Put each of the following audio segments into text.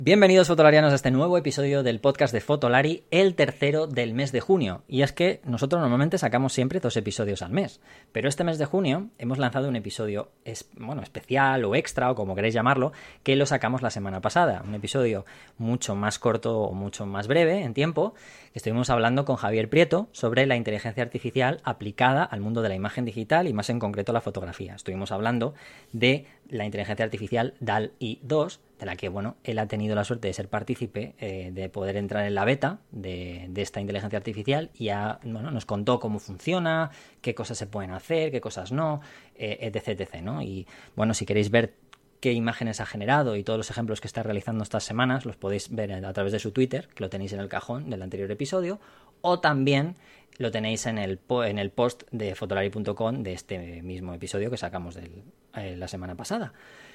Bienvenidos fotolarianos a este nuevo episodio del podcast de Fotolari, el tercero del mes de junio. Y es que nosotros normalmente sacamos siempre 2 episodios al mes, pero este mes de junio hemos lanzado un episodio especial o extra, o como queréis llamarlo, que lo sacamos la semana pasada. Un episodio mucho más corto o mucho más breve en tiempo, que estuvimos hablando con Javier Prieto sobre la inteligencia artificial aplicada al mundo de la imagen digital y más en concreto la fotografía. Estuvimos hablando de la inteligencia artificial DALL-E 2, de la que, bueno, él ha tenido la suerte de ser partícipe, de poder entrar en la beta de esta inteligencia artificial y nos contó cómo funciona, qué cosas se pueden hacer, qué cosas no, etc, ¿no? Y, bueno, si queréis ver qué imágenes ha generado y todos los ejemplos que está realizando estas semanas, los podéis ver a través de su Twitter, que lo tenéis en el cajón del anterior episodio, o también lo tenéis en el post de fotolari.com de este mismo episodio que sacamos la semana pasada.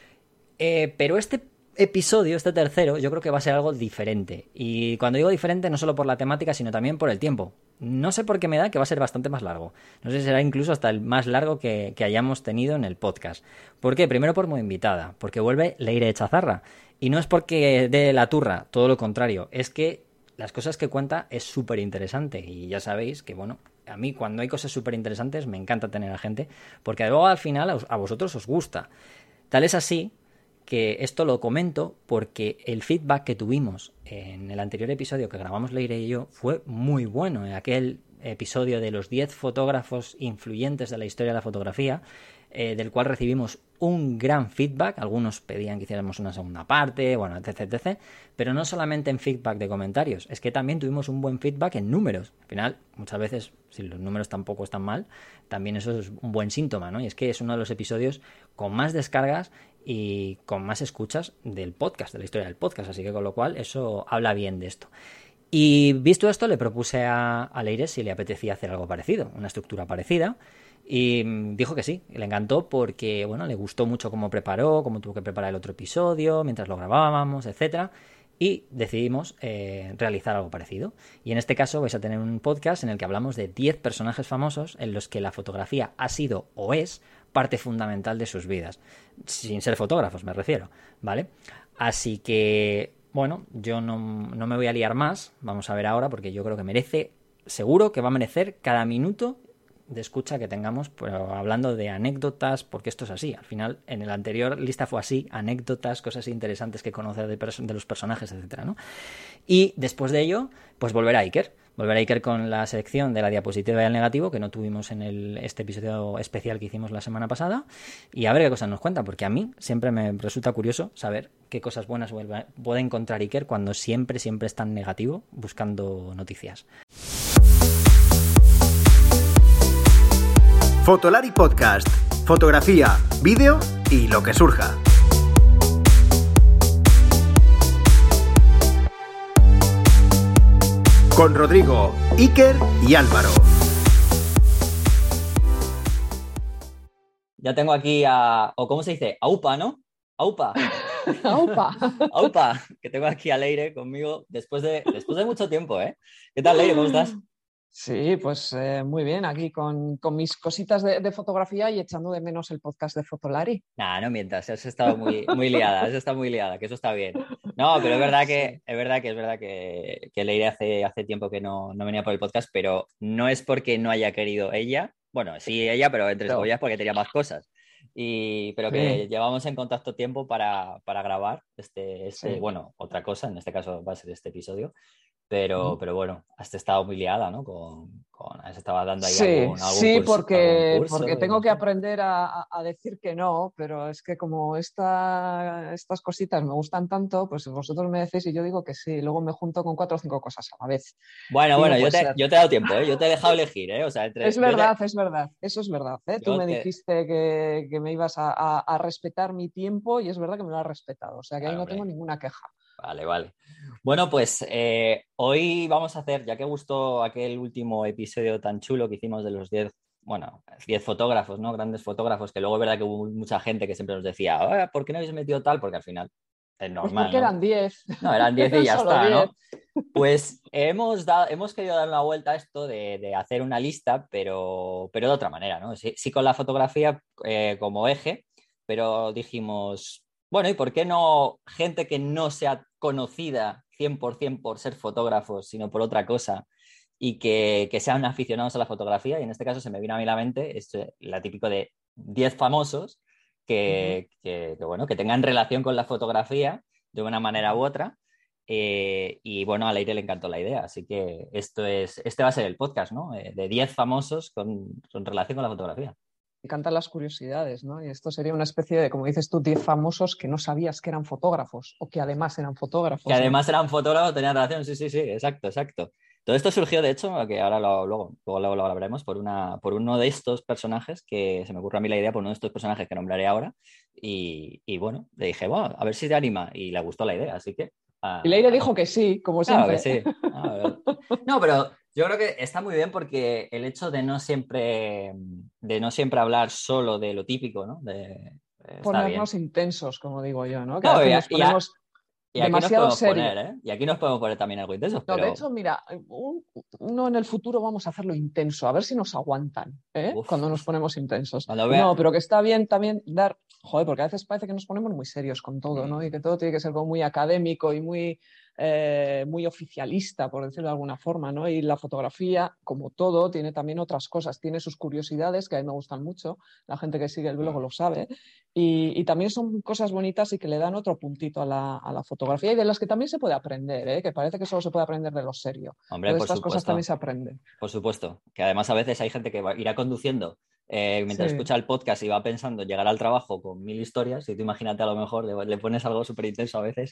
Pero este episodio, este tercero, yo creo que va a ser algo diferente. Y cuando digo diferente, no solo por la temática, sino también por el tiempo. No sé por qué me da que va a ser bastante más largo. No sé si será incluso hasta el más largo que hayamos tenido en el podcast. ¿Por qué? Primero por mi invitada, porque vuelve Leire Echazarra. Y no es porque dé la turra, todo lo contrario. Es que las cosas que cuenta es súper interesante. Y ya sabéis que, bueno, a mí cuando hay cosas súper interesantes me encanta tener a gente, porque luego al final a vosotros os gusta. Tal es así que esto lo comento porque el feedback que tuvimos en el anterior episodio que grabamos Leire y yo fue muy bueno. En aquel episodio de los 10 fotógrafos influyentes de la historia de la fotografía, del cual recibimos un gran feedback. Algunos pedían que hiciéramos una segunda parte, bueno, etc. Pero no solamente en feedback de comentarios, es que también tuvimos un buen feedback en números. Al final, muchas veces, si los números tampoco están mal, también eso es un buen síntoma, ¿no? Y es que es uno de los episodios con más descargas y con más escuchas del podcast, de la historia del podcast, así que con lo cual eso habla bien de esto. Y visto esto, le propuse a Leire si le apetecía hacer algo parecido, una estructura parecida, y dijo que sí, le encantó porque, bueno, le gustó mucho cómo preparó, cómo tuvo que preparar el otro episodio, mientras lo grabábamos, etcétera. Y decidimos realizar algo parecido. Y en este caso vais a tener un podcast en el que hablamos de 10 personajes famosos en los que la fotografía ha sido o es parte fundamental de sus vidas. Sin ser fotógrafos, me refiero, ¿vale? Así que, bueno, yo no me voy a liar más. Vamos a ver ahora, porque yo creo que seguro que va a merecer cada minuto de escucha que tengamos, pero hablando de anécdotas, porque esto es así. Al final, en el anterior lista fue así, anécdotas, cosas interesantes que conocer de los personajes, etcétera, ¿no? Y después de ello, pues volverá Iker con la sección de la diapositiva y el negativo, que no tuvimos en este episodio especial que hicimos la semana pasada, y a ver qué cosas nos cuenta, porque a mí siempre me resulta curioso saber qué cosas buenas puede encontrar Iker cuando siempre es tan negativo buscando noticias. Fotolari Podcast, fotografía, vídeo y lo que surja. Con Rodrigo, Iker y Álvaro. Ya tengo aquí ¿cómo se dice? Aupa, ¿no? Aupa. Aupa. Aupa, que tengo aquí a Leire conmigo después de mucho tiempo, ¿eh? ¿Qué tal, Leire? ¿Cómo estás? Sí, pues muy bien, aquí con mis cositas de fotografía y echando de menos el podcast de Fotolari. Nah, no mientas, has estado muy liada, que eso está bien. No, pero es verdad que Leire hace tiempo que no venía por el podcast, pero no es porque no haya querido ella, bueno, sí ella, pero entre comillas porque tenía más cosas. Pero que Sí. llevamos en contacto tiempo para grabar Sí. bueno, otra cosa, en este caso va a ser este episodio. Pero bueno, has estado muy liada, ¿no? Has estado dando ahí algún Sí, curso, porque y tengo no que sé. aprender a decir que no, pero es que como estas cositas me gustan tanto, pues vosotros me decís y yo digo que sí, luego me junto con 4 o 5 cosas a la vez. Bueno, Y no yo puede te ser. he dado tiempo, ¿eh? Yo te he dejado elegir, ¿eh? O sea, Es verdad, eso es verdad. Tú yo me te... dijiste que me ibas a respetar mi tiempo y es verdad que me lo has respetado, o sea que ahí Claro, no tengo hombre. ninguna queja. Vale. Bueno, pues hoy vamos a hacer, ya que gustó aquel último episodio tan chulo que hicimos de los 10 fotógrafos, ¿no? Grandes fotógrafos, que luego es verdad que hubo mucha gente que siempre nos decía, ¿por qué no habéis metido tal? Porque al final es Pues normal, porque ¿no? eran 10. No, eran 10 y Eran ya solo está, 10. ¿no? Pues hemos querido dar una vuelta a esto de hacer una lista, pero de otra manera, ¿no? Sí con la fotografía como eje, pero dijimos, Bueno, ¿y por qué no gente que no sea conocida 100% por ser fotógrafos, sino por otra cosa, y que sean aficionados a la fotografía? Y en este caso se me vino a mí a la mente la típico de 10 famosos Ujú. bueno, que tengan relación con la fotografía de una manera u otra. Y bueno, a Leire le encantó la idea, así que este va a ser el podcast, ¿no? De 10 famosos con relación con la fotografía. Me encantan las curiosidades, ¿no? Y esto sería una especie de, como dices tú, 10 famosos que no sabías que eran fotógrafos o que además eran Que fotógrafos, ¿no? además eran fotógrafos, tenían relación, sí, sí, sí, exacto, exacto. Todo esto surgió, de hecho, que ahora luego lo hablaremos, por uno de estos personajes, que se me ocurrió a mí la idea, por uno de estos personajes que nombraré ahora, y bueno, le dije, bueno, a ver si te anima, y le gustó la idea, así que... Y Leire ah, dijo que sí, como claro que siempre. sí. No, pero yo creo que está muy bien porque el hecho de no siempre hablar solo de lo típico, ¿no? Está bien. Ponernos intensos, como digo yo, ¿no? Que a No, veces nos ponemos y aquí nos demasiado podemos poner, serios. ¿eh? Y aquí nos podemos poner también algo intensos, No, de pero... hecho, mira, uno en el futuro vamos a hacerlo intenso, a ver si nos aguantan, ¿eh? Uf, Cuando nos ponemos intensos. cuando No, vea... pero que está bien también dar, joder, porque a veces parece que nos ponemos muy serios con todo, ¿no? Y Mm. que todo tiene que ser como muy académico y muy oficialista, por decirlo de alguna forma, ¿no? Y la fotografía, como todo, tiene también otras cosas, tiene sus curiosidades, que a mí me gustan mucho, la gente que sigue el blog lo sabe, y también son cosas bonitas y que le dan otro puntito a la fotografía y de las que también se puede aprender, ¿eh? Que parece que solo se puede aprender de lo serio. Hombre, Pero de por estas cosas también supuesto. se aprende. Por supuesto, que además a veces hay gente que irá conduciendo mientras Sí. escucha el podcast y va pensando llegar al trabajo con 1000 historias y tú imagínate a lo mejor le pones algo súper intenso a veces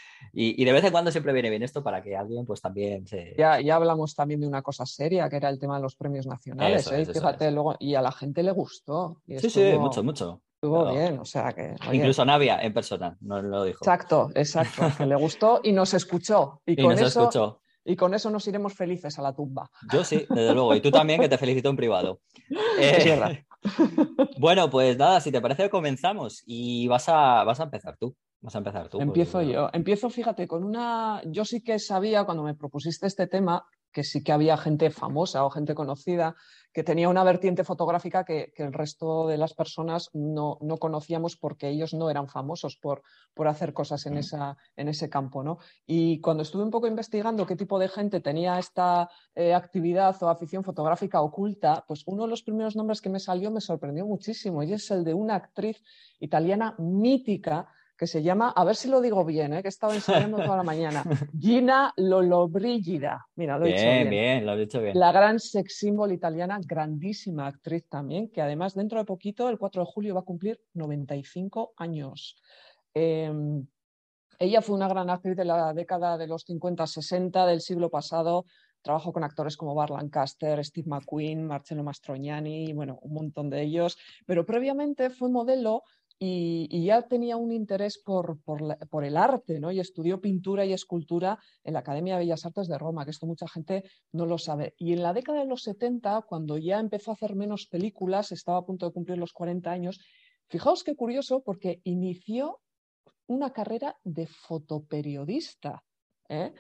y de vez en cuando siempre viene bien esto para que alguien pues también se... Ya hablamos también de una cosa seria, que era el tema de los premios nacionales, Eso ¿eh? Y es, eso fíjate, es. luego, y a la gente le gustó y Sí, sí, mucho, estuvo, mucho. estuvo Pero bien, o sea que, oye, incluso Navia en persona nos lo dijo. exacto, exacto, que le gustó y nos escuchó. Y Y con nos eso, escuchó. y con eso nos iremos felices a la tumba. Yo sí, desde luego. Y tú también, que te felicito en privado. Es verdad. Eh, bueno, pues nada, si te parece, comenzamos y vas a empezar tú. Vas a empezar tú, porque Empiezo yo. Empiezo, fíjate, con una. Yo sí que sabía cuando me propusiste este tema que sí que había gente famosa o gente conocida que tenía una vertiente fotográfica que el resto de las personas no conocíamos porque ellos no eran famosos por hacer cosas Mm. en ese campo, ¿no? Y cuando estuve un poco investigando qué tipo de gente tenía esta actividad o afición fotográfica oculta, pues uno de los primeros nombres que me salió me sorprendió muchísimo y es el de una actriz italiana mítica que se llama, a ver si lo digo bien, que he estado ensayando toda la mañana, Gina Lollobrigida. Mira, lo he dicho Bien, bien. bien, lo has dicho bien. La gran sex symbol italiana, grandísima actriz también, que además dentro de poquito, el 4 de julio, va a cumplir 95 años. Eh, Ella fue una gran actriz de la década de los 50-60 del siglo pasado. Trabajó con actores como Burt Lancaster, Steve McQueen, Marcello Mastroianni, bueno, un montón de ellos. Pero previamente fue modelo y ya tenía un interés por el arte, ¿no? Y estudió pintura y escultura en la Academia de Bellas Artes de Roma, que esto mucha gente no lo sabe. Y en la década de los 70, cuando ya empezó a hacer menos películas, estaba a punto de cumplir los 40 años, fijaos qué curioso, porque inició una carrera de fotoperiodista. ¿Eh?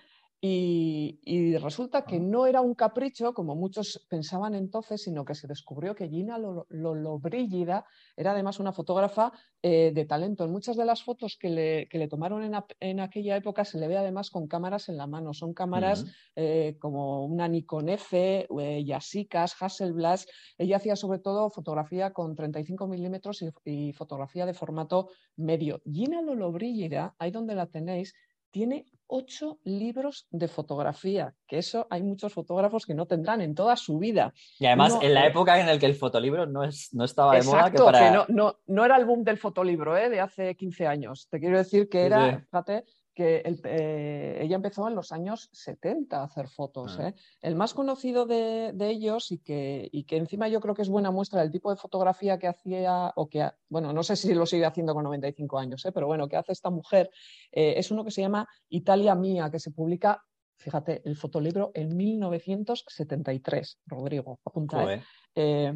Y resulta que Ah. no era un capricho, como muchos pensaban entonces, sino que se descubrió que Gina Lollobrigida era además una fotógrafa de talento. En muchas de las fotos que le tomaron en aquella época se le ve además con cámaras en la mano. Son cámaras Mm. como una Nikon F, Yasicas, Hasselblad. Ella hacía sobre todo fotografía con 35 milímetros y fotografía de formato medio. Gina Lollobrigida, ahí donde la tenéis, tiene 8 libros de fotografía, que eso hay muchos fotógrafos que no tendrán en toda su vida. Y además, Uno, en la época en la que el fotolibro no estaba de moda, que exacto, que para... no era el boom del fotolibro de hace 15 años. Te quiero decir que Sí, era, sí. fíjate, que ella empezó en los años 70 a hacer fotos. Mm. El más conocido de ellos y que encima yo creo que es buena muestra del tipo de fotografía que hacía, bueno, no sé si lo sigue haciendo con 95 años, pero bueno, que hace esta mujer, es uno que se llama Italia Mía, que se publica, fíjate, el fotolibro en 1973, Rodrigo, apunta, Joder. Eh,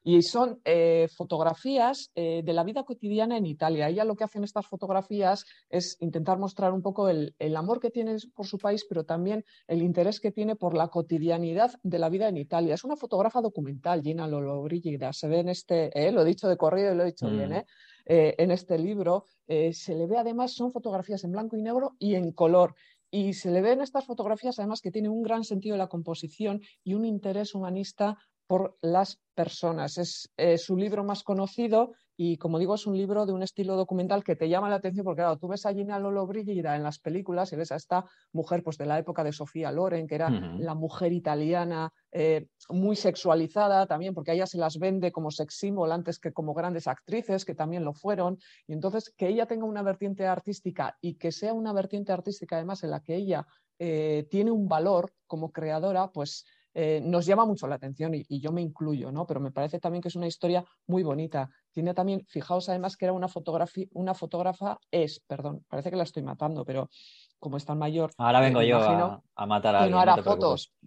Y son fotografías de la vida cotidiana en Italia. Ella lo que hace en estas fotografías es intentar mostrar un poco el amor que tiene por su país, pero también el interés que tiene por la cotidianidad de la vida en Italia. Es una fotógrafa documental, Gina Lollobrigida. Se ve en lo he dicho de corrido y lo he dicho bien, en este libro. Se le ve además, son fotografías en blanco y negro y en color. Y se le ve en estas fotografías además que tiene un gran sentido de la composición y un interés humanista por las personas. Es su libro más conocido y, como digo, es un libro de un estilo documental que te llama la atención porque, claro, tú ves a Gina Lollobrigida en las películas y ves a esta mujer pues, de la época de Sofía Loren, que era la mujer italiana, muy sexualizada también, porque a ella se las vende como sex symbol antes que como grandes actrices, que también lo fueron. Y entonces, que ella tenga una vertiente artística y que sea una vertiente artística además en la que ella tiene un valor como creadora, pues nos llama mucho la atención y yo me incluyo, ¿no? Pero me parece también que es una historia muy bonita. Tiene también, fijaos además que era una fotógrafa, perdón, parece que la estoy matando, pero como es tan mayor, Ahora vengo me yo imagino a matar a que no alguien, no hará te preocupes. fotos.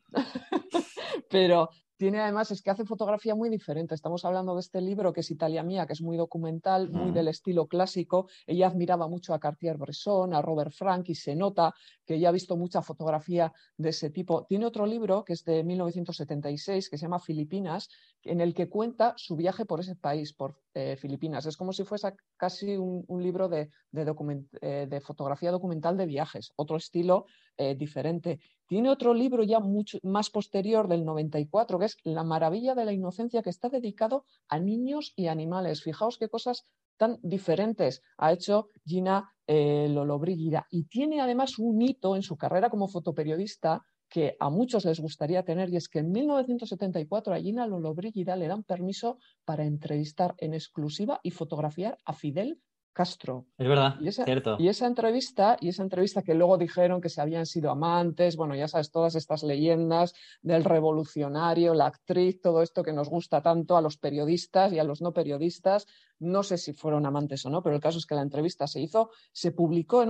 Pero tiene además, es que hace fotografía muy diferente. Estamos hablando de este libro que es Italia Mía, que es muy documental, muy del estilo clásico. Ella admiraba mucho a Cartier-Bresson, a Robert Frank, y se nota que ella ha visto mucha fotografía de ese tipo. Tiene otro libro que es de 1976, que se llama Filipinas, en el que cuenta su viaje por ese país, por Filipinas. Es como si fuese casi un libro de fotografía documental de viajes, otro estilo diferente. Tiene otro libro ya mucho más posterior, del 94, que es La maravilla de la inocencia, que está dedicado a niños y animales. Fijaos qué cosas tan diferentes ha hecho Gina Lollobrigida. Y tiene además un hito en su carrera como fotoperiodista que a muchos les gustaría tener, y es que en 1974 a Gina Lollobrigida le dan permiso para entrevistar en exclusiva y fotografiar a Fidel Castro. Es verdad, Y cierto. esa entrevista que luego dijeron que se habían sido amantes, bueno, ya sabes, todas estas leyendas del revolucionario, la actriz, todo esto que nos gusta tanto a los periodistas y a los no periodistas, no sé si fueron amantes o no, pero el caso es que la entrevista se publicó en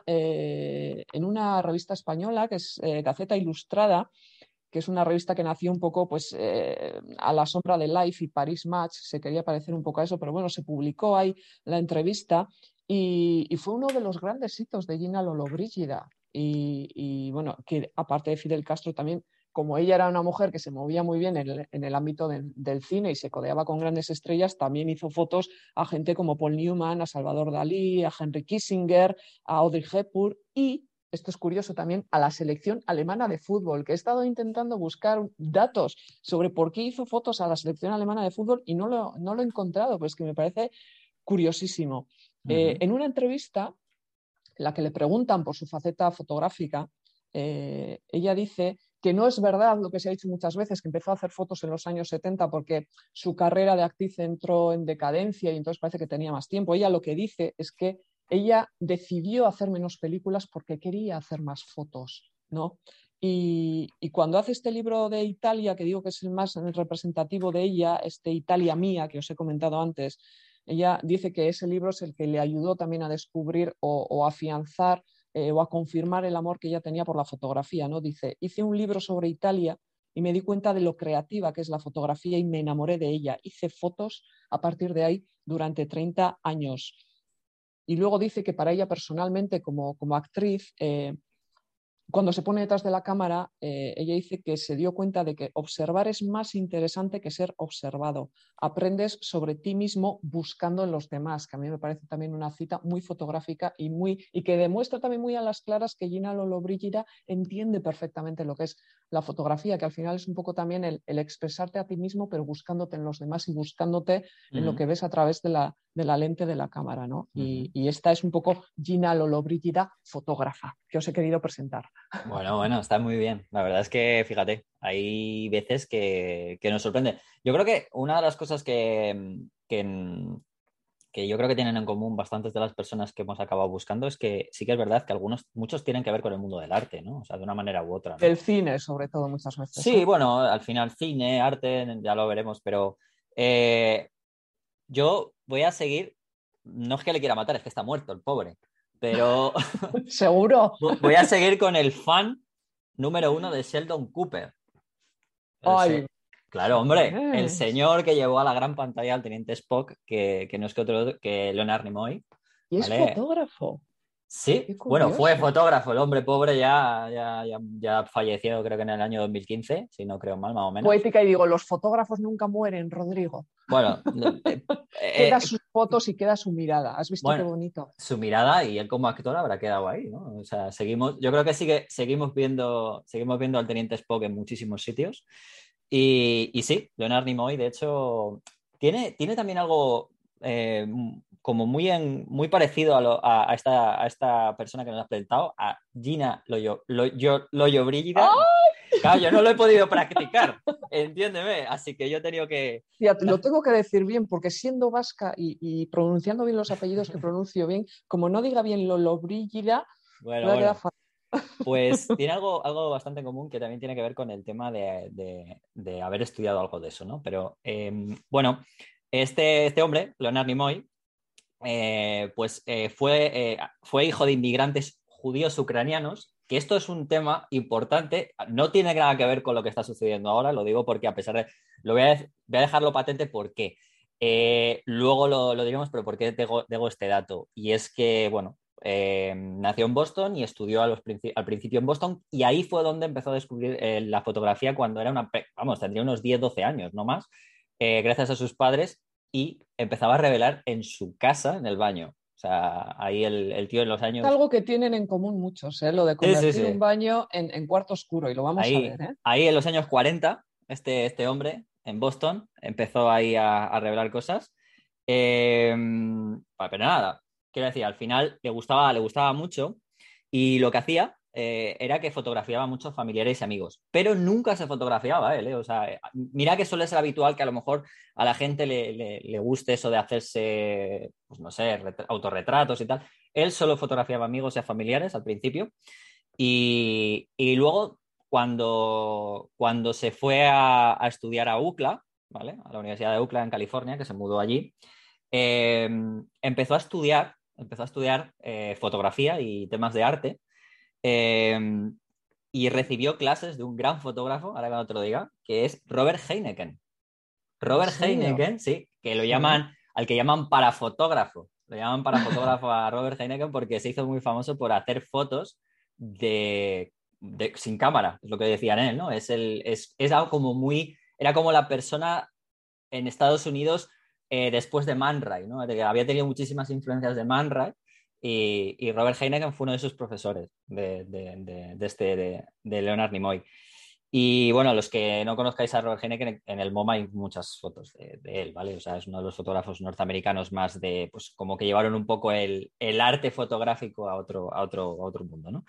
una revista española que es Gaceta Ilustrada, que es una revista que nació un poco pues, a la sombra de Life y Paris Match, se quería parecer un poco a eso, pero bueno, se publicó ahí la entrevista y fue uno de los grandes hitos de Gina Lollobrigida. Y bueno, que aparte de Fidel Castro también, como ella era una mujer que se movía muy bien en el ámbito del cine y se codeaba con grandes estrellas, también hizo fotos a gente como Paul Newman, a Salvador Dalí, a Henry Kissinger, a Audrey Hepburn y, esto es curioso también, a la selección alemana de fútbol, que he estado intentando buscar datos sobre por qué hizo fotos a la selección alemana de fútbol y no lo he encontrado, pues que me parece curiosísimo. En una entrevista, en la que le preguntan por su faceta fotográfica, ella dice que no es verdad lo que se ha dicho muchas veces, que empezó a hacer fotos en los años 70 porque su carrera de actriz entró en decadencia y entonces parece que tenía más tiempo. Ella lo que dice es que ella decidió hacer menos películas porque quería hacer más fotos, ¿no? Y cuando hace este libro de Italia, que digo que es el más representativo de ella, este Italia Mía, que os he comentado antes, ella dice que ese libro es el que le ayudó también a descubrir o afianzar o a confirmar el amor que ella tenía por la fotografía, ¿no? Dice, hice un libro sobre Italia y me di cuenta de lo creativa que es la fotografía y me enamoré de ella. Hice fotos a partir de ahí durante 30 años. Y luego dice que para ella personalmente, como actriz, cuando se pone detrás de la cámara, ella dice que se dio cuenta de que observar es más interesante que ser observado. Aprendes sobre ti mismo buscando en los demás, que a mí me parece también una cita muy fotográfica y que demuestra también muy a las claras que Gina Lollobrigida entiende perfectamente lo que es la fotografía, que al final es un poco también el expresarte a ti mismo, pero buscándote en los demás y buscándote en lo que ves a través de la lente de la cámara, ¿no? Y esta es un poco Gina Lollobrigida, fotógrafa, que os he querido presentar. Bueno, está muy bien. La verdad es que, fíjate, hay veces que nos sorprende. Yo creo que una de las cosas que yo creo que tienen en común bastantes de las personas que hemos acabado buscando es que sí que es verdad que muchos tienen que ver con el mundo del arte, ¿no? O sea, de una manera u otra, ¿no? El cine, sobre todo, muchas veces. Sí, bueno, al final cine, arte, ya lo veremos, pero yo voy a seguir, no es que le quiera matar, es que está muerto el pobre, pero Seguro. voy a seguir con el fan número 1 de Sheldon Cooper. Ay, Claro, hombre, el señor que llevó a la gran pantalla al teniente Spock, que no es que otro que Leonard Nimoy, Y es ¿vale? fotógrafo. Sí, Qué bueno, fue curioso. fotógrafo, el hombre pobre ya falleció, creo que en el año 2015, si no creo mal, más o menos. Poética y digo, los fotógrafos nunca mueren, Rodrigo. Bueno, Queda sus fotos y queda su mirada. ¿Has visto qué bueno, bonito? su mirada y él como actor habrá quedado ahí, ¿no? O sea, yo creo que seguimos viendo al teniente Spock en muchísimos sitios. Y sí, Leonard Nimoy, de hecho, tiene también algo como muy parecido a esta persona que nos has presentado, a Gina Lollobrigida. Claro, yo no lo he podido practicar, entiéndeme, así que yo he tenido que... Ya, lo tengo que decir bien, porque siendo vasca y pronunciando bien los apellidos que pronuncio bien, como no diga bien Lollobrigida, me Bueno, va a quedar bueno, fatal. pues tiene algo bastante en común que también tiene que ver con el tema de haber estudiado algo de eso, ¿no? Pero bueno, este hombre, Leonard Nimoy, fue hijo de inmigrantes judíos ucranianos, que esto es un tema importante, no tiene nada que ver con lo que está sucediendo ahora, lo digo porque a pesar de... voy a dejarlo patente porque luego lo diremos, pero ¿por qué tengo este dato? Y es que, bueno, nació en Boston y estudió al principio en Boston y ahí fue donde empezó a descubrir la fotografía cuando era vamos, tendría unos 10 12 años, no más, gracias a sus padres y empezaba a revelar en su casa, en el baño. O sea, ahí el tío en los Es años... algo que tienen en común muchos, ¿eh? Lo de Sí, sí, convertir un sí. baño en cuarto oscuro, y lo vamos a ver, Ahí, ¿eh? ahí en los años 40, este hombre en Boston empezó ahí a revelar cosas. Pero nada, quiero decir, al final le gustaba mucho y lo que hacía era que fotografiaba a muchos familiares y amigos, pero nunca se fotografiaba él, ¿eh? O sea, mira que suele ser habitual que a lo mejor a la gente le guste eso de hacerse, pues no sé, autorretratos y tal. Él solo fotografiaba amigos y a familiares al principio y luego cuando se fue a estudiar a UCLA, ¿vale? A la Universidad de UCLA en California, que se mudó allí, eh, empezó a estudiar fotografía y temas de arte eh, y recibió clases de un gran fotógrafo, ahora que no te lo diga, que es Robert Heineken. ¿En Robert serio? Heineken, sí, que Sí. al que llaman parafotógrafo. Lo llaman parafotógrafo a Robert Heineken porque se hizo muy famoso por hacer fotos sin cámara, es lo que decían él, ¿no? Es algo como era como la persona en Estados Unidos después de Man Ray, ¿no? Había tenido muchísimas influencias de Man Ray y Robert Heineken fue uno de sus profesores de Leonard Nimoy. Y bueno, los que no conozcáis a Robert Heineken, en el MoMA hay muchas fotos de él, ¿vale? O sea, es uno de los fotógrafos norteamericanos más pues como que llevaron un poco el arte fotográfico a otro mundo, ¿no?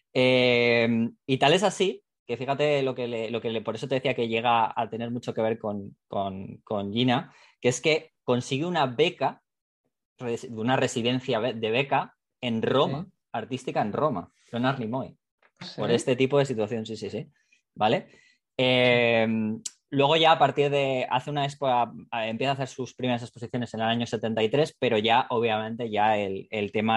Y tal es así, que fíjate por eso te decía que llega a tener mucho que ver con Gina, que es que consigue una beca, una residencia de beca en Roma, Sí, artística en Roma, Leonard Nimoy por sí, este tipo de situación, sí, sí, sí. ¿Vale? sí. Eh, luego ya a partir de, hace una empieza a hacer sus primeras exposiciones en el año 73, pero ya obviamente ya el tema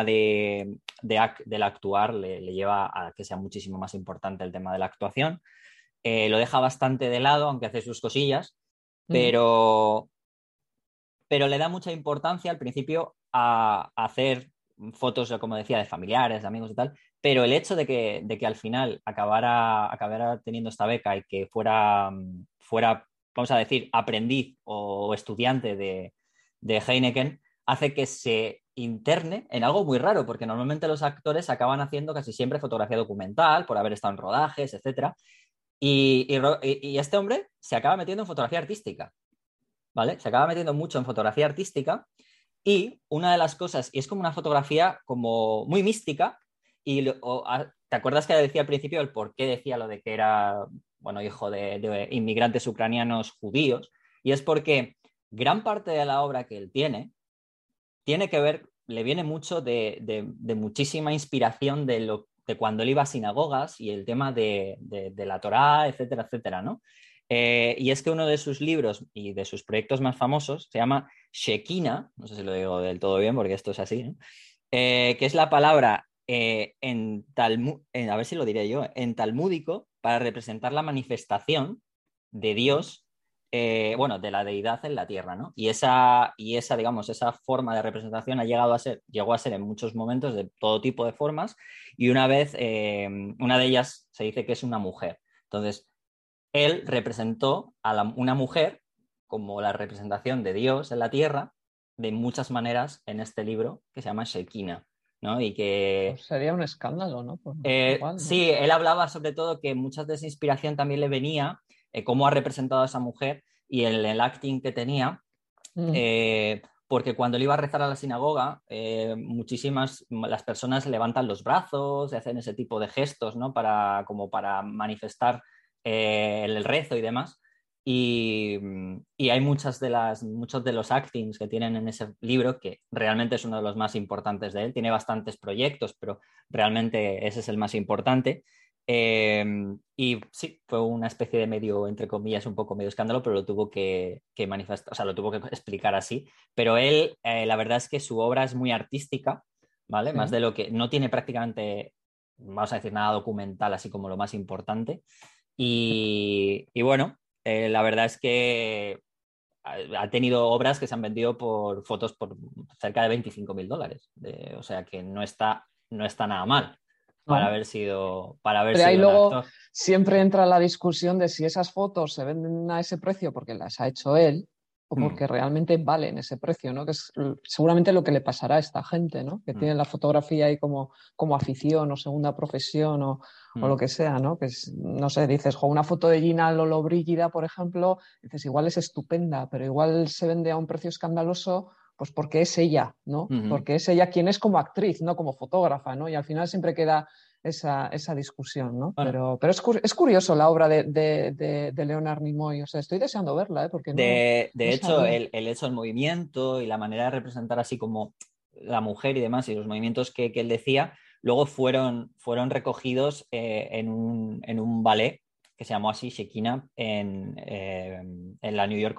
del actuar le lleva a que sea muchísimo más importante el tema de la actuación. Lo deja bastante de lado, aunque hace sus cosillas, Mm. pero, pero le da mucha importancia al principio a hacer fotos, como decía, de familiares, de amigos y tal, pero el hecho de que al final acabara teniendo esta beca y que fuera, vamos a decir, aprendiz o estudiante de Heineken, hace que se interne en algo muy raro, porque normalmente los actores acaban haciendo casi siempre fotografía documental por haber estado en rodajes, etcétera, y este hombre se acaba metiendo en fotografía artística. ¿Vale? Se acaba metiendo mucho en fotografía artística y una de las cosas, y es como una fotografía como muy mística, ¿te acuerdas que decía al principio el por qué decía lo de que era, bueno, hijo de inmigrantes ucranianos judíos? Y es porque gran parte de la obra que él tiene que ver, le viene mucho de muchísima inspiración de cuando él iba a sinagogas y el tema de la Torá, etcétera, etcétera, ¿no? Y es que uno de sus libros y de sus proyectos más famosos se llama Shekinah, no sé si lo digo del todo bien porque esto es así, ¿no? Que es la palabra a ver si lo diré yo, en talmúdico para representar la manifestación de Dios bueno, de la deidad en la tierra, ¿no? Digamos, esa forma de representación llegó a ser en muchos momentos de todo tipo de formas, y una de ellas se dice que es una mujer. Entonces, él representó a una mujer como la representación de Dios en la tierra de muchas maneras en este libro que se llama Shekinah, ¿no? Y que Pues sería un escándalo, ¿no? Pues igual, ¿no? sí, él hablaba sobre todo que muchas de esa inspiración también le venía cómo ha representado a esa mujer y el acting que tenía, Mm. porque cuando él iba a rezar a la sinagoga, las personas levantan los brazos y hacen ese tipo de gestos, ¿no? Como para manifestar el rezo y demás. Y, y hay muchos de los actings que tienen en ese libro, que realmente es uno de los más importantes de él. Tiene bastantes proyectos, pero realmente ese es el más importante. Y sí, fue una especie de medio, entre comillas, un poco medio escándalo, pero lo tuvo que manifestar, o sea, lo tuvo que explicar así. Pero él, la verdad es que su obra es muy artística, ¿vale? Sí. Más de lo que no tiene prácticamente, vamos a decir, nada documental, así como lo más importante. Y bueno, la verdad es que ha tenido obras que se han vendido por fotos por cerca de $25.000. O sea que no está nada mal para No. haber Pero ahí sido un luego actor. siempre entra la discusión de si esas fotos se venden a ese precio porque las ha hecho él o Hmm, porque realmente valen ese precio, ¿no? Que es seguramente lo que le pasará a esta gente, ¿no? Que hmm, tiene la fotografía ahí como afición o segunda profesión o lo hmm. que sea, ¿no? Que es, no sé, dices, una foto de Gina Lollobrigida, por ejemplo, dices, igual es estupenda, pero igual se vende a un precio escandaloso, pues porque es ella, ¿no? Ujú. Porque es ella quien es como actriz, no como fotógrafa, ¿no? Y al final siempre queda esa discusión, ¿no? Bueno, Pero es curioso la obra de Leonard Nimoy, o sea, estoy deseando verla, ¿eh? Porque de no hecho, sabía. el hecho del movimiento y la manera de representar así como la mujer y demás, y los movimientos que él decía, luego fueron recogidos en un ballet que se llamó así Shekinah en la New York,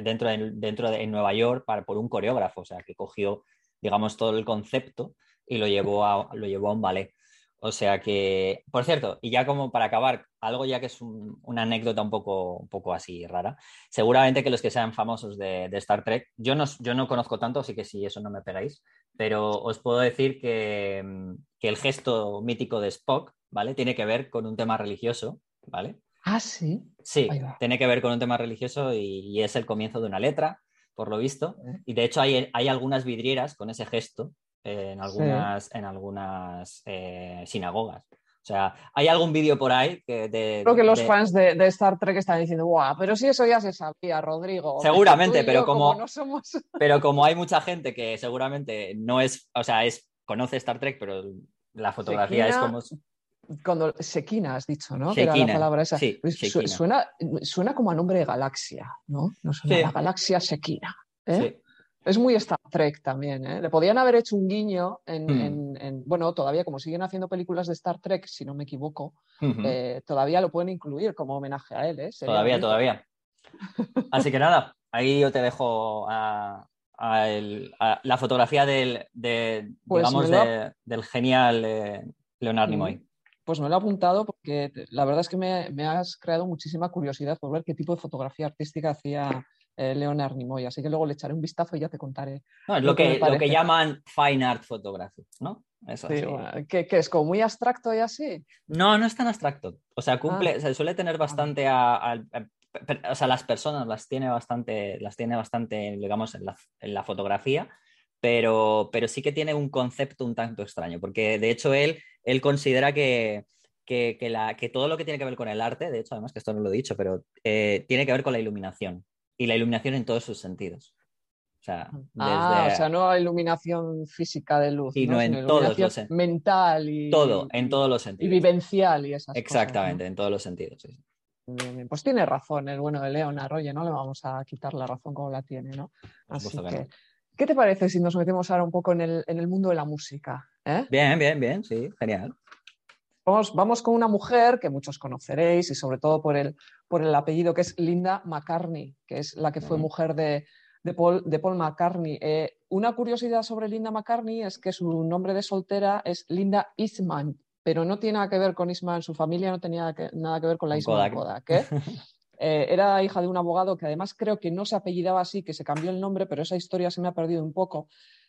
en Nueva York por un coreógrafo, o sea, que cogió, digamos, todo el concepto y lo llevó a un ballet. O sea que, por cierto, y ya como para acabar, algo ya que es una anécdota un poco así rara. Seguramente que los que sean famosos de Star Trek, yo no conozco tanto, así que si eso no me pegáis, pero os puedo decir que el gesto mítico de Spock, ¿vale? Tiene que ver con un tema religioso, ¿vale? Ah, sí, ahí Sí, va. tiene que ver con un tema religioso y es el comienzo de una letra, por lo visto. Y de hecho hay algunas vidrieras con ese gesto en Sí. algunas sinagogas. O sea, hay algún vídeo por ahí Creo que los fans de Star Trek están diciendo, ¡guau! Pero si eso ya se sabía, Rodrigo, que tú seguramente, y pero yo, como como, no somos. pero como hay mucha gente que seguramente no es, o sea, conoce Star Trek, pero la fotografía es Shekina, como cuando Shekina has dicho, ¿no? Que era la Shekinah, palabra esa. sí, Pues Shekinah. suena como a nombre de galaxia, ¿no? No suena a la Sí, galaxia Shekina, ¿eh? sí. Es muy Star Trek también, ¿eh? Le podían haber hecho un guiño Mm, bueno, todavía como siguen haciendo películas de Star Trek, si no me equivoco, ujú. todavía lo pueden incluir como homenaje a él, ¿eh? Sería Todavía, bonito. todavía. Así que nada, ahí yo te dejo a la fotografía Pues digamos, del genial Leonard mm, Nimoy. pues me lo he apuntado porque la verdad es que me has creado muchísima curiosidad por ver qué tipo de fotografía artística hacía Leonard Nimoy. Así que luego le echaré un vistazo y ya te contaré No, es lo lo que me que, lo que parece. llaman fine art photography, ¿no? Eso Sí, así. bueno, que es como muy abstracto y así. No, no es tan abstracto. O sea, Ah, se suele tener vale. bastante o sea, las personas las tiene bastante, digamos, en la fotografía, pero sí que tiene un concepto un tanto extraño, porque de hecho él considera que todo lo que tiene que ver con el arte, de hecho, además que esto no lo he dicho, pero tiene que ver con la iluminación, y la iluminación en todos sus sentidos. O sea, Ah, o sea, desde, no iluminación física de luz, ¿no? sino Sino en todos iluminación los, mental todo, en todos los y sentidos. vivencial y esas cosas, ¿no? Exactamente, en todos los sentidos. Sí, sí. Bien, bien. Pues tiene razón el bueno de Leonard, oye, no le vamos a quitar la razón como la tiene, ¿no? Por Así supuesto que que, no. ¿qué te parece si nos metemos ahora un poco en el mundo de la música? ¿Eh? Bien, bien, bien, sí, genial. Vamos con una mujer que muchos conoceréis y sobre todo por el apellido que es Linda McCartney, que es la que fue Bien. mujer de Paul McCartney. Una curiosidad sobre Linda McCartney es que su nombre de soltera es Linda Eastman, pero no tiene nada que ver con Eastman, su familia no tenía nada que ver con la Con Eastman Kodak. Kodak, ¿eh? Era hija de un abogado que además creo que no se apellidaba así, que se cambió el nombre, pero esa historia se me ha perdido un poco.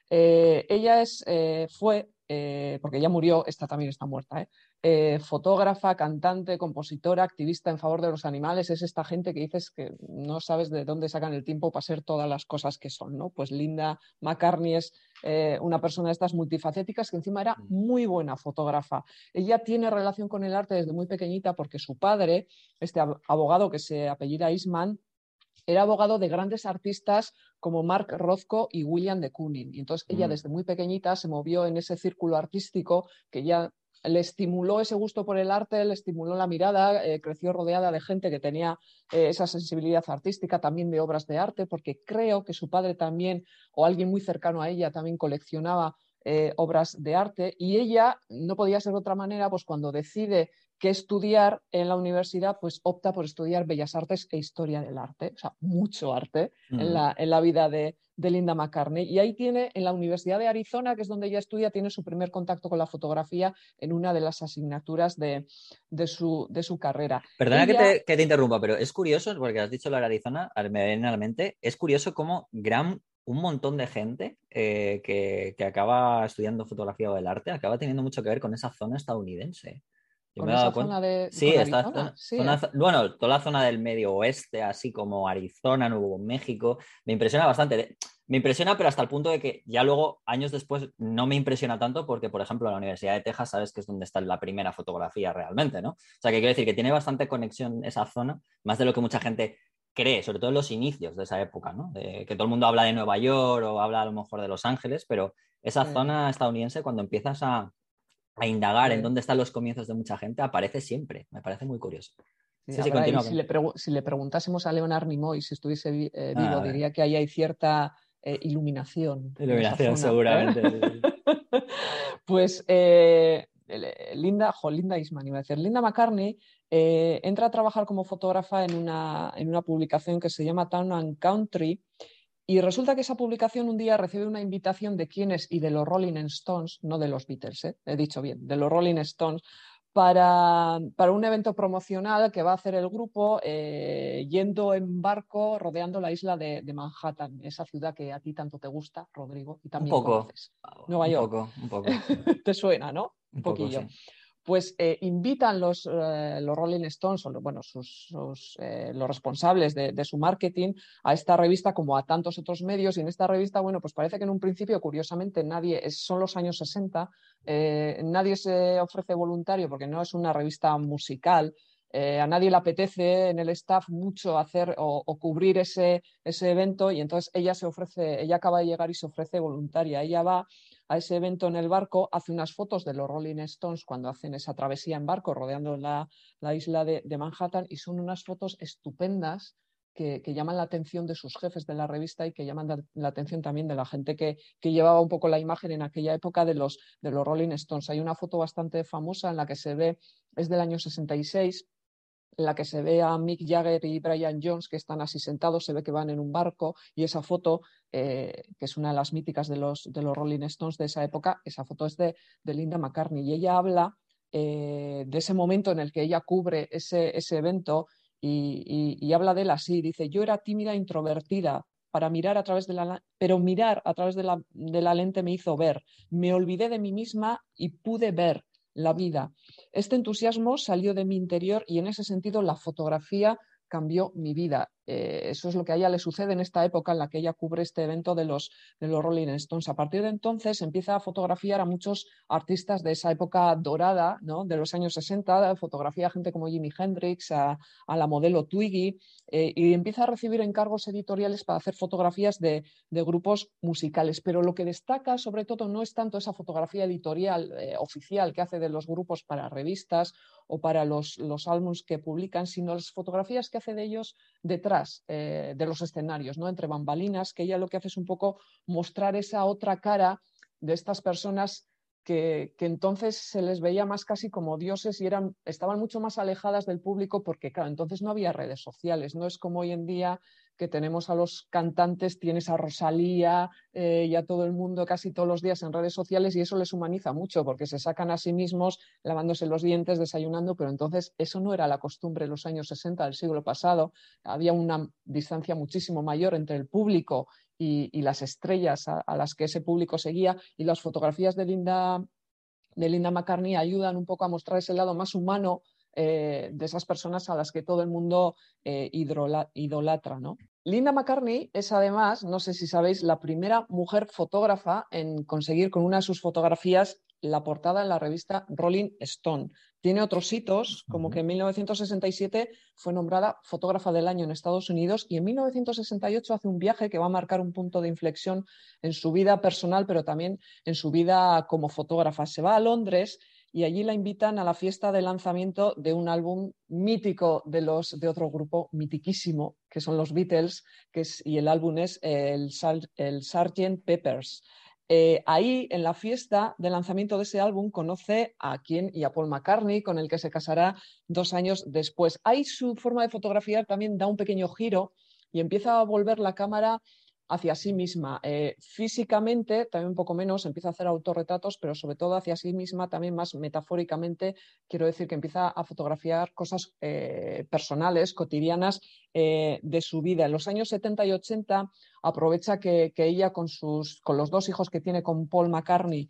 Ella fue, porque ella murió, esta también está muerta, fotógrafa, cantante, compositora, activista en favor de los animales. Es esta gente que dices que no sabes de dónde sacan el tiempo para ser todas las cosas que son, ¿no? Pues Linda McCartney es una persona de estas multifacéticas que encima era muy buena fotógrafa. Ella tiene relación con el arte desde muy pequeñita porque su padre, este abogado que se apellida Eastman, era abogado de grandes artistas como Mark Rothko y William de Kooning. Y entonces ella desde muy pequeñita se movió en ese círculo artístico que ya le estimuló ese gusto por el arte, le estimuló la mirada, creció rodeada de gente que tenía esa sensibilidad artística, también de obras de arte, porque creo que su padre también, o alguien muy cercano a ella, también coleccionaba obras de arte, y ella no podía ser de otra manera, pues cuando decide qué estudiar en la universidad, pues opta por estudiar Bellas Artes e Historia del Arte, o sea, mucho arte en la vida de Linda McCartney. Y ahí tiene, en la Universidad de Arizona, que es donde ella estudia, tiene su primer contacto con la fotografía en una de las asignaturas de su carrera. Perdona que te interrumpa, pero es curioso, porque has dicho lo de Arizona, me viene a la mente, es curioso cómo un montón de gente que acaba estudiando fotografía o del arte acaba teniendo mucho que ver con esa zona estadounidense. Yo Con me he esa dado cuenta. zona Sí, con esta Arizona, zona, sí, bueno, toda la zona del medio oeste, así como Arizona, Nuevo México, me impresiona bastante. Me impresiona, pero hasta el punto de que ya luego, años después, no me impresiona tanto porque, por ejemplo, en la Universidad de Texas sabes que es donde está la primera fotografía realmente, ¿no? O sea, que quiero decir que tiene bastante conexión esa zona, más de lo que mucha gente cree, sobre todo en los inicios de esa época, ¿no? Que todo el mundo habla de Nueva York o habla a lo mejor de Los Ángeles, pero esa zona estadounidense, cuando empiezas a indagar en dónde están los comienzos de mucha gente, aparece siempre. Me parece muy curioso. Sí, Sí, y continúa. si le preguntásemos a Leonard Nimoy si estuviese vivo, A ver. diría que ahí hay cierta iluminación en esa Iluminación, zona. seguramente. Pues Linda Eastman, iba a decir, Linda McCartney entra a trabajar como fotógrafa en una publicación que se llama Town and Country. Y resulta que esa publicación un día recibe una invitación de quienes y de los Rolling Stones, no de los Beatles, he dicho bien, de los Rolling Stones, para un evento promocional que va a hacer el grupo yendo en barco rodeando la isla de Manhattan, esa ciudad que a ti tanto te gusta, Rodrigo, y Un también poco, conoces. Nueva York. un poco. Te suena, ¿no? Un Un poco, poquillo. sí. Pues invitan los Rolling Stones, bueno, los responsables de su marketing, a esta revista como a tantos otros medios. Y en esta revista, bueno, pues parece que en un principio, curiosamente, son los años 60, nadie se ofrece voluntario porque no es una revista musical. A nadie le apetece en el staff mucho hacer o cubrir ese evento, y entonces ella acaba de llegar y se ofrece voluntaria. Ella va a ese evento en el barco, hace unas fotos de los Rolling Stones cuando hacen esa travesía en barco rodeando la isla de Manhattan, y son unas fotos estupendas que llaman la atención de sus jefes de la revista y que llaman la atención también de la gente que llevaba un poco la imagen en aquella época de los Rolling Stones. Hay una foto bastante famosa en la que se ve, es del año 66, en la que se ve a Mick Jagger y Brian Jones que están así sentados, se ve que van en un barco, y esa foto, que es una de las míticas de los Rolling Stones de esa época, esa foto es de Linda McCartney, y ella habla de ese momento en el que ella cubre ese evento, y habla de él así, dice: yo era tímida, introvertida, pero mirar a través de la lente me hizo ver, me olvidé de mí misma y pude ver la vida. Este entusiasmo salió de mi interior y en ese sentido la fotografía cambió mi vida. Eso es lo que a ella le sucede en esta época en la que ella cubre este evento de los Rolling Stones. A partir de entonces empieza a fotografiar a muchos artistas de esa época dorada, ¿no? De los años 60, fotografía a gente como Jimi Hendrix, a la modelo Twiggy, y empieza a recibir encargos editoriales para hacer fotografías de grupos musicales. Pero lo que destaca sobre todo no es tanto esa fotografía editorial oficial que hace de los grupos para revistas o para los álbumes que publican, sino las fotografías que hace de ellos detrás de los escenarios, ¿no? Entre bambalinas, que ella lo que hace es un poco mostrar esa otra cara de estas personas que entonces se les veía más casi como dioses y estaban mucho más alejadas del público porque, claro, entonces no había redes sociales, no es como hoy en día que tenemos a los cantantes, tienes a Rosalía y a todo el mundo casi todos los días en redes sociales, y eso les humaniza mucho porque se sacan a sí mismos lavándose los dientes, desayunando, pero entonces eso no era la costumbre en los años 60 del siglo pasado. Había una distancia muchísimo mayor entre el público y las estrellas a las que ese público seguía, y las fotografías de Linda McCartney ayudan un poco a mostrar ese lado más humano de esas personas a las que todo el mundo idolatra, ¿no? Linda McCartney es además, no sé si sabéis, la primera mujer fotógrafa en conseguir con una de sus fotografías la portada en la revista Rolling Stone. Tiene otros hitos, como que en 1967 fue nombrada fotógrafa del año en Estados Unidos, y en 1968 hace un viaje que va a marcar un punto de inflexión en su vida personal, pero también en su vida como fotógrafa. Se va a Londres y allí la invitan a la fiesta de lanzamiento de un álbum mítico de otro grupo mitiquísimo, que son los Beatles, y el álbum es el Sgt. Peppers. Ahí, en la fiesta de lanzamiento de ese álbum, conoce a Paul McCartney, con el que se casará 2 años después. Ahí su forma de fotografiar también da un pequeño giro y empieza a volver la cámara hacia sí misma. Físicamente, también un poco menos, empieza a hacer autorretratos, pero sobre todo hacia sí misma, también más metafóricamente. Quiero decir que empieza a fotografiar cosas personales, cotidianas de su vida. En los años 70 y 80 aprovecha que ella con los 2 hijos que tiene con Paul McCartney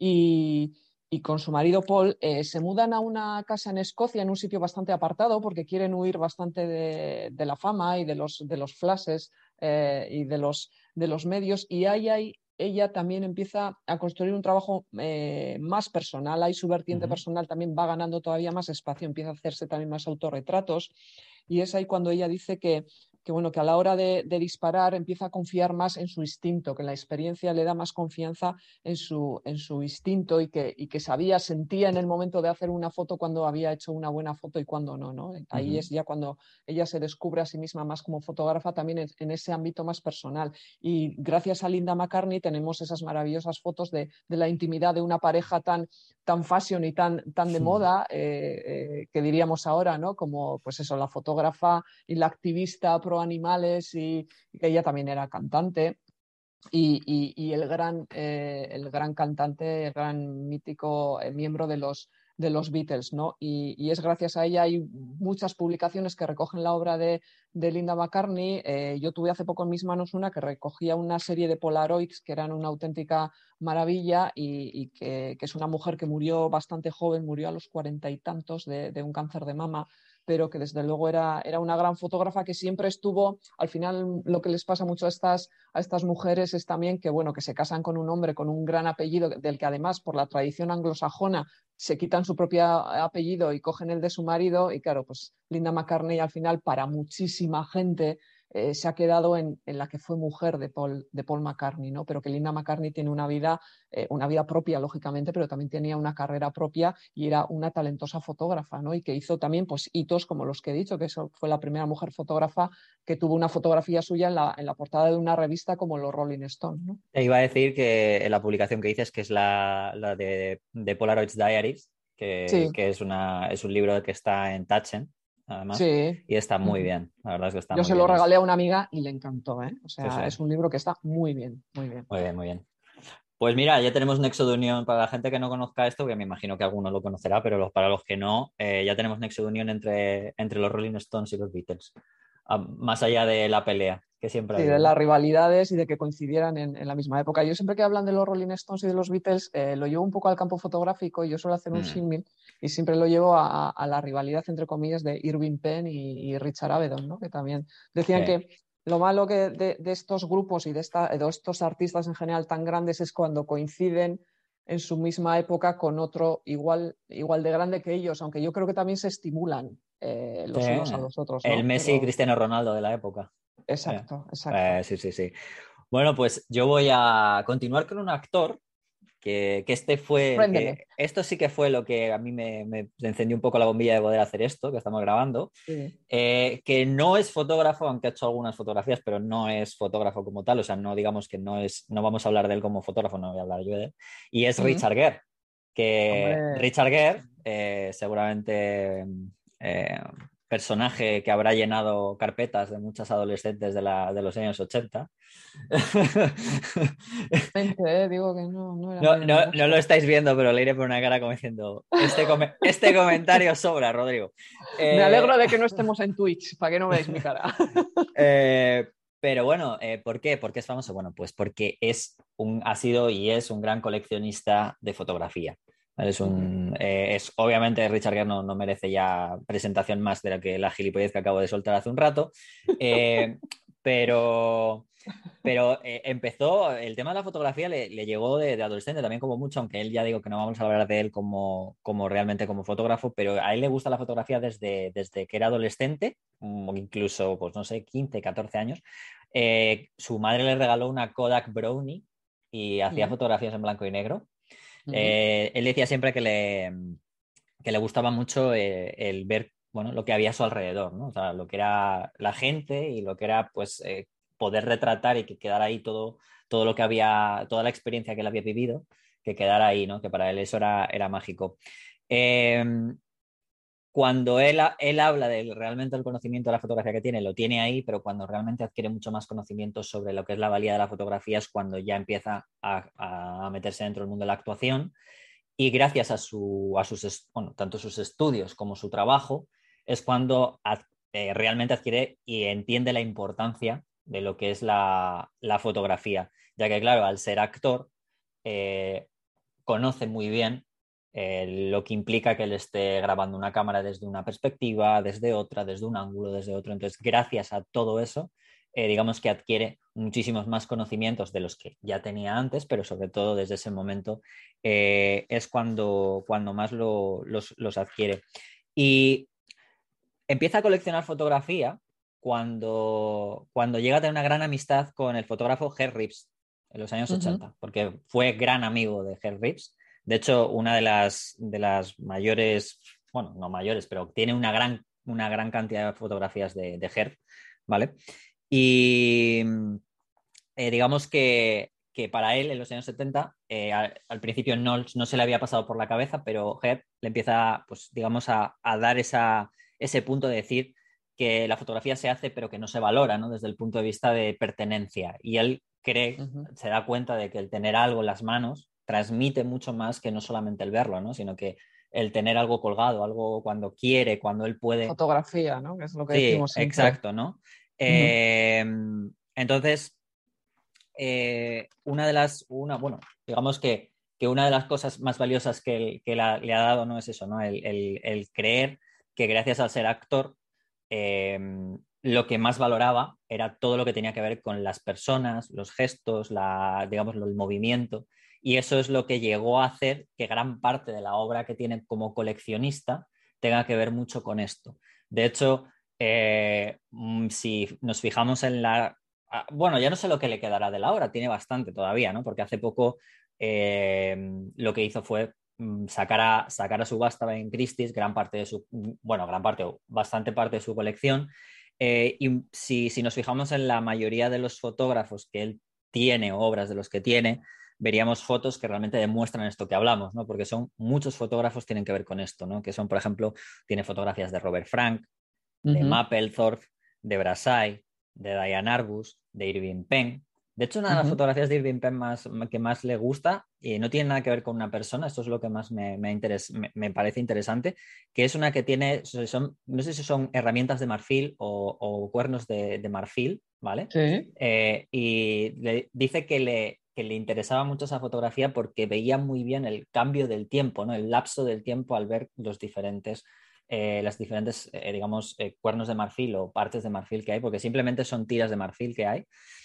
y con su marido Paul, se mudan a una casa en Escocia, en un sitio bastante apartado, porque quieren huir bastante de la fama y de los flashes y de los medios, y ahí ella también empieza a construir un trabajo más personal. Ahí su vertiente personal también va ganando todavía más espacio, empieza a hacerse también más autorretratos, y es ahí cuando ella dice que a la hora de disparar empieza a confiar más en su instinto, que la experiencia le da más confianza en su instinto, y que sentía en el momento de hacer una foto cuando había hecho una buena foto y cuando no, ¿no? Ahí es ya cuando ella se descubre a sí misma más como fotógrafa, también en ese ámbito más personal. Y gracias a Linda McCartney tenemos esas maravillosas fotos de la intimidad de una pareja tan fashion y tan de moda, que diríamos ahora, ¿no? Como pues eso, la fotógrafa y la activista pro animales, y que ella también era cantante, y el gran cantante, el gran mítico miembro de los Beatles, ¿no? Y es gracias a ella, hay muchas publicaciones que recogen la obra de Linda McCartney. Yo tuve hace poco en mis manos una que recogía una serie de Polaroids que eran una auténtica maravilla, y que es una mujer que murió bastante joven, murió a los 40 y tantos de un cáncer de mama, pero que desde luego era una gran fotógrafa, que siempre estuvo. Al final, lo que les pasa mucho a estas mujeres es también que, bueno, que se casan con un hombre con un gran apellido, del que además por la tradición anglosajona se quitan su propio apellido y cogen el de su marido, y claro, pues Linda McCartney al final, para muchísima gente, se ha quedado en la que fue mujer de Paul McCartney, ¿no? Pero que Linda McCartney tiene una vida propia, lógicamente, pero también tenía una carrera propia y era una talentosa fotógrafa, ¿no? Y que hizo también pues hitos como los que he dicho, que eso fue la primera mujer fotógrafa que tuvo una fotografía suya en la portada de una revista como los Rolling Stone, ¿no? Te iba a decir que en la publicación que dices, que es la de Polaroid's Diaries, Sí, que es un libro que está en Taschen, además, sí. y está muy bien. La verdad es que está Yo muy se lo bien. regalé a una amiga y le encantó, ¿eh? O Sí, sí. sea, es un libro que está muy bien, muy bien. Muy bien, muy bien. Pues mira, ya tenemos nexo de unión para la gente que no conozca esto, que me imagino que alguno lo conocerá, pero para los que no, ya tenemos nexo de unión entre los Rolling Stones y los Beatles. Más allá de la pelea que siempre ha Sí, de habido, las ¿no? rivalidades y de que coincidieran en la misma época. Yo siempre que hablan de los Rolling Stones y de los Beatles, lo llevo un poco al campo fotográfico, y yo suelo hacer un Mm, símil, y siempre lo llevo a la rivalidad, entre comillas, de Irving Penn y Richard Avedon, ¿no? Que también decían sí. que lo malo de estos grupos y de estos artistas en general tan grandes es cuando coinciden en su misma época con otro igual de grande que ellos, aunque yo creo que también se estimulan Sí, los unos a los otros, el ¿no? Messi y Pero Cristiano Ronaldo de la época. Eh, exacto, exacto. sí, sí, sí. Bueno, pues yo voy a continuar con un actor que este fue el Préndeme. que, esto sí que fue lo que a mí me encendió un poco la bombilla de poder hacer esto, que estamos grabando, Sí. que no es fotógrafo, aunque ha hecho algunas fotografías, pero no es fotógrafo como tal, o sea, no digamos que no vamos a hablar de él como fotógrafo, no voy a hablar yo de él, y es Mm. Richard Gere, que Hombre, Richard Gere seguramente eh, personaje que habrá llenado carpetas de muchas adolescentes de los años 80. Digo que no, no era No, muy de mi no, no lo gusto. estáis viendo, pero le iré por una cara como diciendo, este comentario sobra, Rodrigo. Me Eh, alegro de que no estemos en Twitch, para que no veáis mi cara. pero bueno, ¿por qué? ¿Por qué es famoso? Bueno, pues porque ha sido y es un gran coleccionista de fotografía. ¿Vale? Obviamente Richard Gere no merece ya presentación más de la gilipollez que acabo de soltar hace un rato, eh, pero, pero empezó, el tema de la fotografía le llegó de adolescente también como mucho, aunque él ya digo que no vamos a hablar de él como realmente como fotógrafo, pero a él le gusta la fotografía desde que era adolescente, incluso, pues no sé, 15, 14 años. Su madre le regaló una Kodak Brownie y hacía Mm, fotografías en blanco y negro. mm. Él decía siempre que le gustaba mucho el ver, bueno, lo que había a su alrededor, ¿no? O sea, lo que era la gente y lo que era, pues, poder retratar y que quedara ahí todo lo que había, toda la experiencia que él había vivido, que quedara ahí, ¿no? Que para él eso era mágico. Eh, Cuando él habla realmente del conocimiento de la fotografía que tiene, lo tiene ahí, pero cuando realmente adquiere mucho más conocimiento sobre lo que es la valía de la fotografía es cuando ya empieza a meterse dentro del mundo de la actuación y gracias bueno, tanto sus estudios como su trabajo es cuando realmente adquiere y entiende la importancia de lo que es la fotografía, ya que claro, al ser actor, eh, conoce muy bien lo que implica que él esté grabando una cámara desde una perspectiva, desde otra, desde un ángulo, desde otro. Entonces, gracias a todo eso, digamos que adquiere muchísimos más conocimientos de los que ya tenía antes, pero sobre todo desde ese momento es cuando más los adquiere. Y empieza a coleccionar fotografía cuando llega a tener una gran amistad con el fotógrafo Gerd Reeves en los años Ujú. 80, porque fue gran amigo de Gerd Reeves. De hecho, una de las mayores, bueno, no mayores, pero tiene una gran cantidad de fotografías de Gerd, ¿vale? Y digamos que para él en los años 70, al principio no se le había pasado por la cabeza, pero Herb le empieza, pues, digamos, a dar ese punto de decir que la fotografía se hace pero que no se valora, ¿no? Desde el punto de vista de pertenencia. Y él Ujú. se da cuenta de que el tener algo en las manos transmite mucho más que no solamente el verlo, ¿no? Sino que el tener algo colgado, algo cuando quiere, cuando él puede. Fotografía, ¿no? Que es lo que Sí, decimos siempre. exacto, ¿no? Ujú. Eh, entonces, bueno, digamos que una de las cosas más valiosas que le ha dado no es eso, ¿no? El creer que gracias al ser actor, eh, lo que más valoraba era todo lo que tenía que ver con las personas, los gestos, digamos, el movimiento. Y eso es lo que llegó a hacer que gran parte de la obra que tiene como coleccionista tenga que ver mucho con esto. De hecho, si nos fijamos en bueno, ya no sé lo que le quedará de la obra, tiene bastante todavía, ¿no? Porque hace poco lo que hizo fue sacar a subasta en Christie's gran parte o bastante parte de su colección. Y si nos fijamos en la mayoría de los fotógrafos que él tiene, o obras de los que tiene, veríamos fotos que realmente demuestran esto que hablamos, ¿no? Porque son muchos fotógrafos tienen que ver con esto, ¿no? Que son, por ejemplo, tiene fotografías de Robert Frank, de Ujú. Mapplethorpe, de Brassai, de Diane Arbus, de Irving Penn. De hecho, una de las Ujú. fotografías de Irving Penn que más le gusta, y no tiene nada que ver con una persona, esto es lo que más me parece interesante, que es una que tiene, no sé si son herramientas de marfil o cuernos de marfil, ¿vale? Sí. Y dice que le interesaba mucho esa fotografía porque veía muy bien el cambio del tiempo, ¿no? El lapso del tiempo al ver las diferentes, digamos, cuernos de marfil o partes de marfil que hay, porque simplemente son tiras de marfil que hay.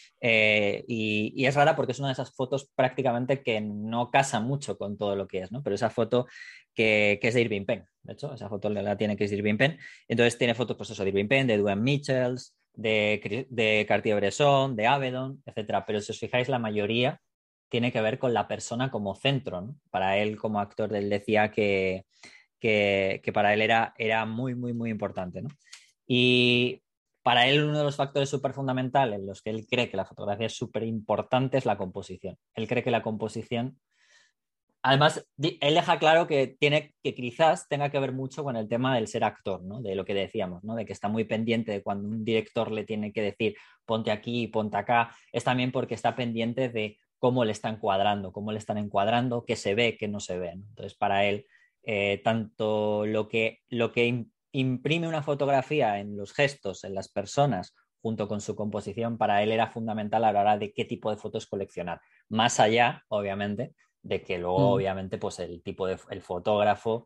Y es rara porque es una de esas fotos prácticamente que no casa mucho con todo lo que es, ¿no? Pero esa foto que es de Irving Penn, de hecho, esa foto la tiene que es de Irving Penn. Entonces tiene fotos, pues eso, de Irving Penn, de Duane Michels, de Cartier-Bresson, de Avedon, etcétera. Pero si os fijáis, la mayoría tiene que ver con la persona como centro, ¿no? Para él, como actor, él decía que para él era muy, muy, muy importante, ¿no? Y para él uno de los factores súper fundamentales en los que él cree que la fotografía es súper importante es la composición. Él cree que la composición Además, él deja claro que quizás tenga que ver mucho con el tema del ser actor, ¿no? De lo que decíamos, ¿no? De que está muy pendiente de cuando un director le tiene que decir ponte aquí, ponte acá, es también porque está pendiente de cómo le están encuadrando, qué se ve, qué no se ve, ¿no? Entonces, para él, tanto lo que imprime una fotografía en los gestos, en las personas, junto con su composición, para él era fundamental a la hora de qué tipo de fotos coleccionar. Más allá, obviamente, de que luego, Mm. obviamente, pues el fotógrafo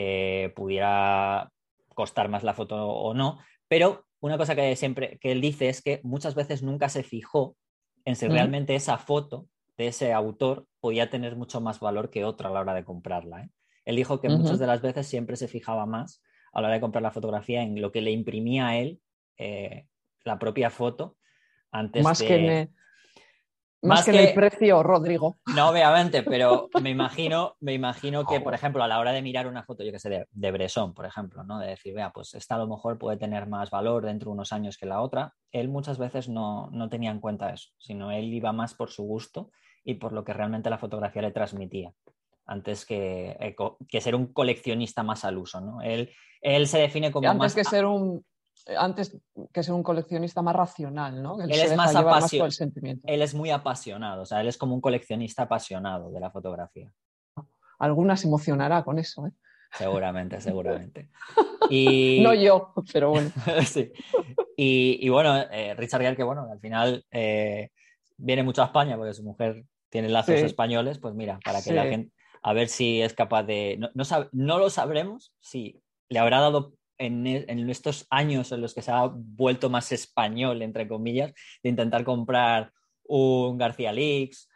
pudiera costar más la foto o no. Pero una cosa que siempre que él dice es que muchas veces nunca se fijó en si Mm. realmente esa foto de ese autor podía tener mucho más valor que otra a la hora de comprarla, ¿eh? Él dijo que muchas Ujú. de las veces siempre se fijaba más a la hora de comprar la fotografía en lo que le imprimía a él eh, la propia foto antes Más que de... más Más que en el que precio, Rodrigo. no, obviamente, pero me imagino que, por ejemplo, a la hora de mirar una foto, yo que sé, de Bresson, por ejemplo, ¿no? De decir, vea, pues esta a lo mejor puede tener más valor dentro de unos años que la otra. Él muchas veces no tenía en cuenta eso, sino él iba más por su gusto y por lo que realmente la fotografía le transmitía, antes que ser un coleccionista más al uso, ¿no? Él se define como Antes más, que ser un, antes que ser un coleccionista más racional, ¿no? Que él él se es deja más llevar más por el sentimiento. él es muy apasionado, o sea, él es como un coleccionista apasionado de la fotografía. Alguna se emocionará con eso, ¿eh? Seguramente, seguramente. No Y, yo, pero bueno. sí. Y bueno, Richard Gere, que bueno, al final viene mucho a España porque su mujer tiene lazos Sí, españoles, pues mira, para que la sí. gente, a ver si es capaz de, no lo sabremos si le habrá dado en estos años en los que se ha vuelto más español, entre comillas, de intentar comprar un García Lix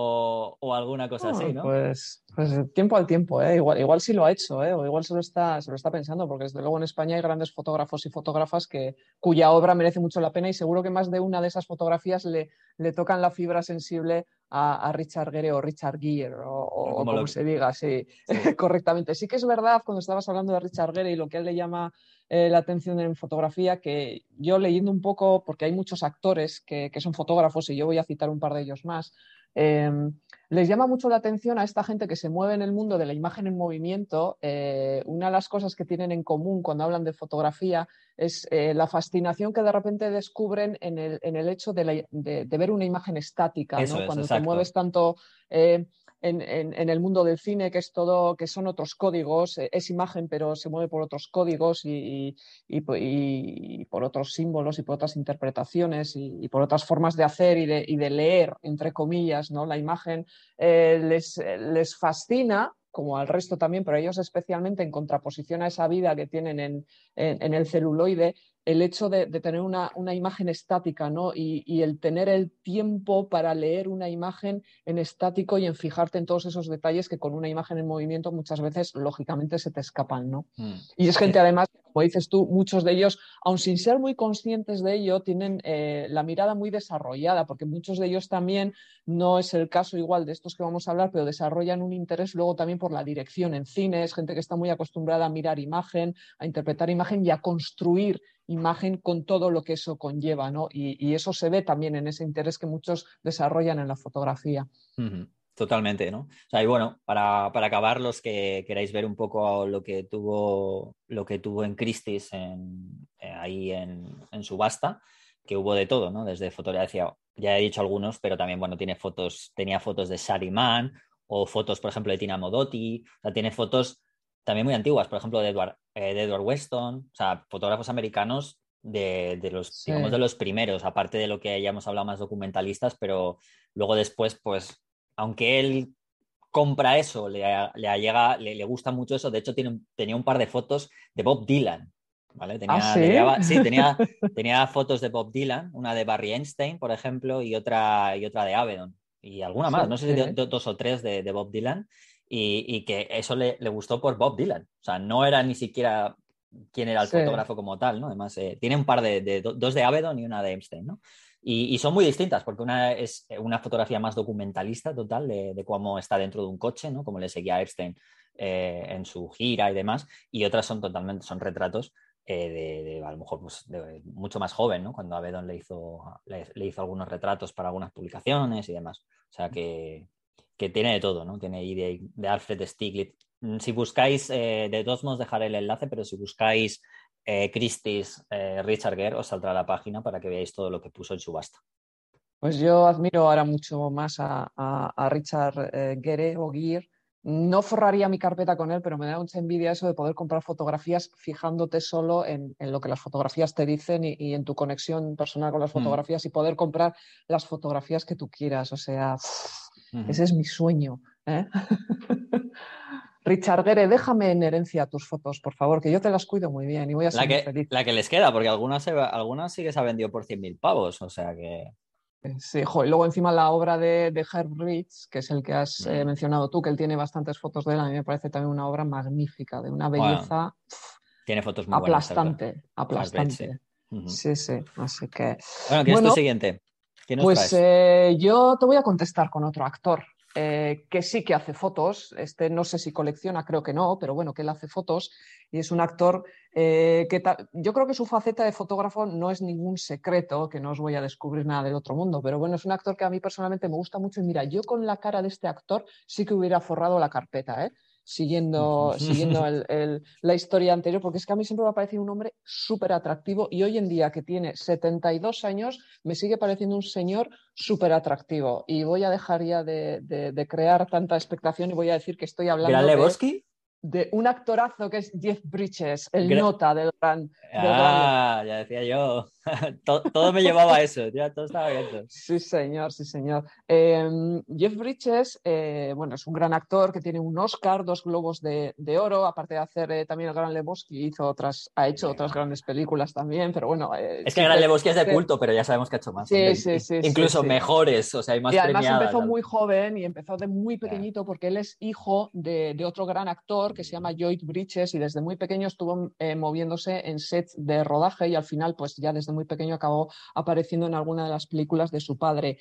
o alguna cosa así, Ah, ¿no? pues tiempo al tiempo, ¿eh? Igual sí lo ha hecho, ¿eh? O igual se lo está pensando, porque desde luego en España hay grandes fotógrafos y fotógrafas cuya obra merece mucho la pena y seguro que más de una de esas fotografías le tocan la fibra sensible a Richard Gere o Richard Gere o Como como lo, se diga, sí, sí. correctamente. Sí que es verdad, cuando estabas hablando de Richard Gere y lo que a él le llama la atención en fotografía, que yo leyendo un poco, porque hay muchos actores que son fotógrafos y yo voy a citar un par de ellos más, eh, les llama mucho la atención a esta gente que se mueve en el mundo de la imagen en movimiento. Una de las cosas que tienen en común cuando hablan de fotografía es la fascinación que de repente descubren en el hecho de ver una imagen estática, Eso ¿no? es, Cuando te exacto. mueves tanto en el mundo del cine, que es todo, que son otros códigos, es imagen, pero se mueve por otros códigos y por otros símbolos y por otras interpretaciones y por otras formas de hacer y de leer, entre comillas, ¿no? La imagen les fascina, como al resto también, pero a ellos especialmente en contraposición a esa vida que tienen en el celuloide, el hecho de tener una imagen estática, ¿no? Y el tener el tiempo para leer una imagen en estático y en fijarte en todos esos detalles que con una imagen en movimiento muchas veces, lógicamente, se te escapan, ¿no? Mm. Y es gente, Sí, además, como dices tú, muchos de ellos, aun sin ser muy conscientes de ello, tienen la mirada muy desarrollada, porque muchos de ellos también, no es el caso igual de estos que vamos a hablar, pero desarrollan un interés luego también por la dirección en cine, es gente que está muy acostumbrada a mirar imagen, a interpretar imagen y a construir imagen con todo lo que eso conlleva, ¿no? Y eso se ve también en ese interés que muchos desarrollan en la fotografía. ujú, totalmente, ¿no? O sea, y bueno, para acabar, los que queráis ver un poco lo que tuvo en Christie's ahí en subasta, que hubo de todo, ¿no? Desde fotografía, ya he dicho algunos, pero también, bueno, tenía fotos de Shari Mann o fotos, por ejemplo, de Tina Modotti, o sea, tiene fotos también muy antiguas, por ejemplo, de Edward Weston, o sea, fotógrafos americanos de los, Sí. digamos, de los primeros, aparte de lo que ya hemos hablado más documentalistas, pero luego después, pues, aunque él compra eso, le gusta mucho eso. De hecho, tenía un par de fotos de Bob Dylan, ¿vale? Ah, Tenía, le sí. llevaba, sí, tenía fotos de Bob Dylan, una de Barry Einstein, por ejemplo, y otra de Avedon. Y alguna Sí, más, no sé si sí, dos o tres de Bob Dylan, y que eso le gustó por Bob Dylan. O sea, no era ni siquiera quién era el sí. fotógrafo como tal, ¿no? Además, tiene un par dos de Avedon y una de Einstein, ¿no? Y son muy distintas, porque una es una fotografía más documentalista total de cómo está dentro de un coche, ¿no? Como le seguía a Epstein en su gira y demás, y otras son retratos a lo mejor pues, de mucho más joven, ¿no? Cuando Avedon le hizo algunos retratos para algunas publicaciones y demás. O sea que tiene de todo, ¿no? Tiene ahí de Alfred Stieglitz. Si buscáis, de todos modos dejaré el enlace, pero si buscáis Christie's Richard Gere, os saldrá la página para que veáis todo lo que puso en subasta. Pues yo admiro ahora mucho más a Richard Gere o Gere. No forraría mi carpeta con él, pero me da mucha envidia eso de poder comprar fotografías fijándote solo en lo que las fotografías te dicen y en tu conexión personal con las fotografías y poder comprar las fotografías que tú quieras. O sea, ese es mi sueño, ¿eh? Richard Gere, déjame en herencia tus fotos, por favor, que yo te las cuido muy bien y voy a ser muy feliz. La que les queda, porque algunas sí que se ha vendido por 100.000 pavos, o sea que... Sí, y luego encima la obra de Herb Ritts, que es el que has mencionado tú, que él tiene bastantes fotos de él, a mí me parece también una obra magnífica, de una belleza tiene fotos muy aplastante, buenas. aplastante. Sí, sí, así que... Bueno, ¿quién es tu siguiente? ¿Quién nos Pues traes? yo te voy a contestar con otro actor. Que sí que hace fotos, no sé si colecciona, creo que no, pero bueno, que él hace fotos y es un actor yo creo que su faceta de fotógrafo no es ningún secreto, que no os voy a descubrir nada del otro mundo, pero bueno, es un actor que a mí personalmente me gusta mucho y mira, yo con la cara de este actor sí que hubiera forrado la carpeta, siguiendo la historia anterior, porque es que a mí siempre me ha parecido un hombre súper atractivo y hoy en día que tiene 72 años me sigue pareciendo un señor súper atractivo y voy a dejar ya de crear tanta expectación y voy a decir que estoy hablando de un actorazo que es Jeff Bridges, el nota del gran... Ya decía yo. Todo me llevaba a eso, ya todo estaba abierto. Sí, señor, sí, señor. Jeff Bridges, bueno, es un gran actor que tiene un Oscar, 2 Globos de Oro, aparte de hacer también El Gran Lebowski, ha hecho otras grandes películas también, pero bueno... es que El Gran Lebowski es de culto, pero ya sabemos que ha hecho más. Sí, incluso mejores, o sea, hay más y además premiadas. empezó muy joven y empezó de muy pequeñito porque él es hijo de otro gran actor que se llama Lloyd Bridges y desde muy pequeño estuvo moviéndose en sets de rodaje y al final pues ya desde muy pequeño acabó apareciendo en alguna de las películas de su padre.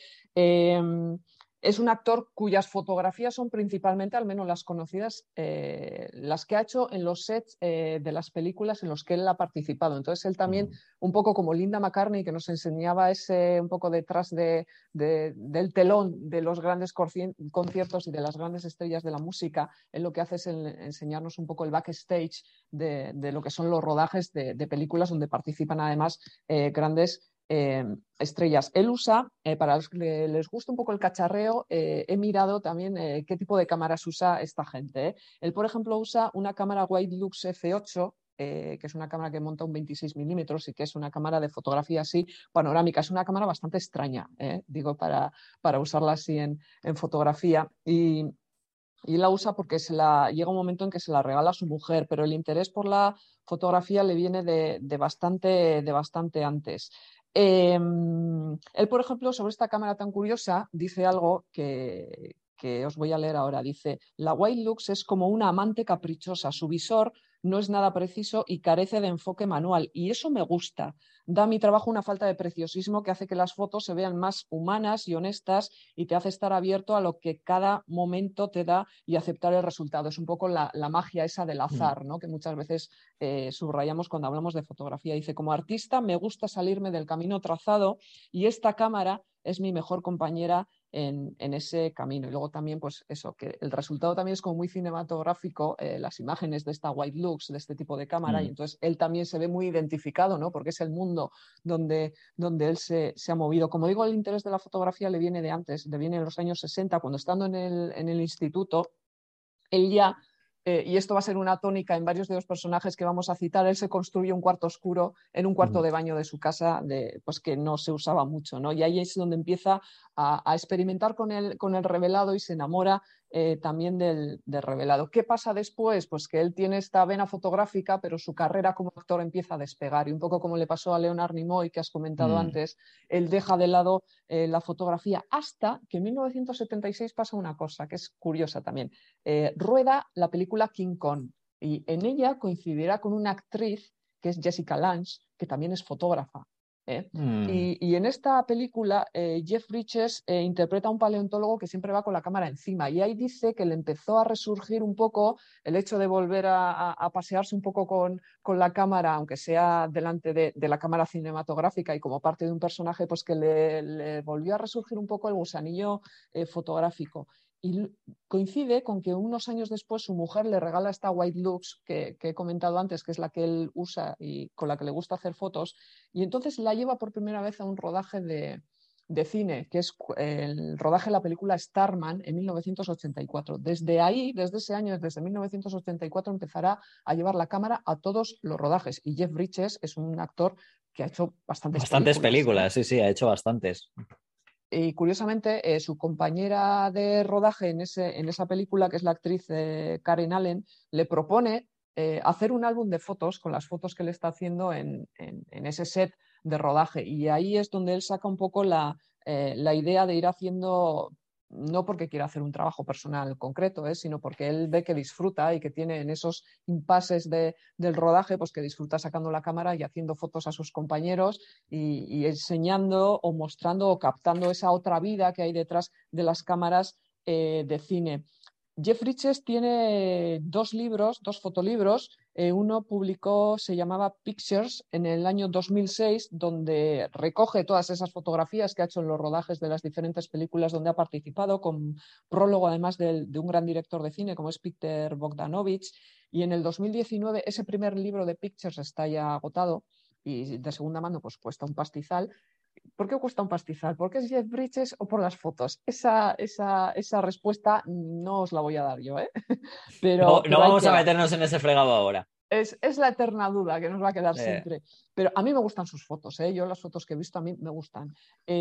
Es un actor cuyas fotografías son principalmente, al menos las conocidas, las que ha hecho en los sets de las películas en los que él ha participado. Entonces él también, un poco como Linda McCartney, que nos enseñaba un poco detrás del telón de los grandes conciertos y de las grandes estrellas de la música, él lo que hace es enseñarnos un poco el backstage de lo que son los rodajes de películas donde participan además grandes estrellas. Él usa, para los que les gusta un poco el cacharreo, he mirado también qué tipo de cámaras usa esta gente. Él, por ejemplo, usa una cámara Widelux F8, que es una cámara que monta un 26 milímetros y que es una cámara de fotografía así panorámica. Es una cámara bastante extraña, digo, para usarla así en fotografía. Y la usa porque llega un momento en que se la regala a su mujer, pero el interés por la fotografía le viene de bastante antes. Él, por ejemplo, sobre esta cámara tan curiosa, dice algo que os voy a leer ahora. Dice, la Widelux es como una amante caprichosa, su visor no es nada preciso y carece de enfoque manual. Y eso me gusta. Da a mi trabajo una falta de preciosismo que hace que las fotos se vean más humanas y honestas y te hace estar abierto a lo que cada momento te da y aceptar el resultado. Es un poco la magia esa del azar, ¿no? Que muchas veces subrayamos cuando hablamos de fotografía. Dice, como artista me gusta salirme del camino trazado y esta cámara es mi mejor compañera en ese camino. Y luego también, pues eso, que el resultado también es como muy cinematográfico, las imágenes de esta Widelux, de este tipo de cámara, y entonces él también se ve muy identificado, ¿no? Porque es el mundo donde él se ha movido. Como digo, el interés de la fotografía le viene de antes, le viene en los años 60, cuando estando en el instituto, él ya... y esto va a ser una tónica en varios de los personajes que vamos a citar, él se construye un cuarto oscuro en un cuarto de baño de su casa pues que no se usaba mucho, ¿no? Y ahí es donde empieza a experimentar con el revelado y se enamora también del revelado. ¿Qué pasa después? Pues que él tiene esta vena fotográfica, pero su carrera como actor empieza a despegar y un poco como le pasó a Leonard Nimoy, que has comentado antes, él deja de lado la fotografía hasta que en 1976 pasa una cosa que es curiosa también. Rueda la película King Kong y en ella coincidirá con una actriz que es Jessica Lange, que también es fotógrafa. Y en esta película Jeff Bridges interpreta a un paleontólogo que siempre va con la cámara encima y ahí dice que le empezó a resurgir un poco el hecho de volver a pasearse un poco con la cámara, aunque sea delante de la cámara cinematográfica y como parte de un personaje, pues que le volvió a resurgir un poco el gusanillo fotográfico. y coincide con que unos años después su mujer le regala esta White Lux que he comentado antes, que es la que él usa y con la que le gusta hacer fotos, y entonces la lleva por primera vez a un rodaje de cine, que es el rodaje de la película Starman en 1984. Desde ahí, desde ese año, desde 1984, empezará a llevar la cámara a todos los rodajes. Y Jeff Bridges es un actor que ha hecho Bastantes películas, sí, ha hecho bastantes. Y curiosamente, su compañera de rodaje en esa película, que es la actriz Karen Allen, le propone hacer un álbum de fotos con las fotos que él está haciendo en ese set de rodaje. Y ahí es donde él saca un poco la idea de ir haciendo, no porque quiera hacer un trabajo personal concreto, sino porque él ve que disfruta y que tiene en esos impases del rodaje, pues que disfruta sacando la cámara y haciendo fotos a sus compañeros y enseñando o mostrando o captando esa otra vida que hay detrás de las cámaras de cine. Jeff Bridges tiene dos libros, dos fotolibros. Uno publicó, se llamaba Pictures en el año 2006, donde recoge todas esas fotografías que ha hecho en los rodajes de las diferentes películas donde ha participado, con prólogo además de un gran director de cine como es Peter Bogdanovich. Y en el 2019 ese primer libro de Pictures está ya agotado y de segunda mano pues cuesta un pastizal. ¿Por qué cuesta un pastizal? ¿Por qué es Jeff Bridges o por las fotos? Esa respuesta no os la voy a dar yo, ¿eh? No, Pero no vamos a que meternos en ese fregado ahora. es la eterna duda que nos va a quedar siempre. Pero a mí me gustan sus fotos, ¿eh? Yo las fotos que he visto a mí me gustan.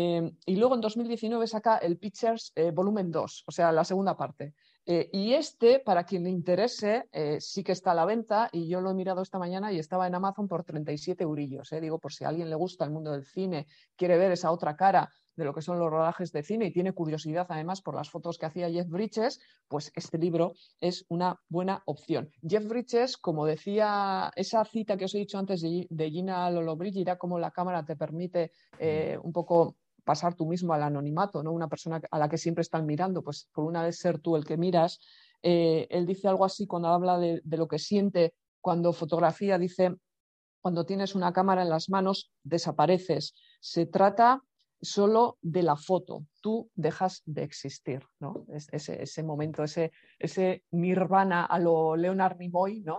Y luego en 2019 saca el Pictures volumen 2, o sea, la segunda parte. Y para quien le interese, sí que está a la venta y yo lo he mirado esta mañana y estaba en Amazon por 37 eurillos. Digo, por si a alguien le gusta el mundo del cine, quiere ver esa otra cara de lo que son los rodajes de cine y tiene curiosidad además por las fotos que hacía Jeff Bridges, pues este libro es una buena opción. Jeff Bridges, como decía, esa cita que os he dicho antes de Gina Lollobrigida, cómo la cámara te permite un poco pasar tú mismo al anonimato, ¿no? Una persona a la que siempre están mirando, pues por una vez ser tú el que miras. Él dice algo así cuando habla de lo que siente cuando fotografía, dice, cuando tienes una cámara en las manos, desapareces. Se trata solo de la foto, tú dejas de existir, ¿no? Ese momento, ese nirvana a lo Leonard Nimoy, ¿no?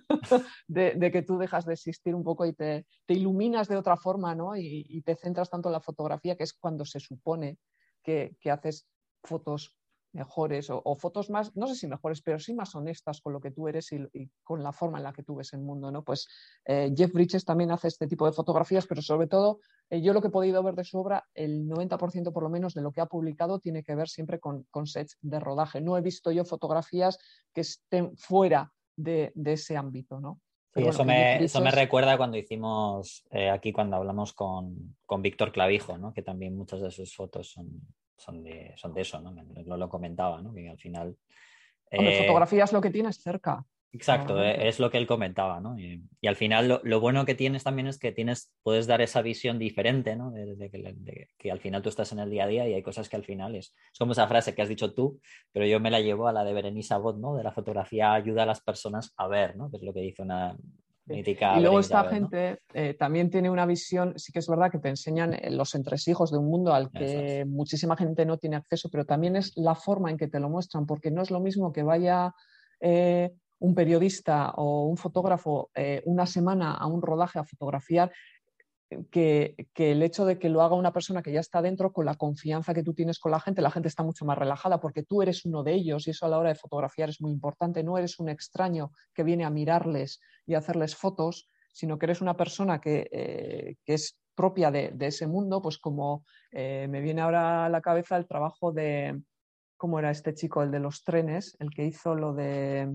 de que tú dejas de existir un poco y te iluminas de otra forma, ¿no? Y te centras tanto en la fotografía, que es cuando se supone que haces fotos mejores o fotos más, no sé si mejores, pero sí más honestas con lo que tú eres y con la forma en la que tú ves el mundo, ¿no? Pues Jeff Bridges también hace este tipo de fotografías, pero sobre todo yo lo que he podido ver de su obra, el 90% por lo menos de lo que ha publicado tiene que ver siempre con sets de rodaje. No he visto yo fotografías que estén fuera de ese ámbito, ¿no? Sí, Pero bueno, eso me recuerda cuando hicimos aquí, cuando hablamos con Víctor Clavijo, ¿no? Que también muchas de sus fotos son de eso, ¿no? Lo comentaba, ¿no? Que al final... Hombre, fotografías lo que tienes cerca. Exacto, es lo que él comentaba, ¿no? Y al final lo bueno que tienes también es que puedes dar esa visión diferente, ¿no? De que al final tú estás en el día a día y hay cosas que al final es como esa frase que has dicho tú, pero yo me la llevo a la de Berenice Abbott, ¿no? De la fotografía ayuda a las personas a ver, ¿no? Que es lo que dice una mítica y luego Berenice esta Abbott, ¿no? gente también tiene una visión, sí que es verdad que te enseñan los entresijos de un mundo al que muchísima gente no tiene acceso, pero también es la forma en que te lo muestran, porque no es lo mismo que vaya un periodista o un fotógrafo una semana a un rodaje a fotografiar que el hecho de que lo haga una persona que ya está dentro, con la confianza que tú tienes con la gente está mucho más relajada porque tú eres uno de ellos y eso a la hora de fotografiar es muy importante. No eres un extraño que viene a mirarles y a hacerles fotos, sino que eres una persona que es propia de ese mundo, pues como me viene ahora a la cabeza el trabajo de, ¿cómo era este chico? El de los trenes, el que hizo lo de...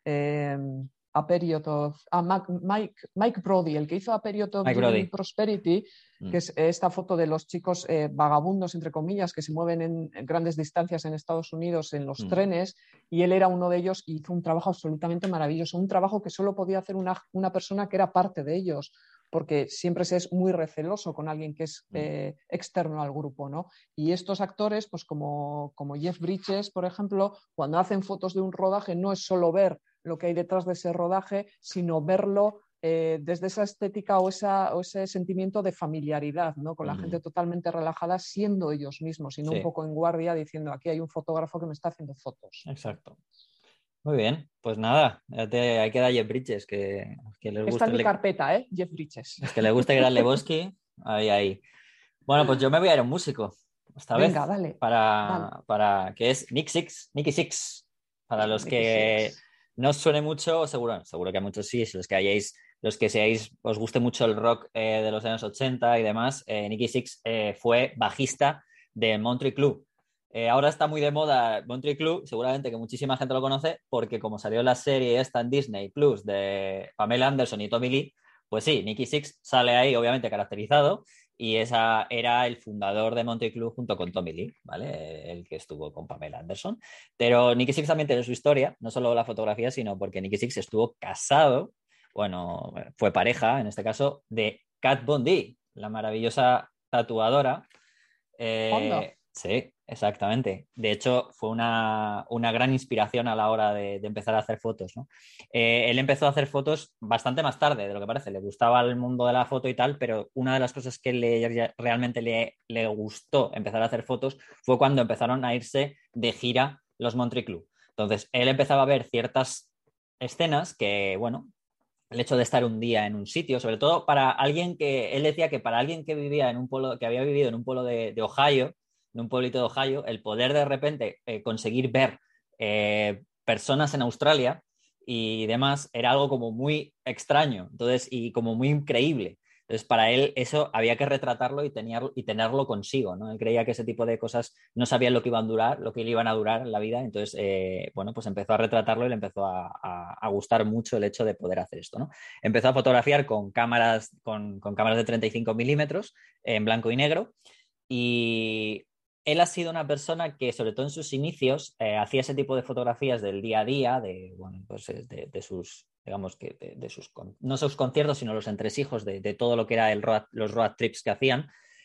A Period of... Mike Brody, el que hizo A Period of Giving Prosperity, que es esta foto de los chicos vagabundos, entre comillas, que se mueven en grandes distancias en Estados Unidos en los trenes, y él era uno de ellos y hizo un trabajo absolutamente maravilloso, un trabajo que solo podía hacer una persona que era parte de ellos, porque siempre se es muy receloso con alguien que es externo al grupo, ¿no? Y estos actores, pues como Jeff Bridges, por ejemplo, cuando hacen fotos de un rodaje no es solo ver lo que hay detrás de ese rodaje, sino verlo desde esa estética o ese sentimiento de familiaridad, ¿no? Con la gente totalmente relajada, siendo ellos mismos y no un poco en guardia diciendo aquí hay un fotógrafo que me está haciendo fotos. Exacto. Muy bien, pues nada, hay que dar Jeff Bridges, que les Está en guste. mi carpeta, ¿eh? Jeff Bridges. Es que le guste Gran Lebowski, ahí. Bueno, pues yo me voy a ir a un músico esta Venga, vez dale. para que es Nicky Six. Para los Nicky que Six. no os suene mucho, seguro que a muchos sí, si los que seáis, os guste mucho el rock de los años 80 y demás, Nicky Six fue bajista de Montreux Club. Ahora está muy de moda Montreux Club, seguramente que muchísima gente lo conoce, porque como salió la serie esta en Disney Plus de Pamela Anderson y Tommy Lee, pues sí, Nicky Six sale ahí obviamente caracterizado y esa era el fundador de Montreux Club junto con Tommy Lee, ¿vale? El que estuvo con Pamela Anderson. Pero Nicky Six también tiene su historia, no solo la fotografía, sino porque Nicky Six estuvo casado, bueno, fue pareja, en este caso, de Kat Von D, la maravillosa tatuadora. Sí, exactamente. De hecho, fue una gran inspiración a la hora de empezar a hacer fotos, ¿no? Él empezó a hacer fotos bastante más tarde de lo que parece. Le gustaba el mundo de la foto y tal, pero una de las cosas que realmente le gustó empezar a hacer fotos fue cuando empezaron a irse de gira los Montreux Club. Entonces, él empezaba a ver ciertas escenas que, bueno, el hecho de estar un día en un sitio, sobre todo para alguien él decía que para alguien que vivía en un pueblo, que había vivido en un pueblo de Ohio, en un pueblito de Ohio, el poder de repente conseguir ver personas en Australia y demás era algo como muy extraño, entonces, y como muy increíble. Entonces, para él eso había que retratarlo y tenerlo consigo, ¿no? Él creía que ese tipo de cosas no sabían lo que iban a durar, lo que le iban a durar en la vida. Entonces, bueno, pues empezó a retratarlo y le empezó a gustar mucho el hecho de poder hacer esto, ¿no? Empezó a fotografiar con cámaras de 35 milímetros en blanco y negro y él ha sido una persona que, sobre todo en sus inicios, hacía ese tipo de fotografías del día a día, bueno, pues de sus, digamos que de sus, no sus conciertos, sino los entresijos de todo lo que era los road trips que hacían.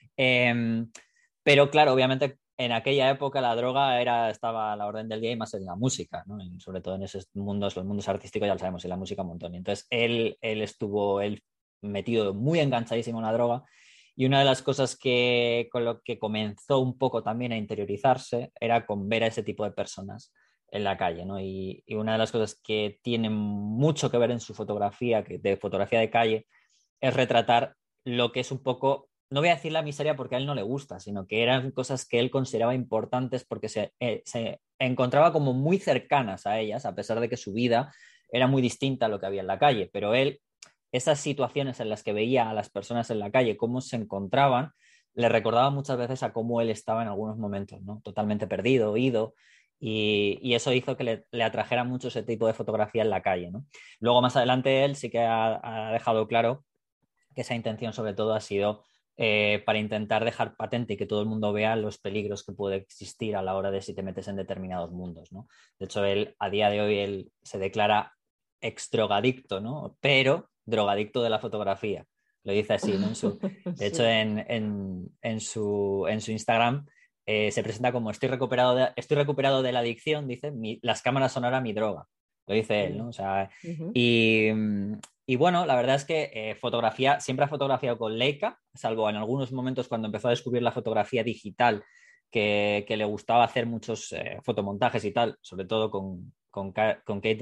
Pero claro, obviamente en aquella época la droga estaba a la orden del día y más en la música, ¿no? Sobre todo en esos mundos, los mundos artísticos ya lo sabemos, y la música un montón. Y entonces él estuvo metido muy enganchadísimo en la droga. Y una de las cosas con lo que comenzó un poco también a interiorizarse era con ver a ese tipo de personas en la calle, ¿no? Y una de las cosas que tiene mucho que ver en su fotografía, de fotografía de calle, es retratar lo que es un poco, no voy a decir la miseria porque a él no le gusta, sino que eran cosas que él consideraba importantes porque se encontraba como muy cercanas a ellas, a pesar de que su vida era muy distinta a lo que había en la calle, pero él esas situaciones en las que veía a las personas en la calle, cómo se encontraban, le recordaba muchas veces a cómo él estaba en algunos momentos, ¿no? Totalmente perdido, ido, y eso hizo que le atrajera mucho ese tipo de fotografía en la calle, ¿no? Luego, más adelante, él sí que ha dejado claro que esa intención sobre todo ha sido para intentar dejar patente y que todo el mundo vea los peligros que puede existir a la hora de si te metes en determinados mundos, ¿no? De hecho, a día de hoy, él se declara exdrogadicto, ¿no? Pero drogadicto de la fotografía. Lo dice así, ¿no? De hecho, Sí. en su Instagram se presenta como estoy recuperado de la adicción, dice, las cámaras son ahora mi droga. Lo dice él, ¿no? O sea, y, y bueno, la verdad es que siempre ha fotografiado con Leica, salvo en algunos momentos cuando empezó a descubrir la fotografía digital, que le gustaba hacer muchos fotomontajes y tal, sobre todo con Kate,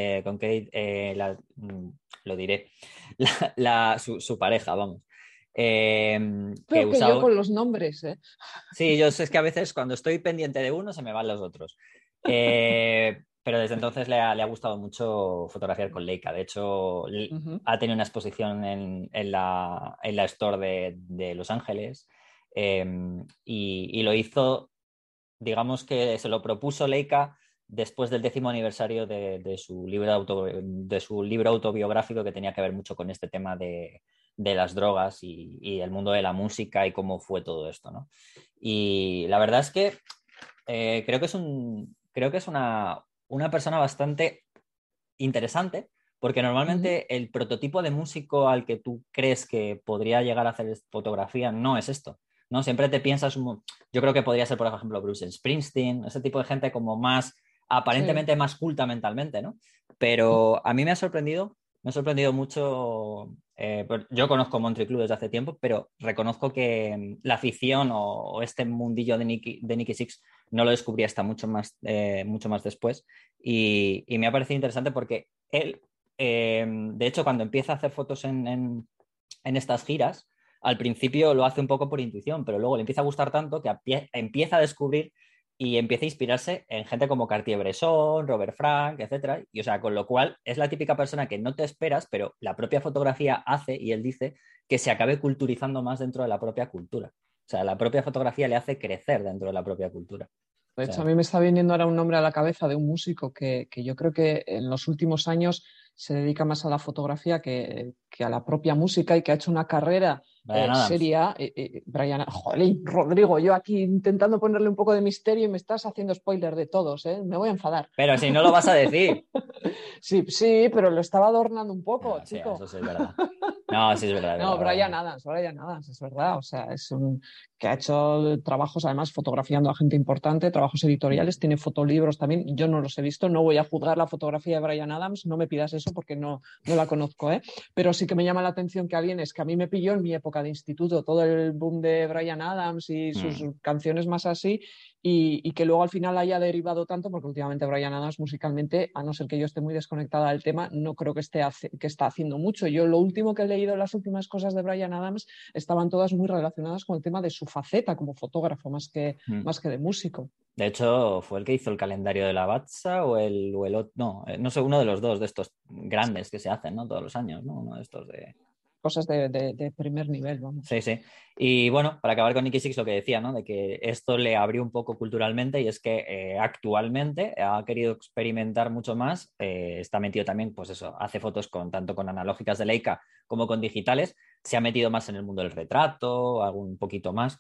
lo diré, su pareja, vamos. Que Creo que yo usaba. con los nombres, ¿eh? Sí, yo sé, es que a veces cuando estoy pendiente de uno se me van los otros. Pero desde entonces le ha gustado mucho fotografiar con Leica. De hecho, ha tenido una exposición en la Store de Los Ángeles y lo hizo, digamos que se lo propuso Leica después del 10º aniversario de su libro autobiográfico que tenía que ver mucho con este tema de las drogas y el mundo de la música y cómo fue todo esto, ¿no? Y la verdad es que creo que es una persona bastante interesante, porque normalmente el prototipo de músico al que tú crees que podría llegar a hacer fotografía no es esto, ¿no? Siempre te piensas, yo creo que podría ser, por ejemplo, Bruce Springsteen, ese tipo de gente como más, Sí. aparentemente más culta mentalmente, ¿no? Pero a mí me ha sorprendido me ha sorprendido mucho. Pues yo conozco Montreux Club desde hace tiempo, pero reconozco que la afición o este mundillo de Nicky Six no lo descubrí hasta mucho más después. Y me ha parecido interesante porque él, de hecho, cuando empieza a hacer fotos en estas giras, al principio lo hace un poco por intuición, pero luego le empieza a gustar tanto que empieza a descubrir y empieza a inspirarse en gente como Cartier-Bresson, Robert Frank, etcétera. Y o sea, con lo cual es la típica persona que no te esperas, pero la propia fotografía hace, y él dice, que se acabe culturizando más dentro de la propia cultura. O sea, la propia fotografía le hace crecer dentro de la propia cultura. De O hecho, sea, a mí me está viniendo ahora un nombre a la cabeza de un músico que yo creo que en los últimos años se dedica más a la fotografía que a la propia música y que ha hecho una carrera Bryan Adams. seria. Brian, jolín, Rodrigo, yo aquí intentando ponerle un poco de misterio y me estás haciendo spoiler de todos, ¿eh? Me voy a enfadar. Pero si no lo vas a decir. Sí, sí, pero lo estaba adornando un poco, No, sí, chico. eso sí es verdad. No, sí es verdad, es No, verdad. Brian Adams, es verdad. O sea, es un que ha hecho trabajos, además, fotografiando a gente importante, trabajos editoriales, tiene fotolibros también. Yo no los he visto, no voy a juzgar la fotografía de Brian Adams, no me pidas eso porque no la conozco, ¿eh? Pero sí que me llama la atención que alguien es que a mí me pilló en mi época de instituto todo el boom de Brian Adams y sus Mm. canciones más así, y que luego al final haya derivado tanto, porque últimamente Brian Adams musicalmente, a no ser que yo esté muy desconectada del tema, no creo que está haciendo mucho. Yo lo último que he leído, las últimas cosas de Brian Adams, estaban todas muy relacionadas con el tema de su faceta como fotógrafo, Mm. más que de músico. De hecho, fue el que hizo el calendario de la Batsa no, no sé, uno de los dos de estos grandes que se hacen, ¿no? Todos los años, ¿no? Uno de estos de... Cosas de primer nivel, vamos. Sí, sí. Y bueno, para acabar con Nicky Six, lo que decía, ¿no? De que esto le abrió un poco culturalmente y es que actualmente ha querido experimentar mucho más. Está metido también, pues eso, hace fotos tanto con analógicas de Leica como con digitales. Se ha metido más en el mundo del retrato, algún poquito más.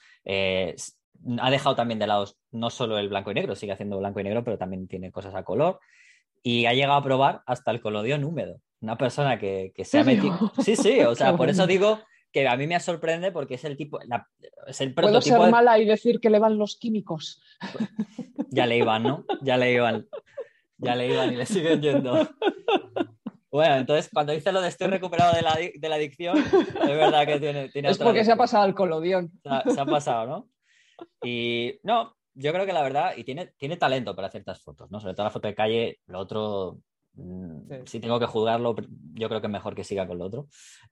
Ha dejado también de lado no solo el blanco y negro, sigue haciendo blanco y negro, pero también tiene cosas a color. Y ha llegado a probar hasta el colodión húmedo. Una persona que se ha ¿En metido. serio? Sí, sí, o Qué sea, por eso bueno. digo que a mí me sorprende porque es el tipo, es el Puedo prototipo ser de. mala y decir que le van los químicos. Ya le iban, ¿no? Ya le iban y le siguen yendo. Bueno, entonces cuando dice lo de estoy recuperado de la adicción, es verdad que tiene Es otra porque se ha lectura. pasado el colodión. Se ha pasado, ¿no? Y no, yo creo que la verdad, y tiene talento para ciertas fotos, ¿no? Sobre todo la foto de calle, lo otro, Sí. si tengo que juzgarlo, yo creo que es mejor que siga con lo otro.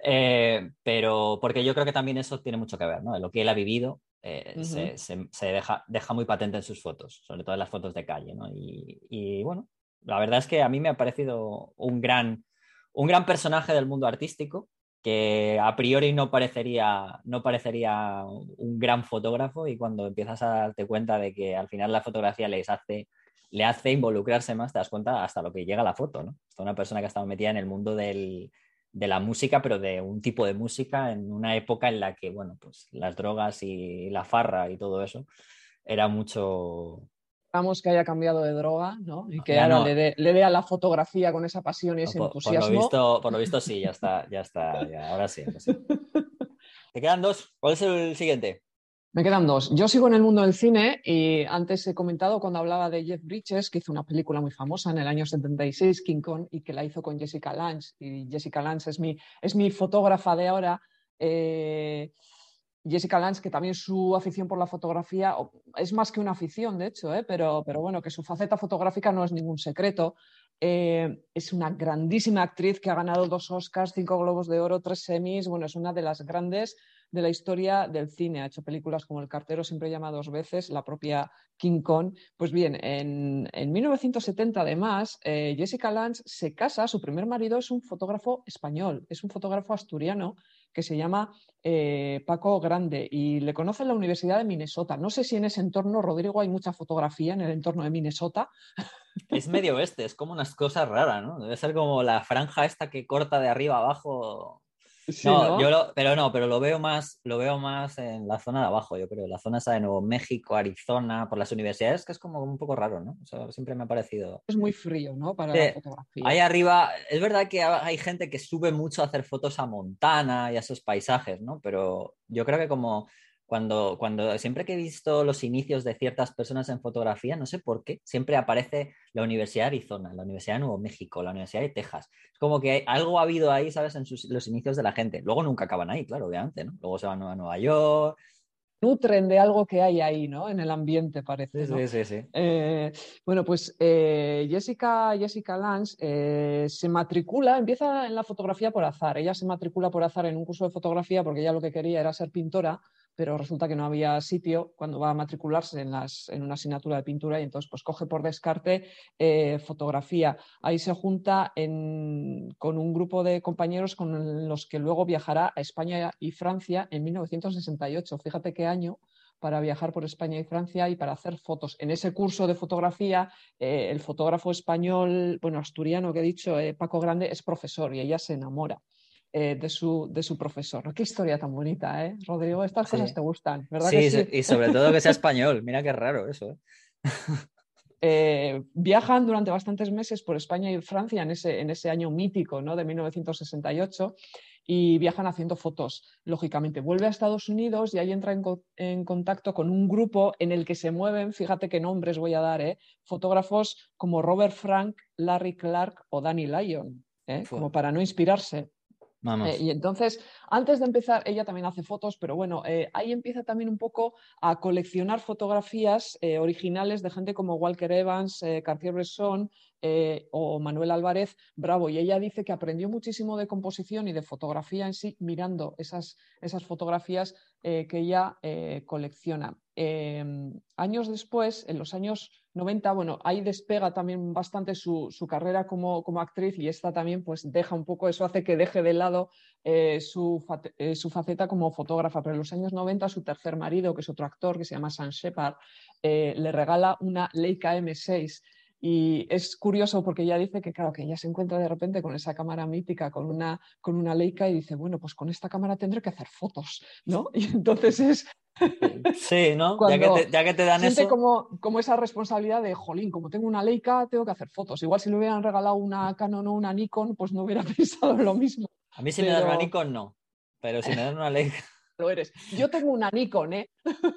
Pero porque yo creo que también eso tiene mucho que ver, ¿no? Lo que él ha vivido Ujú. se deja muy patente en sus fotos, sobre todo en las fotos de calle, ¿no? Y bueno, la verdad es que a mí me ha parecido un gran personaje del mundo artístico que a priori no parecería un gran fotógrafo y cuando empiezas a darte cuenta de que al final la fotografía le hace involucrarse más, te das cuenta hasta lo que llega a la foto, ¿no? Hasta una persona que ha estado metida en el mundo de la música, pero de un tipo de música en una época en la que, bueno, pues las drogas y la farra y todo eso era mucho... Esperamos que haya cambiado de droga, ¿no? Y que Ya ahora no, le dé a la fotografía con esa pasión y ese entusiasmo. por lo visto sí, ya está, ahora sí, ahora sí. Te quedan dos. ¿Cuál es el siguiente? Me quedan dos. Yo sigo en el mundo del cine y antes he comentado cuando hablaba de Jeff Bridges, que hizo una película muy famosa en el año 76, King Kong, y que la hizo con Jessica Lange. Y Jessica Lange es mi fotógrafa de ahora. Jessica Lange, que también su afición por la fotografía es más que una afición, de hecho, pero bueno, que su faceta fotográfica no es ningún secreto. Es una grandísima actriz que ha ganado 2 Oscars, 5 Globos de Oro, 3 Emmys. Bueno, es una de las grandes de la historia del cine. Ha hecho películas como El cartero siempre llama 2 veces, la propia King Kong. Pues bien, en 1970 además, Jessica Lange se casa, su primer marido es un fotógrafo español, es un fotógrafo asturiano que se llama Paco Grande y le conoce en la Universidad de Minnesota. No sé si en ese entorno, Rodrigo, hay mucha fotografía en el entorno de Minnesota. Es medio oeste, es como unas cosas raras, ¿no? Debe ser como la franja esta que corta de arriba a abajo. Sí, No, ¿no? pero lo veo más en la zona de abajo, yo creo, la zona esa de Nuevo México, Arizona, por las universidades, que es como un poco raro, ¿no? Eso siempre me ha parecido. Es muy frío, ¿no? Para Sí, la ahí fotografía. arriba, es verdad que hay gente que sube mucho a hacer fotos a Montana y a esos paisajes, ¿no? Pero yo creo que como cuando siempre que he visto los inicios de ciertas personas en fotografía, no sé por qué, siempre aparece la Universidad de Arizona, la Universidad de Nuevo México, la Universidad de Texas. Es como que algo ha habido ahí, ¿sabes? En los inicios de la gente. Luego nunca acaban ahí, claro, obviamente, ¿no? Luego se van a Nueva York. Nutren de algo que hay ahí, ¿no? En el ambiente, Sí, parece, ¿no? sí, sí, sí. Bueno, pues Jessica Lange se matricula, empieza en la fotografía por azar. Ella se matricula por azar en un curso de fotografía porque ella lo que quería era ser pintora, pero resulta que no había sitio cuando va a matricularse en una asignatura de pintura y entonces pues coge por descarte fotografía. Ahí se junta con un grupo de compañeros con los que luego viajará a España y Francia en 1968. Fíjate qué año para viajar por España y Francia y para hacer fotos. En ese curso de fotografía, el fotógrafo español, bueno, asturiano que he dicho, Paco Grande, es profesor y ella se enamora. De su profesor. Qué historia tan bonita, ¿eh, Rodrigo? Estas cosas Sí, te gustan, ¿verdad que sí, sí? y sobre todo que sea español. Mira qué raro eso, ¿eh? Viajan durante bastantes meses por España y Francia en ese año mítico, ¿no? De 1968 y viajan haciendo fotos, lógicamente. Vuelve a Estados Unidos y ahí entra en contacto con un grupo en el que se mueven, fíjate qué nombres voy a dar, fotógrafos como Robert Frank, Larry Clark o Danny Lyon, como para no inspirarse. Vamos. Y entonces, antes de empezar, ella también hace fotos, pero bueno, ahí empieza también un poco a coleccionar fotografías originales de gente como Walker Evans, Cartier-Bresson o Manuel Álvarez Bravo. Y ella dice que aprendió muchísimo de composición y de fotografía en sí mirando esas fotografías que ella colecciona. Años después, en los años 90, bueno, ahí despega también bastante su carrera como actriz y esta también pues deja un poco, eso hace que deje de lado su faceta como fotógrafa, pero en los años 90 su tercer marido, que es otro actor que se llama Sam Shepard, le regala una Leica M6 y es curioso porque ella dice que claro, que ella se encuentra de repente con esa cámara mítica, con una Leica y dice, bueno, pues con esta cámara tendré que hacer fotos, ¿no? Y entonces es Sí, ¿no? cuando Ya que te dan siente eso. como esa responsabilidad de, jolín, como tengo una Leica, tengo que hacer fotos. Igual si le hubieran regalado una Canon o una Nikon, pues no hubiera pensado lo mismo. A mí si me das una Pero Nikon, no. Pero si me das una Leica, lo eres. Yo tengo una Nikon, ¿eh?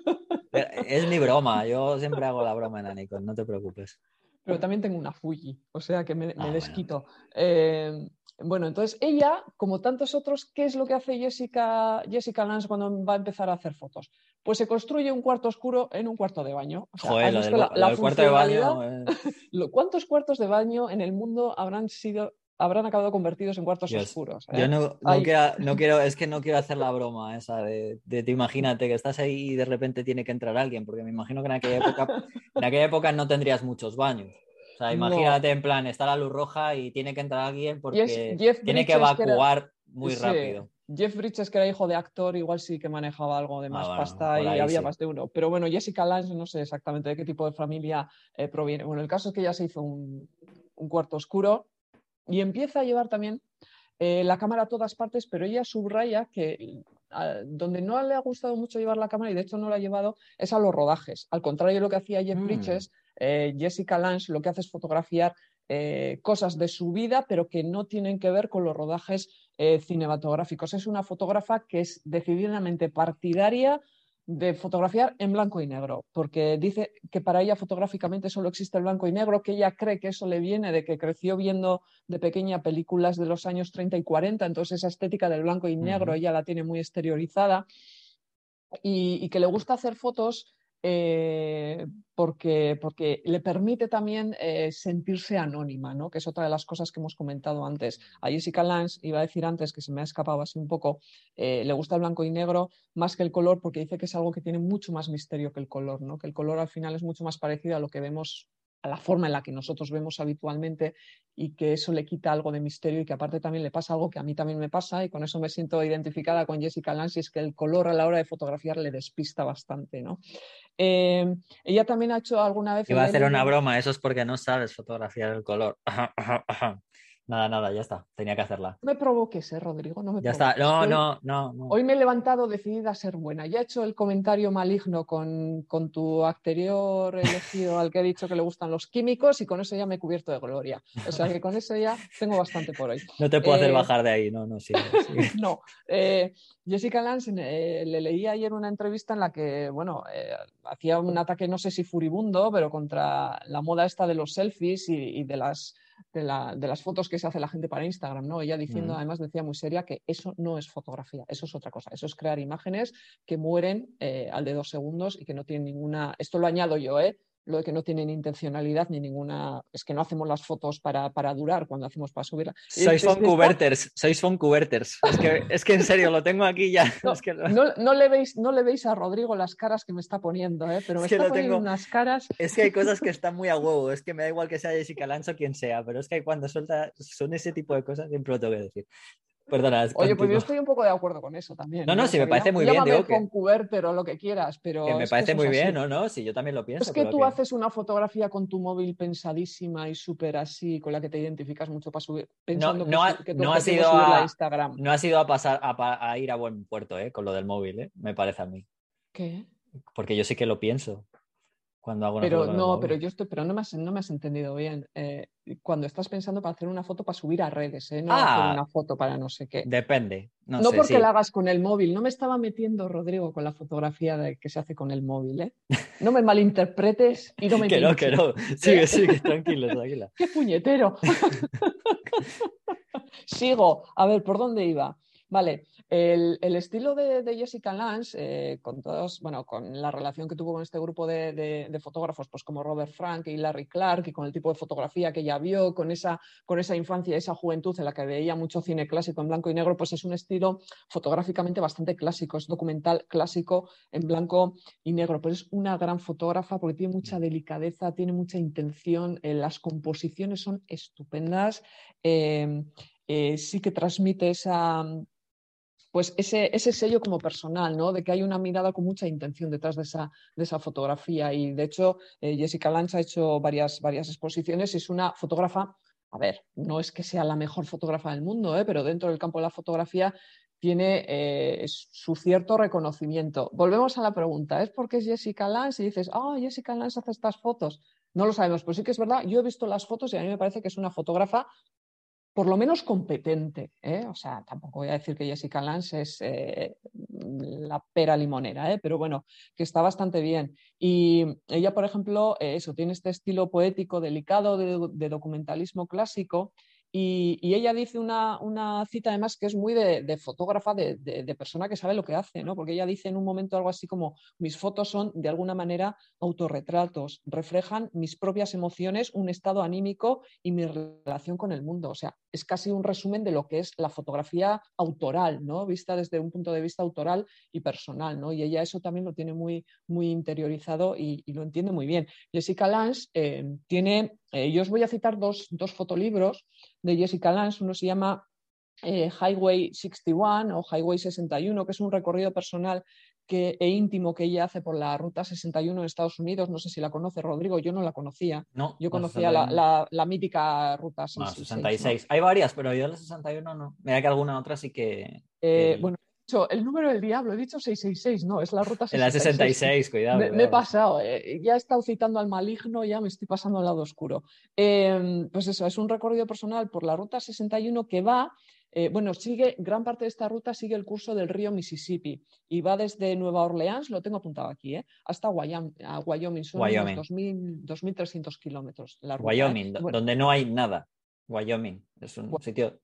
es mi broma. Yo siempre hago la broma en la Nikon, no te preocupes. Pero también tengo una Fuji, o sea que me Ah, bueno. desquito. Bueno, entonces ella, como tantos otros, ¿qué es lo que hace Jessica Lange cuando va a empezar a hacer fotos? Pues se construye un cuarto oscuro en un cuarto de baño. O sea, Joder, ¿has visto lo la del cuarto de funcionalidad? baño. ¿Cuántos cuartos de baño en el mundo habrán acabado convertidos en cuartos Dios, oscuros? yo Hay no quiero, es que no quiero hacer la broma esa te imagínate que estás ahí y de repente tiene que entrar alguien, porque me imagino que en aquella época no tendrías muchos baños. O sea, no. imagínate en plan, está la luz roja y tiene que entrar alguien porque Jeff tiene que Bridges, que era, evacuar muy sí, rápido. Jeff Bridges, que era hijo de actor, igual sí que manejaba algo de Ah, más bueno, pasta por y ahí había sí. más de uno. Pero bueno, Jessica Lange no sé exactamente de qué tipo de familia proviene. Bueno, el caso es que ella se hizo un cuarto oscuro y empieza a llevar también la cámara a todas partes, pero ella subraya que donde no le ha gustado mucho llevar la cámara, y de hecho no la ha llevado, es a los rodajes. Al contrario de lo que hacía Jeff Mm, Bridges, Jessica Lange lo que hace es fotografiar cosas de su vida, pero que no tienen que ver con los rodajes cinematográficos. Es una fotógrafa que es decididamente partidaria de fotografiar en blanco y negro, porque dice que para ella fotográficamente solo existe el blanco y negro, que ella cree que eso le viene de que creció viendo de pequeña películas de los años 30 y 40, entonces esa estética del blanco y negro ujú. ella la tiene muy exteriorizada y que le gusta hacer fotos porque le permite también sentirse anónima, ¿no? Que es otra de las cosas que hemos comentado antes. A Jessica Lange, iba a decir antes que se me ha escapado así un poco, le gusta el blanco y negro más que el color porque dice que es algo que tiene mucho más misterio que el color, ¿no? Que el color al final es mucho más parecido a lo que vemos, a la forma en la que nosotros vemos habitualmente y que eso le quita algo de misterio y que aparte también le pasa algo que a mí también me pasa y con eso me siento identificada con Jessica Lange, y es que el color a la hora de fotografiar le despista bastante, ¿no? Eh, ella también ha hecho alguna vez, Iba a he hacer una leído, broma, eso es porque no sabes fotografiar el color. Nada, ya está. Tenía que hacerla. No me provoques, Rodrigo, no me Ya está. provoques. No. Hoy me he levantado decidida a ser buena. Ya he hecho el comentario maligno con tu anterior elegido al que he dicho que le gustan los químicos y con eso ya me he cubierto de gloria. O sea que con eso ya tengo bastante por hoy. No te puedo hacer Eh, bajar de ahí. No, sigue. no, Jessica Lange le leí ayer una entrevista en la que, bueno, hacía un ataque, no sé si furibundo, pero contra la moda esta de los selfies y de las fotos que se hace la gente para Instagram, ¿no? Ella diciendo, además decía muy seria que eso no es fotografía, eso es otra cosa, eso es crear imágenes que mueren al de 2 segundos y que no tienen ninguna, esto lo añado yo, lo de que no tienen intencionalidad ni ninguna, es que no hacemos las fotos para durar cuando hacemos para subirla. Sois Foncuberters. Es que en serio, lo tengo aquí ya. No, no le veis a Rodrigo las caras que me está poniendo, pero me Es que está lo poniendo tengo. unas caras. Es que hay cosas que están muy a huevo. Es que me da igual que sea Jessica Lange o quien sea, pero es que cuando suelta son ese tipo de cosas, siempre lo tengo que decir. Perdona, Oye, pues yo continúo. estoy un poco de acuerdo con eso también, No, ¿eh? O sí, me sea, que parece muy bien, llámame digo que, Foncuberter o lo que quieras, que pero me es que parece eso es muy bien, así. no, sí, yo también lo Es pienso, que pero tú que. haces una fotografía con tu móvil pensadísima y súper así, con la que te identificas mucho para subir, No, pensando no, que tu no ha objetivo es sido subirla a a. Instagram. No ha sido a pasar a ir a buen puerto, con lo del móvil, me parece a mí. ¿Qué? Porque yo sí que lo pienso cuando hago una foto Pero con el no, móvil. pero no me has entendido bien. Cuando estás pensando para hacer una foto para subir a redes, no hacer Ah, una foto para no sé qué. depende, no No sé, porque la sí. hagas con el móvil, no me estaba metiendo, Rodrigo, con la fotografía que se hace con el móvil, ¿eh? No me malinterpretes y no me Que pinches, no. ¿eh? Sigue, tranquilo, tranquila. ¡Qué puñetero! Sigo, a ver, ¿por dónde iba? Vale, el estilo de Jessica Lange, bueno, con la relación que tuvo con este grupo de fotógrafos, pues como Robert Frank y Larry Clark, y con el tipo de fotografía que ella vio, con esa infancia, esa juventud en la que veía mucho cine clásico en blanco y negro, pues es un estilo fotográficamente bastante clásico, es documental clásico en blanco y negro, pero es una gran fotógrafa porque tiene mucha delicadeza, tiene mucha intención, las composiciones son estupendas. Sí que transmite pues ese sello como personal, ¿no? De que hay una mirada con mucha intención detrás de esa fotografía. Y de hecho, Jessica Lange ha hecho varias exposiciones y es una fotógrafa, a ver, no es que sea la mejor fotógrafa del mundo, pero dentro del campo de la fotografía tiene su cierto reconocimiento. Volvemos a la pregunta, ¿es porque es Jessica Lange? Y dices, Jessica Lange hace estas fotos. No lo sabemos, pero sí que es verdad, yo he visto las fotos y a mí me parece que es una fotógrafa por lo menos competente, ¿eh? O sea, tampoco voy a decir que Jessica Lange es la pera limonera, pero bueno, que está bastante bien. Y ella, por ejemplo, eso, tiene este estilo poético, delicado, de documentalismo clásico. Y ella dice una cita además que es muy de fotógrafa, de persona que sabe lo que hace, ¿no? Porque ella dice en un momento algo así como, mis fotos son de alguna manera autorretratos, reflejan mis propias emociones, un estado anímico y mi relación con el mundo. O sea, es casi un resumen de lo que es la fotografía autoral, ¿no? Vista desde un punto de vista autoral y personal, ¿no? Y ella eso también lo tiene muy, muy interiorizado y lo entiende muy bien. Jessica Lange tiene, yo os voy a citar dos fotolibros de Jessica Lange. Uno se llama Highway 61 o Highway 61, que es un recorrido personal e íntimo que ella hace por la Ruta 61 en Estados Unidos. No sé si la conoce, Rodrigo, yo no la conocía. No, Yo la conocía 61. la mítica Ruta Bueno, 666, ¿no? 66. Hay varias, pero yo la 61 no. Mira que alguna otra sí que. Bueno, he dicho el número del diablo, he dicho 666, no, es la Ruta En la 66. 66, cuidado, Me he cuidado. pasado, ya he estado citando al maligno, ya me estoy pasando al lado oscuro. Pues eso, es un recorrido personal por la Ruta 61 que va, bueno, gran parte de esta ruta sigue el curso del río Mississippi y va desde Nueva Orleans, lo tengo apuntado aquí, hasta Wyoming, son unos Wyoming. 2.300 kilómetros la ruta. Wyoming, Bueno, donde no hay nada. Wyoming es un sitio.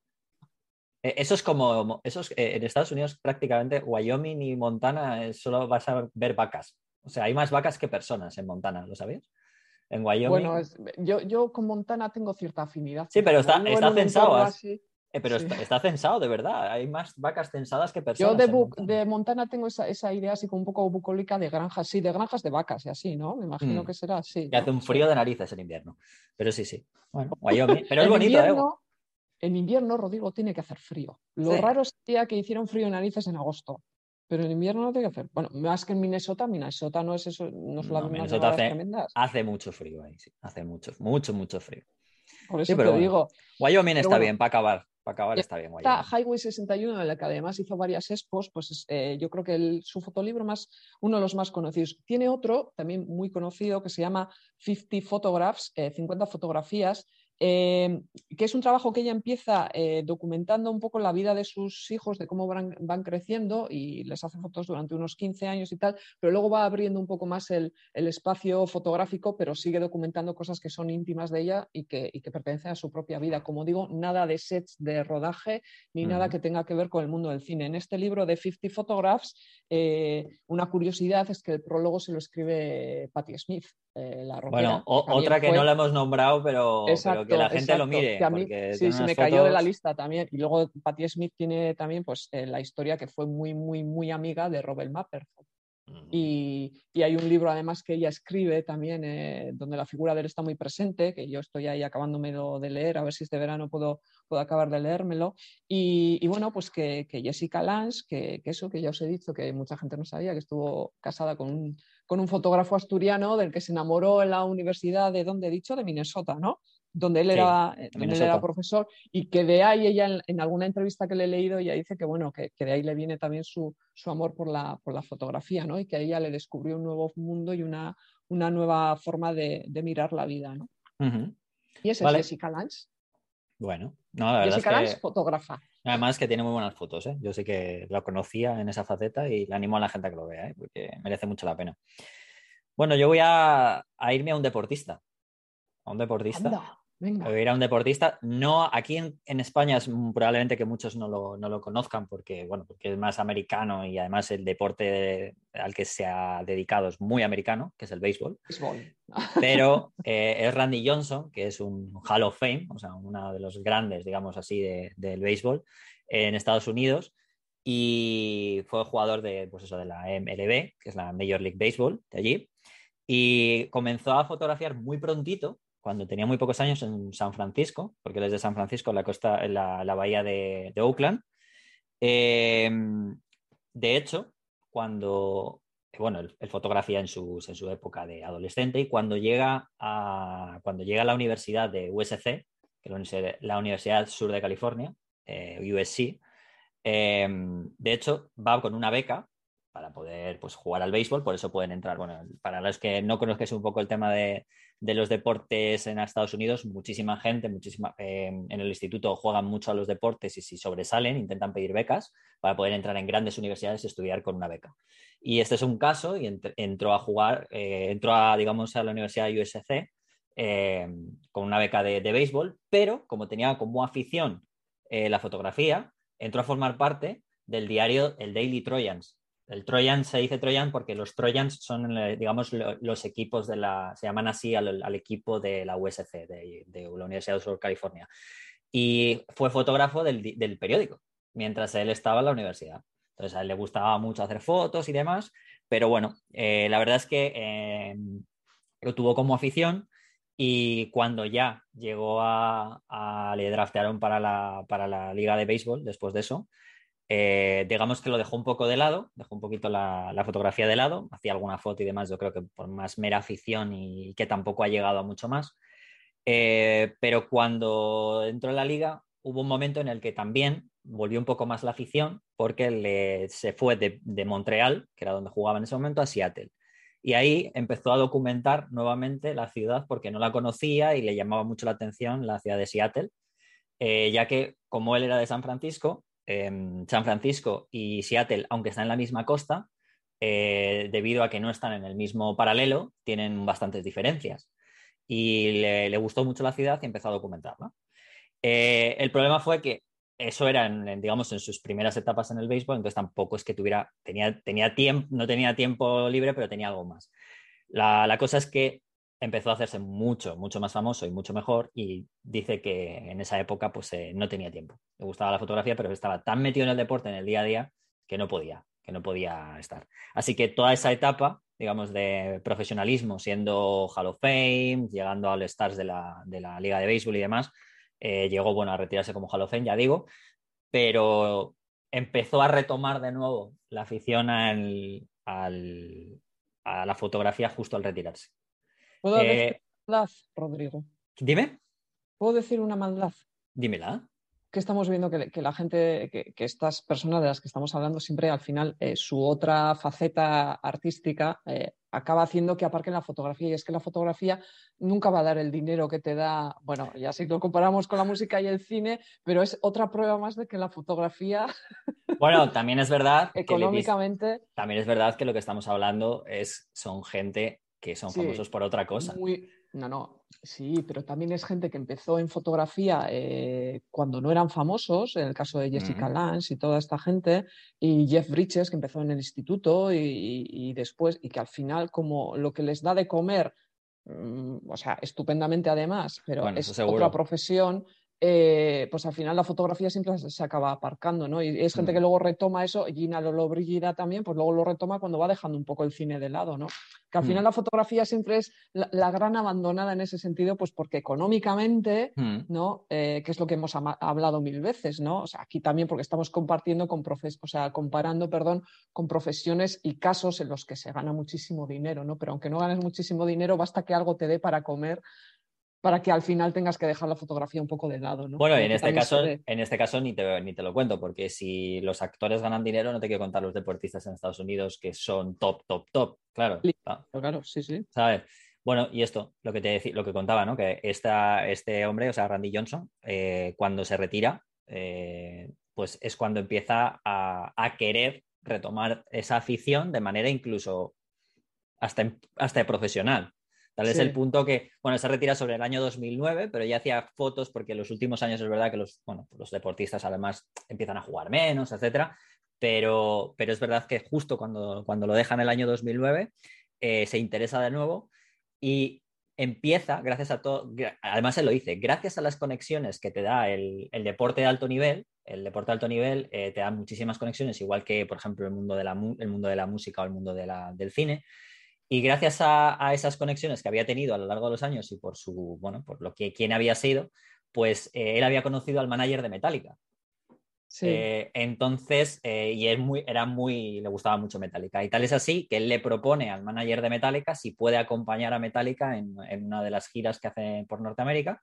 Eso es como. En Estados Unidos prácticamente Wyoming y Montana solo vas a ver vacas. O sea, hay más vacas que personas en Montana, ¿lo sabías? En bueno, Wyoming. yo con Montana tengo cierta afinidad Sí, porque pero como está, vivo en está un censado. entorno así, Pero sí. está censado, de verdad. Hay más vacas censadas que Yo personas en Montana. de Montana tengo esa idea así como un poco bucólica de granjas, sí, de granjas de vacas y así, ¿no? Me imagino Mm. que será así, Y hace ¿no? un Sí. frío de narices en invierno. Pero sí, sí. Bueno, Wyoming. Pero es En bonito, ¿eh? invierno, en invierno, Rodrigo, tiene que hacer frío. Lo Sí. raro sería que hiciera un frío de narices en agosto, pero en invierno no tiene que hacer. Bueno, más que en Minnesota no es eso, no son las No, mismas Minnesota nevadas tremendas. hace mucho frío ahí, sí. Hace mucho, mucho, mucho frío. Por Sí, eso pero te bueno. digo. Wyoming Pero está bueno, bien, para acabar. Para acabar está bien esta Wyoming. Highway 61, en la que además hizo varias expos, pues yo creo que su fotolibro más, uno de los más conocidos. Tiene otro también muy conocido que se llama 50 Photographs, 50 fotografías, que es un trabajo que ella empieza documentando un poco la vida de sus hijos, de cómo van creciendo, y les hace fotos durante unos 15 años y tal, pero luego va abriendo un poco más el espacio fotográfico, pero sigue documentando cosas que son íntimas de ella y que pertenecen a su propia vida. Como digo, nada de sets de rodaje ni nada que tenga que ver con el mundo del cine. En este libro de 50 Photographs, una curiosidad es que el prólogo se lo escribe Patti Smith, la Bueno, rockera, que también otra que no fue. la hemos nombrado, pero que la Exacto, gente lo exacto. Que mire, a mí porque sí tiene se unas me cayó de la fotos. lista también. Y luego Patti Smith tiene también pues, la historia que fue muy, muy, muy amiga de Robert Mapplethorpe. Y hay un libro además que ella escribe también, donde la figura de él está muy presente, que yo estoy ahí acabándomelo de leer, a ver si este verano puedo acabar de leérmelo. Y bueno, pues que Jessica Lange, que eso que ya os he dicho, que mucha gente no sabía, que estuvo casada con un fotógrafo asturiano del que se enamoró en la universidad de, ¿dónde he dicho? De Minnesota, ¿no? Sí, de Donde él era Minnesota. profesor, y que de ahí ella, en alguna entrevista que le he leído, ella dice que bueno, que de ahí le viene también su amor por la fotografía, ¿no? Y que a ella le descubrió un nuevo mundo y una nueva forma de mirar la vida, ¿no? Ujú. Y esa es Vale, Jessica Lange. bueno, no, la verdad es Jessica Lange, que fotógrafa. además que tiene muy buenas fotos, ¿eh? Yo sí que la conocía en esa faceta y le animo a la gente a que lo vea, ¿eh? Porque merece mucho la pena. Bueno, yo voy a irme a un deportista. A un deportista. Anda, venga. Voy a ir a un deportista. No, aquí en España es probablemente que muchos no lo conozcan porque, bueno, porque es más americano y además el deporte al que se ha dedicado es muy americano, que es el béisbol. Béisbol. Pero es Randy Johnson, que es un Hall of Fame, o sea, uno de los grandes, digamos así, del béisbol en Estados Unidos. Y fue jugador de, pues eso, de la MLB, que es la Major League Baseball, de allí. Y comenzó a fotografiar muy prontito, cuando tenía muy pocos años, en San Francisco, porque él es de San Francisco, en la costa, en la bahía de Oakland. Eh, de hecho, cuando, bueno, él fotografía en su época de adolescente y cuando llega a la universidad de USC, que es la Universidad Sur de California, USC, de hecho, va con una beca para poder pues, jugar al béisbol, por eso pueden entrar. Bueno, para los que no conozcáis un poco el tema de los deportes en Estados Unidos, muchísima gente, en el instituto juegan mucho a los deportes y si sobresalen intentan pedir becas para poder entrar en grandes universidades y estudiar con una beca. Y este es un caso y entró a jugar, digamos, a la Universidad de USC con una beca de béisbol, pero como tenía como afición la fotografía, entró a formar parte del diario El Daily Trojans. El Trojan se dice Trojan porque los Trojans son, digamos, los equipos se llaman así al equipo de la USC, de la Universidad de Sur de California. Y fue fotógrafo del periódico mientras él estaba en la universidad. Entonces a él le gustaba mucho hacer fotos y demás, pero bueno, la verdad es que lo tuvo como afición y cuando ya llegó le draftearon para la liga de béisbol después de eso, digamos que lo dejó un poco de lado, dejó un poquito la fotografía de lado, hacía alguna foto y demás, yo creo que por más mera afición y que tampoco ha llegado a mucho más. Pero cuando entró en la liga hubo un momento en el que también volvió un poco más la afición porque se fue de Montreal, que era donde jugaba en ese momento, a Seattle. Y ahí empezó a documentar nuevamente la ciudad porque no la conocía y le llamaba mucho la atención la ciudad de Seattle, ya que como él era de San Francisco y Seattle, aunque están en la misma costa, debido a que no están en el mismo paralelo, tienen bastantes diferencias. Y le gustó mucho la ciudad y empezó a documentarla. El problema fue que eso era, digamos, en sus primeras etapas en el béisbol, entonces tampoco es que tenía tiempo, no tenía tiempo libre, pero tenía algo más. La cosa es que empezó a hacerse mucho, mucho más famoso y mucho mejor y dice que en esa época pues no tenía tiempo. Le gustaba la fotografía, pero estaba tan metido en el deporte, en el día a día, que no podía estar. Así que toda esa etapa, digamos, de profesionalismo, siendo Hall of Fame, llegando al Stars de la Liga de Béisbol y demás, llegó, bueno, a retirarse como Hall of Fame, ya digo, pero empezó a retomar de nuevo la afición a la fotografía justo al retirarse. ¿Puedo decir Eh, la verdad, Rodrigo? Dime. ¿Puedo decir una maldad? Dímela. Que estamos viendo que la gente, que estas personas de las que estamos hablando siempre al final su otra faceta artística acaba haciendo que aparquen la fotografía y es que la fotografía nunca va a dar el dinero que te da, bueno, ya si lo comparamos con la música y el cine, pero es otra prueba más de que la fotografía Bueno, también es verdad económicamente, también es verdad que lo que estamos hablando son gente que son famosos sí, por otra cosa. muy, no, sí, pero también es gente que empezó en fotografía cuando no eran famosos, en el caso de Jessica Mm. Lange y toda esta gente, y Jeff Bridges, que empezó en el instituto y después, y que al final como lo que les da de comer, o sea, estupendamente además, pero Bueno, eso es otra seguro. profesión. Pues al final la fotografía siempre se acaba aparcando, ¿no? Y es gente que Mm. luego retoma eso, Gina Lollobrigida también, pues luego lo retoma cuando va dejando un poco el cine de lado, ¿no? Que al final Mm. la fotografía siempre es la gran abandonada en ese sentido, pues porque económicamente, Mm. ¿no? Que es lo que hemos hablado mil veces, ¿no? O sea, aquí también porque estamos compartiendo o sea, comparando, perdón, con profesiones y casos en los que se gana muchísimo dinero, ¿no? Pero aunque no ganes muchísimo dinero, basta que algo te dé para comer para que al final tengas que dejar la fotografía un poco de lado, ¿no? Bueno, Que aquí también se ve. en este caso ni te lo cuento, porque si los actores ganan dinero, no te quiero contar los deportistas en Estados Unidos que son top, top, top, claro, Claro, sí, sí. ¿sabes? Bueno, y esto, lo que te lo que contaba, ¿no? Que este hombre, o sea, Randy Johnson, cuando se retira, pues es cuando empieza a querer retomar esa afición de manera incluso hasta profesional. Tal es el Sí, punto que, bueno, se retira sobre el año 2009, pero ya hacía fotos porque en los últimos años es verdad que los deportistas además empiezan a jugar menos, etcétera. Pero es verdad que justo cuando lo dejan el año 2009, se interesa de nuevo y empieza, gracias a todo, además él lo dice, gracias a las conexiones que te da el deporte de alto nivel, el deporte de alto nivel te da muchísimas conexiones, igual que, por ejemplo, el mundo de la música o el mundo del cine. Y gracias a esas conexiones que había tenido a lo largo de los años y por bueno, por lo que quién había sido, pues él había conocido al manager de Metallica. sí. Entonces, y le gustaba mucho Metallica. Y tal es así que él le propone al manager de Metallica si puede acompañar a Metallica en una de las giras que hace por Norteamérica.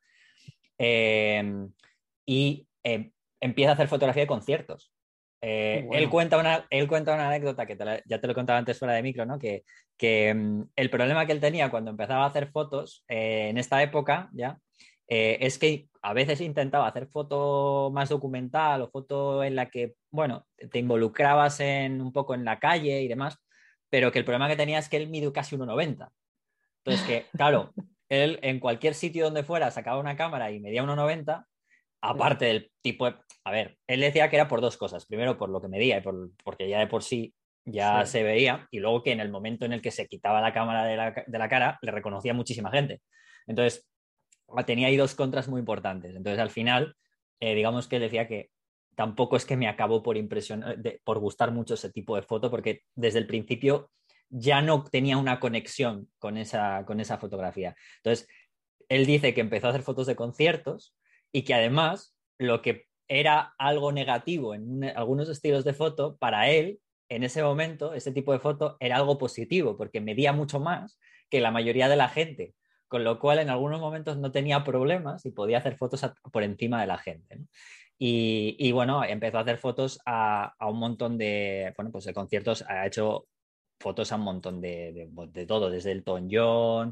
Eh, y empieza a hacer fotografía de conciertos. Qué bueno. Él cuenta una anécdota que ya te lo contaba antes fuera de micro, ¿no? Que el problema que él tenía cuando empezaba a hacer fotos en esta época ya es que a veces intentaba hacer foto más documental o foto en la que, bueno, te involucrabas un poco en la calle y demás, pero que el problema que tenía es que él mide casi 1,90. Entonces, que, claro, él en cualquier sitio donde fuera sacaba una cámara y medía 1,90, Sí, aparte del tipo de... A ver, él decía que era por dos cosas. Primero, por lo que medía y porque ya de por sí ya sí. se veía. Y luego que en el momento en el que se quitaba la cámara de la cara, le reconocía muchísima gente. Entonces, tenía ahí dos contras muy importantes. Entonces, al final, digamos que él decía que tampoco es que me acabó por impresionar, por gustar mucho ese tipo de foto, porque desde el principio ya no tenía una conexión con esa fotografía. Entonces, él dice que empezó a hacer fotos de conciertos y que además lo que era algo negativo en algunos estilos de foto, para él, en ese momento, ese tipo de foto era algo positivo, porque medía mucho más que la mayoría de la gente, con lo cual en algunos momentos no tenía problemas y podía hacer fotos por encima de la gente, ¿no? Y, bueno, empezó a hacer fotos a un montón bueno, pues de conciertos, ha hecho fotos a un montón de todo, desde Elton John,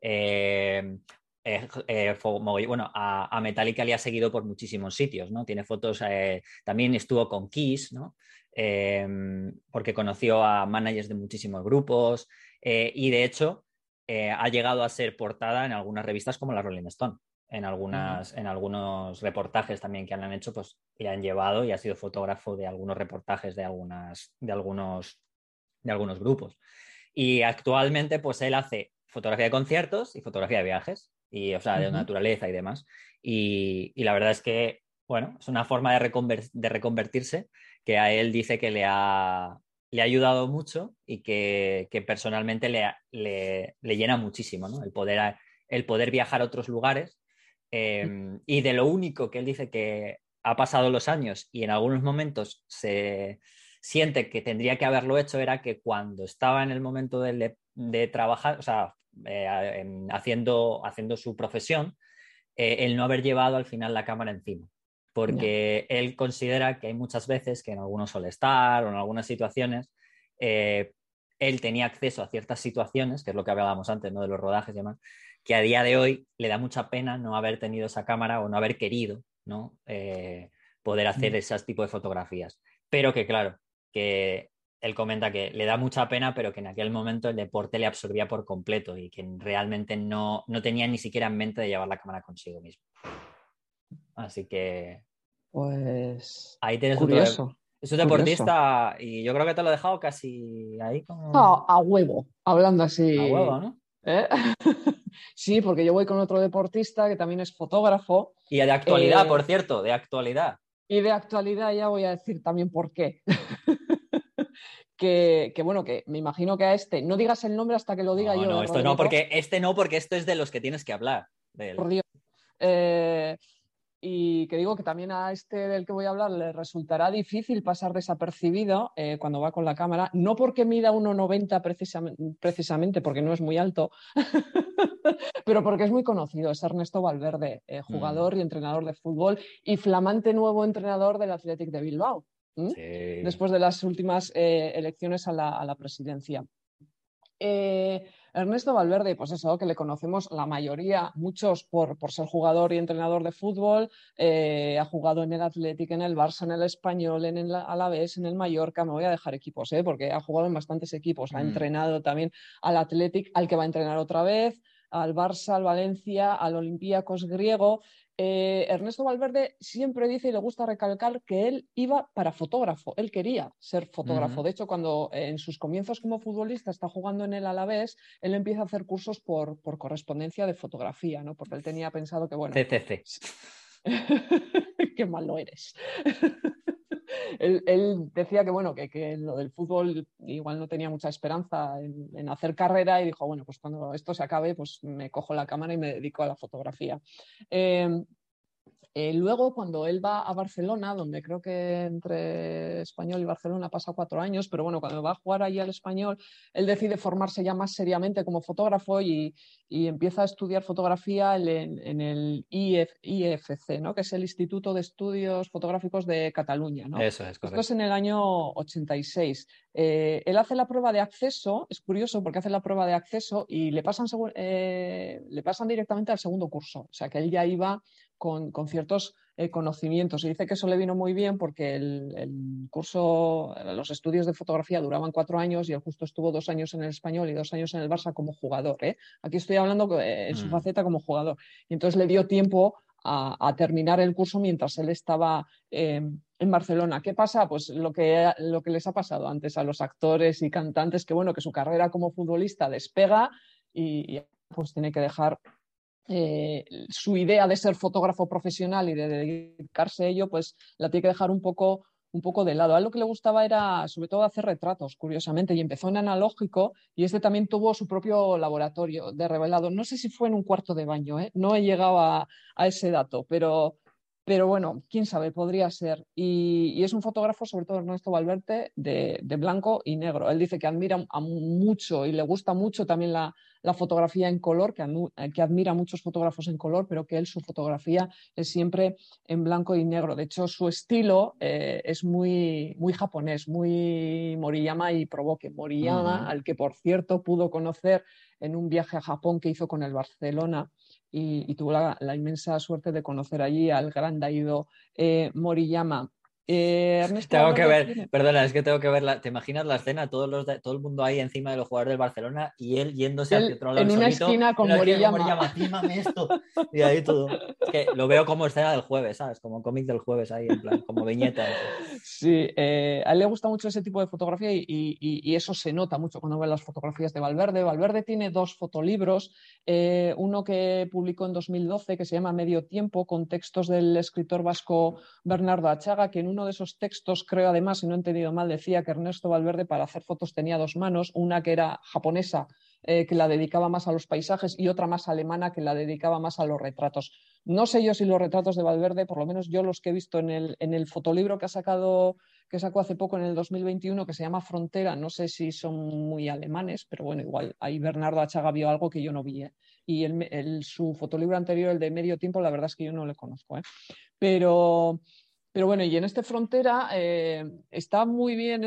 bueno, a Metallica le ha seguido por muchísimos sitios, ¿no? Tiene fotos, también estuvo con Kiss, ¿no? Porque conoció a managers de muchísimos grupos y de hecho ha llegado a ser portada en algunas revistas como la Rolling Stone. Ajá. En algunos reportajes también que han hecho, pues le han llevado y ha sido fotógrafo de algunos reportajes de algunos grupos. Y actualmente, pues él hace fotografía de conciertos y fotografía de viajes, y, o sea, de Ujú. naturaleza y demás. Y la verdad es que, bueno, es una forma de reconvertirse que a él dice que le ha ayudado mucho y que personalmente le llena muchísimo, ¿no? El poder viajar a otros lugares. Y de lo único que él dice que ha pasado los años y en algunos momentos se siente que tendría que haberlo hecho era que cuando estaba en el momento de trabajar, o sea, haciendo su profesión, el no haber llevado al final la cámara encima. Ya. Porque él considera que hay muchas veces que en algunos All-Star o en algunas situaciones él tenía acceso a ciertas situaciones, que es lo que hablábamos antes, ¿no? De los rodajes y demás, que a día de hoy le da mucha pena no haber tenido esa cámara o no haber querido, ¿no? Poder hacer ese tipo de fotografías. Pero que claro, que él comenta que le da mucha pena, pero que en aquel momento el deporte le absorbía por completo y que realmente no tenía ni siquiera en mente de llevar la cámara consigo mismo. Así que Pues ahí tienes otro. curioso, Es un curioso. deportista y yo creo que te lo he dejado casi ahí como A huevo, hablando a así. huevo, ¿no? ¿Eh? Sí, porque yo voy con otro deportista que también es fotógrafo. Y de actualidad, por eh, cierto, de actualidad. y de actualidad ya voy a decir también por qué. Bueno, que me imagino que a este, no digas el nombre hasta que lo diga No, yo, no, esto no, Rodrigo, porque esto es de los que tienes que hablar. De él. por Dios. Eh, y que digo que también a este del que voy a hablar le resultará difícil pasar desapercibido cuando va con la cámara, no porque mida 1,90 precisamente, porque no es muy alto, pero porque es muy conocido, es Ernesto Valverde, Mm, jugador y entrenador de fútbol y flamante nuevo entrenador del Athletic de Bilbao, sí. después de las últimas elecciones a la presidencia. Ernesto Valverde, pues eso, que le conocemos la mayoría, muchos por ser jugador y entrenador de fútbol, ha jugado en el Athletic, en el Barça, en el Español, en el Alavés, en el Mallorca, me voy a dejar equipos, porque ha jugado en bastantes equipos, ha Mm. entrenado también al Athletic, al que va a entrenar otra vez, al Barça, al Valencia, al Olympiacos griego. Ernesto Valverde siempre dice y le gusta recalcar que él iba para fotógrafo, él quería ser fotógrafo. Mm. De hecho, cuando en sus comienzos como futbolista está jugando en el Alavés, él empieza a hacer cursos por correspondencia de fotografía, ¿no? Porque él tenía pensado que, bueno, CCC. qué malo eres. Él decía que, bueno, que lo del fútbol igual no tenía mucha esperanza en hacer carrera y dijo, bueno, pues cuando esto se acabe, pues me cojo la cámara y me dedico a la fotografía. Luego, cuando él va a Barcelona, donde creo que entre Español y Barcelona pasa 4 años, pero bueno, cuando va a jugar allí al Español, él decide formarse ya más seriamente como fotógrafo y empieza a estudiar fotografía en el IFC, ¿no? Que es el Instituto de Estudios Fotográficos de Cataluña, ¿no? Eso es Esto es correcto. en el año 86. Él hace la prueba de acceso, es curioso porque hace la prueba de acceso y le pasan directamente al segundo curso, o sea que él ya iba con ciertos conocimientos. Y dice que eso le vino muy bien porque el curso, los estudios de fotografía duraban 4 años y él justo estuvo 2 años en el Español y 2 años en el Barça como jugador. Aquí estoy hablando en su Mm. faceta como jugador. Y entonces le dio tiempo a terminar el curso mientras él estaba en Barcelona. ¿Qué pasa? Pues lo que les ha pasado antes a los actores y cantantes, que bueno, que su carrera como futbolista despega y pues tiene que dejar su idea de ser fotógrafo profesional y de dedicarse a ello, pues la tiene que dejar un poco de lado. A él lo que le gustaba era sobre todo hacer retratos, curiosamente, y empezó en analógico y este también tuvo su propio laboratorio de revelado. No sé si fue en un cuarto de baño, no he llegado a ese dato, pero bueno, quién sabe, podría ser. Y es un fotógrafo, sobre todo Ernesto Valverde, de blanco y negro. Él dice que admira a mucho y le gusta mucho también la fotografía en color, que admira a muchos fotógrafos en color, pero que él su fotografía es siempre en blanco y negro. De hecho, su estilo es muy, muy japonés, muy Moriyama y Provoque. Moriyama, Mm. al que por cierto pudo conocer en un viaje a Japón que hizo con el Barcelona y tuvo la inmensa suerte de conocer allí al gran Daido Moriyama. Ernesto Tengo que Valverde ver, tiene... perdona, es que tengo que ver ¿te imaginas la escena? Todo el mundo ahí encima de los jugadores del Barcelona y él yéndose hacia Él otro lado el en una solito, esquina en con la esquina como Moriyama. llama, fílmame esto. Y ahí todo. Es que lo veo como escena del jueves, ¿sabes? Como cómic del jueves ahí, en plan, como viñeta eso. Sí, a él le gusta mucho ese tipo de fotografía y eso se nota mucho cuando ve las fotografías de Valverde. Valverde tiene 2 fotolibros, uno que publicó en 2012 que se llama Medio Tiempo, con textos del escritor vasco Bernardo Achaga, que en uno de esos textos, creo además, si no he entendido mal, decía que Ernesto Valverde para hacer fotos tenía 2 manos, una que era japonesa, que la dedicaba más a los paisajes, y otra más alemana, que la dedicaba más a los retratos. No sé yo si los retratos de Valverde, por lo menos yo los que he visto en el fotolibro que ha sacado que sacó hace poco en el 2021 que se llama Frontera. No sé si son muy alemanes, pero bueno, igual ahí Bernardo Achaga vio algo que yo no vi. Y su fotolibro anterior, el de Medio Tiempo, la verdad es que yo no le conozco. Pero bueno, y en este Frontera está muy bien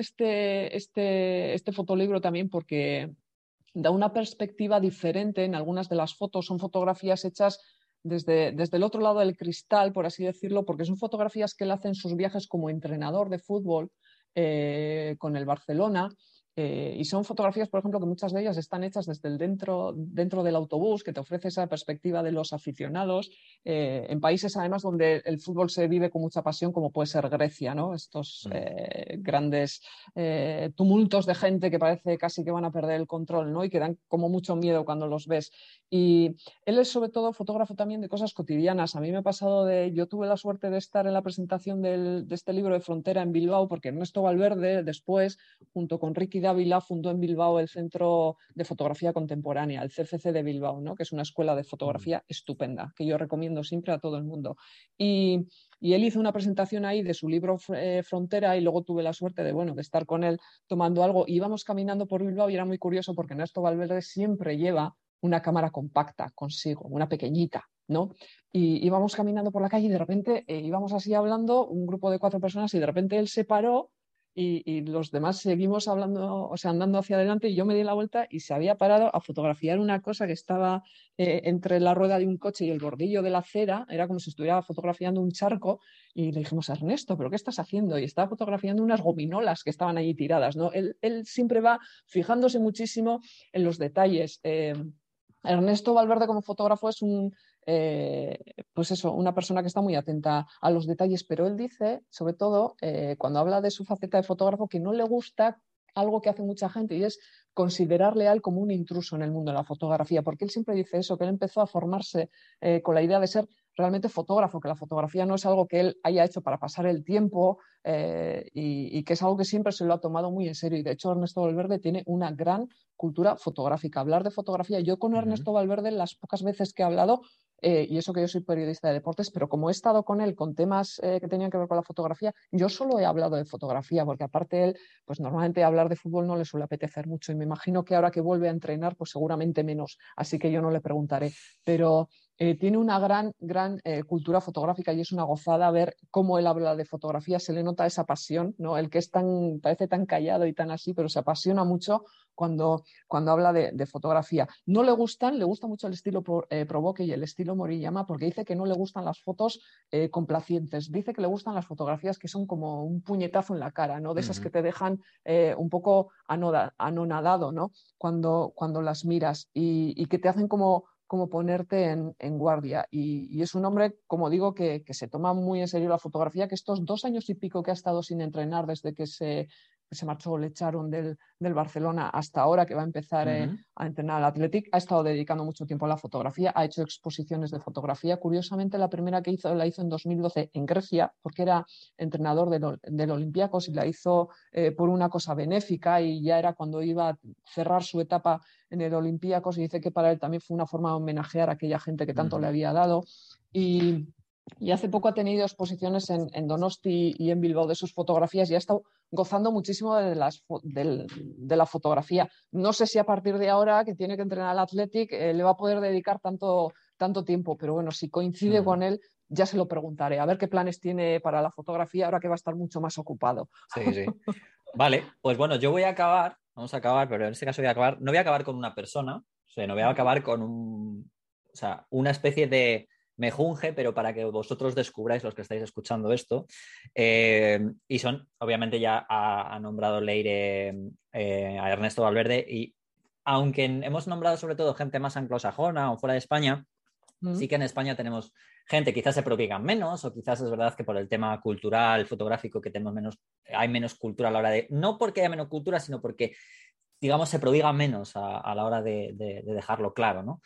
este fotolibro también porque da una perspectiva diferente en algunas de las fotos. Son fotografías hechas desde el otro lado del cristal, por así decirlo, porque son fotografías que él hace en sus viajes como entrenador de fútbol con el Barcelona. Y son fotografías, por ejemplo, que muchas de ellas están hechas desde el dentro del autobús, que te ofrece esa perspectiva de los aficionados, en países además donde el fútbol se vive con mucha pasión, como puede ser Grecia, ¿no? Estos grandes tumultos de gente que parece casi que van a perder el control, ¿no? Y que dan como mucho miedo cuando los ves. Y él es sobre todo fotógrafo también de cosas cotidianas. A mí me ha pasado yo tuve la suerte de estar en la presentación de este libro de Frontera en Bilbao, porque Ernesto Valverde después, junto con Ricky Dávila, fundó en Bilbao el Centro de Fotografía Contemporánea, el CFC de Bilbao, ¿no? Que es una escuela de fotografía estupenda, que yo recomiendo siempre a todo el mundo. Y él hizo una presentación ahí de su libro Frontera y luego tuve la suerte de estar con él tomando algo. Y íbamos caminando por Bilbao y era muy curioso porque Ernesto Valverde siempre lleva una cámara compacta consigo, una pequeñita, ¿no? Y íbamos caminando por la calle y de repente íbamos así hablando, un grupo de 4 personas, y de repente él se paró y los demás seguimos hablando, o sea, andando hacia adelante, y yo me di la vuelta y se había parado a fotografiar una cosa que estaba entre la rueda de un coche y el bordillo de la acera. Era como si estuviera fotografiando un charco, y le dijimos: Ernesto, ¿pero qué estás haciendo? Y estaba fotografiando unas gominolas que estaban allí tiradas, ¿no? Él siempre va fijándose muchísimo en los detalles. Ernesto Valverde como fotógrafo es pues eso, una persona que está muy atenta a los detalles, pero él dice, sobre todo, cuando habla de su faceta de fotógrafo, que no le gusta algo que hace mucha gente, y es considerarle a él como un intruso en el mundo de la fotografía, porque él siempre dice eso, que él empezó a formarse con la idea de ser realmente fotógrafo, que la fotografía no es algo que él haya hecho para pasar el tiempo, y que es algo que siempre se lo ha tomado muy en serio. Y de hecho Ernesto Valverde tiene una gran cultura fotográfica. Hablar de fotografía, yo con Ernesto Valverde las pocas veces que he hablado, y eso que yo soy periodista de deportes, pero como he estado con él con temas que tenían que ver con la fotografía, yo solo he hablado de fotografía, porque aparte él, pues normalmente hablar de fútbol no le suele apetecer mucho, y me imagino que ahora que vuelve a entrenar, pues seguramente menos, así que yo no le preguntaré, pero tiene una gran cultura fotográfica, y es una gozada ver cómo él habla de fotografía. Se le nota esa pasión, ¿no? El que parece tan callado y tan así, pero se apasiona mucho cuando habla de fotografía. No le gusta mucho el estilo Provoque y el estilo Moriyama, porque dice que no le gustan las fotos complacientes. Dice que le gustan las fotografías que son como un puñetazo en la cara, ¿no? De esas que te dejan un poco anonadado, ¿no? Cuando las miras, y que te hacen como ponerte en guardia. Y es un hombre, como digo, que se toma muy en serio la fotografía, que estos 2 años y pico que ha estado sin entrenar desde que se marchó, le echaron del Barcelona, hasta ahora que va a empezar a entrenar al Athletic, ha estado dedicando mucho tiempo a la fotografía, ha hecho exposiciones de fotografía. Curiosamente, la primera que hizo la hizo en 2012 en Grecia, porque era entrenador del Olympiacos, y la hizo por una cosa benéfica, y ya era cuando iba a cerrar su etapa en el Olympiacos, y dice que para él también fue una forma de homenajear a aquella gente que tanto le había dado. Y hace poco ha tenido exposiciones en Donosti y en Bilbao de sus fotografías, y ha estado gozando muchísimo de la fotografía. No sé si a partir de ahora, que tiene que entrenar al Athletic, le va a poder dedicar tanto tiempo, pero bueno, si coincide con él, ya se lo preguntaré, a ver qué planes tiene para la fotografía ahora que va a estar mucho más ocupado. Sí, sí. Vale, pues bueno, yo vamos a acabar, pero en este caso no voy a acabar con una persona, o sea, no voy a acabar con una especie de mejunje, pero para que vosotros descubráis, los que estáis escuchando esto. Y son, obviamente ya ha nombrado Leire a Ernesto Valverde, y aunque hemos nombrado sobre todo gente más anglosajona o fuera de España, sí que en España tenemos gente, quizás se prodigan menos, o quizás es verdad que por el tema cultural, fotográfico, que tenemos hay menos cultura a la hora no porque haya menos cultura, sino porque, digamos, se prodiga menos a la hora de dejarlo claro, ¿no?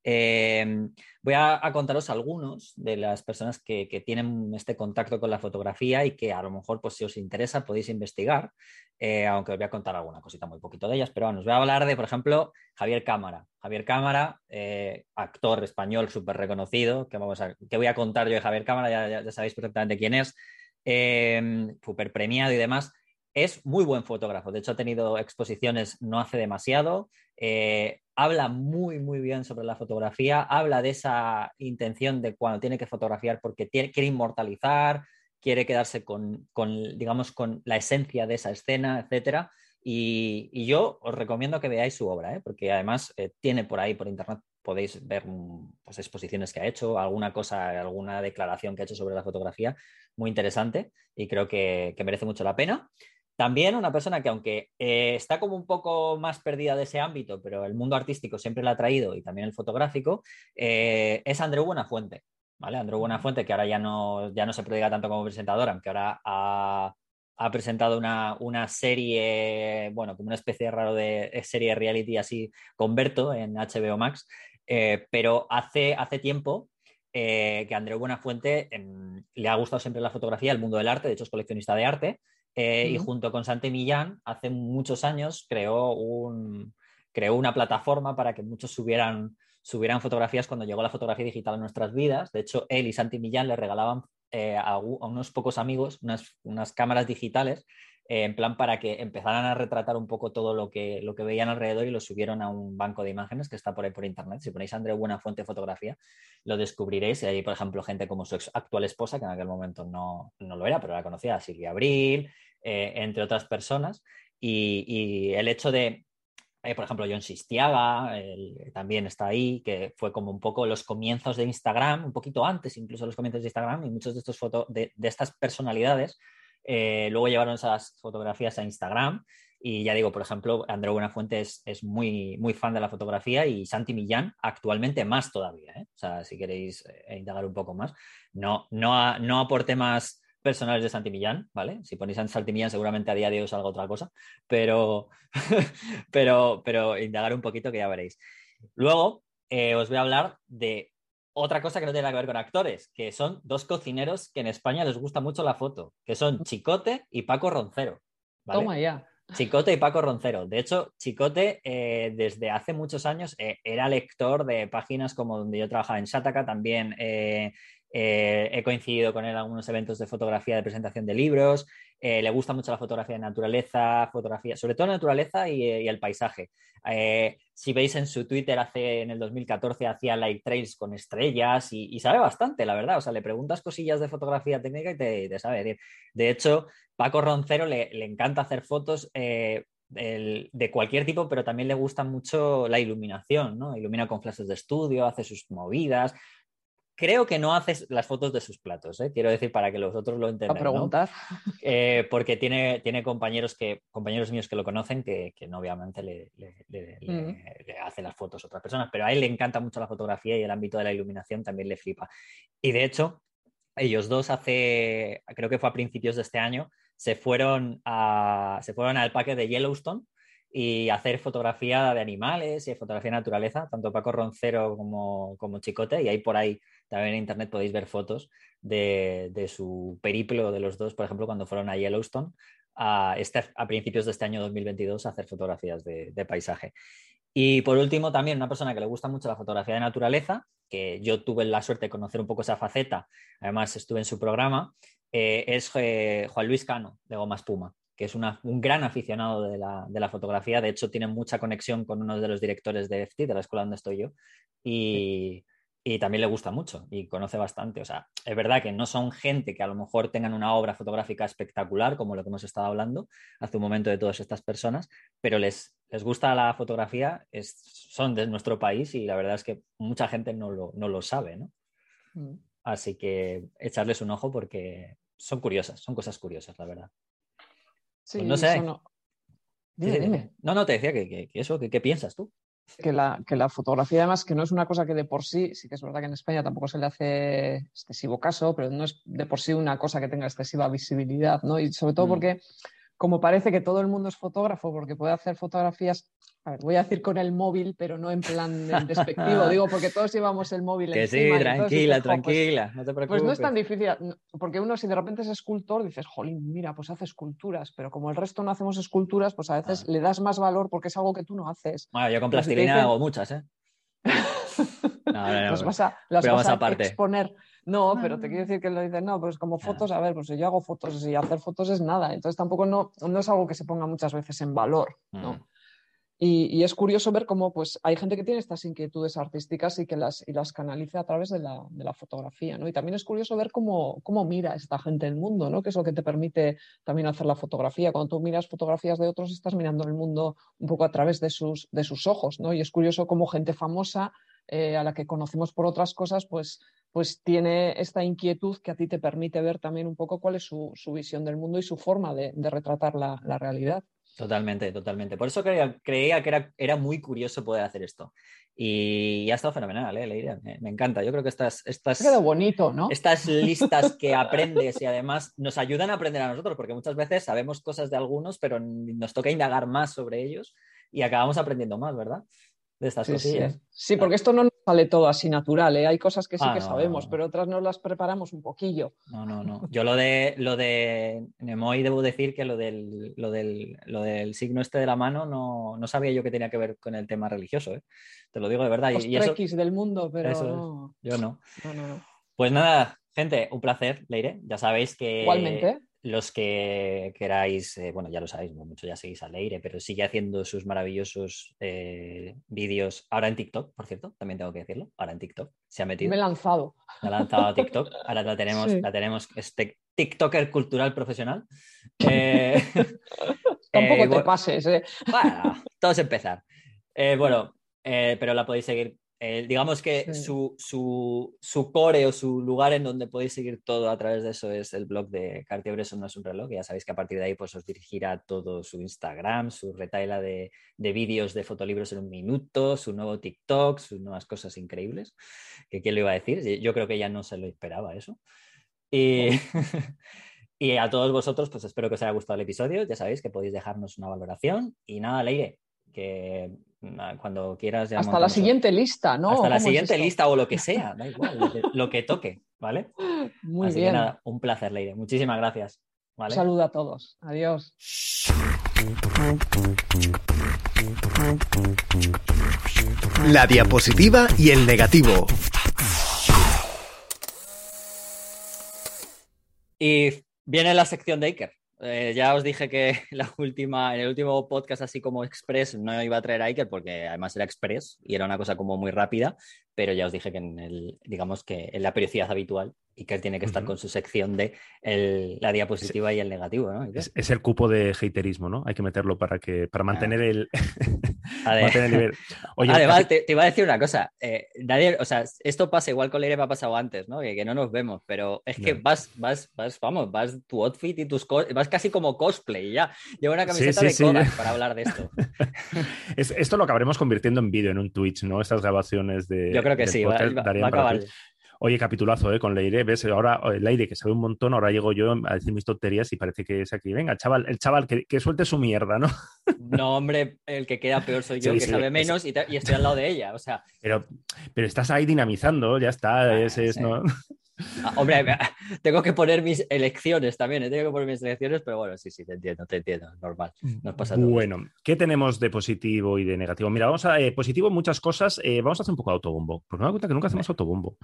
Voy a contaros algunos de las personas que tienen este contacto con la fotografía, y que a lo mejor, pues si os interesa, podéis investigar, aunque os voy a contar alguna cosita muy poquito de ellas, pero bueno, os voy a hablar de, por ejemplo, Javier Cámara. Javier Cámara, actor español súper reconocido, que voy a contar yo de Javier Cámara, ya sabéis perfectamente quién es. súper premiado y demás. Es muy buen fotógrafo, de hecho ha tenido exposiciones no hace demasiado, habla muy, muy bien sobre la fotografía, habla de esa intención de cuando tiene que fotografiar porque quiere inmortalizar, quiere quedarse digamos, con la esencia de esa escena, etcétera. Y yo os recomiendo que veáis su obra, porque además tiene por ahí, por internet, podéis ver pues, exposiciones que ha hecho, alguna cosa, alguna declaración que ha hecho sobre la fotografía, muy interesante y creo que merece mucho la pena. También una persona que aunque está como un poco más perdida de ese ámbito, pero el mundo artístico siempre la ha traído y también el fotográfico, es Andreu Buenafuente, ¿vale? Andreu Buenafuente, que ahora ya no se prodiga tanto como presentador, aunque ahora ha presentado una serie, bueno, como una especie de raro de serie de reality así con Berto en HBO Max, pero hace tiempo que Andreu Buenafuente le ha gustado siempre la fotografía, el mundo del arte, de hecho es coleccionista de arte, y junto con Santi Millán, hace muchos años creó una plataforma para que muchos subieran fotografías cuando llegó la fotografía digital a nuestras vidas. De hecho, él y Santi Millán le regalaban a unos pocos amigos unas cámaras digitales en plan para que empezaran a retratar un poco todo lo que veían alrededor y lo subieron a un banco de imágenes que está por ahí por internet. Si ponéis Andreu Buenafuente fotografía, lo descubriréis. Y hay, por ejemplo, gente como su actual esposa, que en aquel momento no lo era, pero la conocía, Silvia Abril, entre otras personas. Y el hecho de, por ejemplo, John Sistiaga también está ahí, que fue como un poco los comienzos de Instagram, un poquito antes incluso los comienzos de Instagram, y muchos de estos de estas personalidades luego llevaron esas fotografías a Instagram. Y ya digo, por ejemplo, Andreu Buenafuente es muy, muy fan de la fotografía y Santi Millán actualmente más todavía, ¿eh? O sea, si queréis indagar un poco más. No por temas personales de Santi Millán, ¿vale? Si ponéis a Santi Millán seguramente a día de hoy salga otra cosa, pero, pero indagar un poquito que ya veréis. Luego os voy a hablar de otra cosa que no tiene nada que ver con actores, que son dos cocineros que en España les gusta mucho la foto, que son Chicote y Paco Roncero, ¿vale? Toma ya. Chicote y Paco Roncero. De hecho, Chicote desde hace muchos años era lector de páginas como donde yo trabajaba en Shataka, también he coincidido con él en algunos eventos de fotografía de presentación de libros, le gusta mucho la fotografía de naturaleza, sobre todo naturaleza y el paisaje. Si veis en su Twitter, en el 2014 hacía light trails con estrellas y sabe bastante, la verdad. O sea, le preguntas cosillas de fotografía técnica y te sabe decir. De hecho, Paco Roncero le encanta hacer fotos de cualquier tipo, pero también le gusta mucho la iluminación, ¿no? Ilumina con flashes de estudio, hace sus movidas. Creo que no hace las fotos de sus platos, quiero decir, para que los otros lo entendáis, ¿no? Porque tiene compañeros míos que lo conocen que no, obviamente le hacen las fotos a otras personas, pero a él le encanta mucho la fotografía y el ámbito de la iluminación también le flipa. Y de hecho, ellos dos creo que fue a principios de este año, se fueron al parque de Yellowstone y hacer fotografía de animales y fotografía de naturaleza, tanto Paco Roncero como Chicote, y ahí por ahí también en internet podéis ver fotos de su periplo de los dos, por ejemplo, cuando fueron a Yellowstone a principios de este año 2022 a hacer fotografías de paisaje. Y por último, también una persona que le gusta mucho la fotografía de naturaleza, que yo tuve la suerte de conocer un poco esa faceta, además estuve en su programa, es Juan Luis Cano, de Goma Espuma, que es un gran aficionado de la fotografía. De hecho, tiene mucha conexión con uno de los directores de EFTI, de la escuela donde estoy yo, y también le gusta mucho y conoce bastante. O sea, es verdad que no son gente que a lo mejor tengan una obra fotográfica espectacular, como lo que hemos estado hablando hace un momento de todas estas personas, pero les gusta la fotografía, son de nuestro país y la verdad es que mucha gente no lo sabe, ¿no? Así que echarles un ojo porque son curiosas, son cosas curiosas, la verdad. Sí, pues no sé. Dime. No, te decía que eso, ¿qué piensas tú? Que la fotografía, además, que no es una cosa que de por sí que es verdad que en España tampoco se le hace excesivo caso, pero no es de por sí una cosa que tenga excesiva visibilidad, ¿no? Y sobre todo porque, como parece que todo el mundo es fotógrafo, porque puede hacer fotografías, a ver, voy a decir con el móvil, pero no en plan despectivo, digo, porque todos llevamos el móvil que encima. Sí, tranquila, pues, no te preocupes. Pues no es tan difícil, porque uno si de repente es escultor, dices, jolín, mira, pues hace esculturas, pero como el resto no hacemos esculturas, pues a veces le das más valor porque es algo que tú no haces. Bueno, yo con plastilina hago muchas, las vas a exponer. No, pero te quiero decir que lo dicen, no, pues como fotos, a ver, pues yo hago fotos y hacer fotos es nada. Entonces tampoco no es algo que se ponga muchas veces en valor, ¿no? Y es curioso ver cómo pues, hay gente que tiene estas inquietudes artísticas y que las canaliza a través de la fotografía, ¿no? Y también es curioso ver cómo mira esta gente el mundo, ¿no? Que es lo que te permite también hacer la fotografía. Cuando tú miras fotografías de otros, estás mirando el mundo un poco a través de sus ojos, ¿no? Y es curioso cómo gente famosa, a la que conocemos por otras cosas, pues tiene esta inquietud que a ti te permite ver también un poco cuál es su visión del mundo y su forma de retratar la realidad. Totalmente, totalmente. Por eso creía que era muy curioso poder hacer esto. Y ha estado fenomenal, Leire. Me encanta. Yo creo que Ha quedado bonito, ¿no? estas listas que aprendes y además nos ayudan a aprender a nosotros, porque muchas veces sabemos cosas de algunos, pero nos toca indagar más sobre ellos y acabamos aprendiendo más, ¿verdad? De estas cosillas. Sí, porque esto no nos sale todo así natural, ¿eh? Hay cosas que sí que no, sabemos, no. pero otras nos las preparamos un poquillo. No. Yo lo de Nimoy debo decir que lo del signo este de la mano no sabía yo que tenía que ver con el tema religioso, ¿eh? Te lo digo de verdad. Los Y eso, trequis del mundo, pero eso no. yo no. No. Pues nada, gente, un placer, Leire. Ya sabéis que Igualmente. los que queráis, bueno, ya lo sabéis, mucho ya seguís a Leire, pero sigue haciendo sus maravillosos vídeos ahora en TikTok, por cierto, también tengo que decirlo, ahora en TikTok se ha metido. Me he lanzado. Se ha lanzado a TikTok, ahora Sí. la tenemos, este TikToker cultural profesional. Tampoco te Bueno, pases, ¿eh? bueno, todo es empezar. Pero la podéis seguir. Digamos que Sí. su core o su lugar en donde podéis seguir todo a través de eso es el blog de Cartier-Bresson no es un reloj. Y ya sabéis que a partir de ahí pues, os dirigirá todo su Instagram, su retaila de vídeos de fotolibros en un minuto, su nuevo TikTok, sus nuevas cosas increíbles. Que quién lo iba a decir. Yo creo que ella no se lo esperaba eso. Y, y a todos vosotros, pues espero que os haya gustado el episodio. Ya sabéis que podéis dejarnos una valoración. Y nada, Leire, que cuando quieras ya Hasta la siguiente lista, ¿no? hasta la ¿Cómo es siguiente esto? lista o lo que sea, da igual, lo que toque, ¿vale? Muy Así que bien. nada, un placer, Leire. Muchísimas gracias. Un ¿Vale? saludo a todos. Adiós. La diapositiva y el negativo. Y viene la sección de Iker. Ya os dije que en el último podcast así como Express no iba a traer a Iker porque además era Express y era una cosa como muy rápida, pero ya os dije que digamos que en la periodicidad habitual Iker tiene que estar con su sección de la diapositiva y el negativo, ¿no? Es el cupo de haterismo, ¿no? Hay que meterlo para mantener el mantener el nivel. Oye, además, te iba a decir una cosa. Nadie, o sea, esto pasa igual con Leire me ha pasado antes, ¿no? Que no nos vemos, pero es que vas tu outfit y vas casi como cosplay ya. Lleva una camiseta de Kodak para hablar de esto. Esto lo acabaremos convirtiendo en vídeo, en un Twitch, ¿no? Estas grabaciones de. Yo creo que sí, va a acabar. Oye, capitulazo, con Leire. ¿Ves? Ahora Leire, que sabe un montón, ahora llego yo a decir mis tonterías y parece que es aquí. Venga, el chaval que suelte su mierda, ¿no? No, hombre, el que queda peor soy yo, que sabe menos y estoy al lado de ella. O sea. Pero estás ahí dinamizando, ya está. ¿no? Hombre, tengo que poner mis elecciones también, tengo que poner mis elecciones, pero bueno, sí, te entiendo, normal. Nos pasa todo. Bueno, ¿qué tenemos de positivo y de negativo? Mira, vamos a positivo muchas cosas. Vamos a hacer un poco de autobombo, porque me doy cuenta que nunca hacemos autobombo.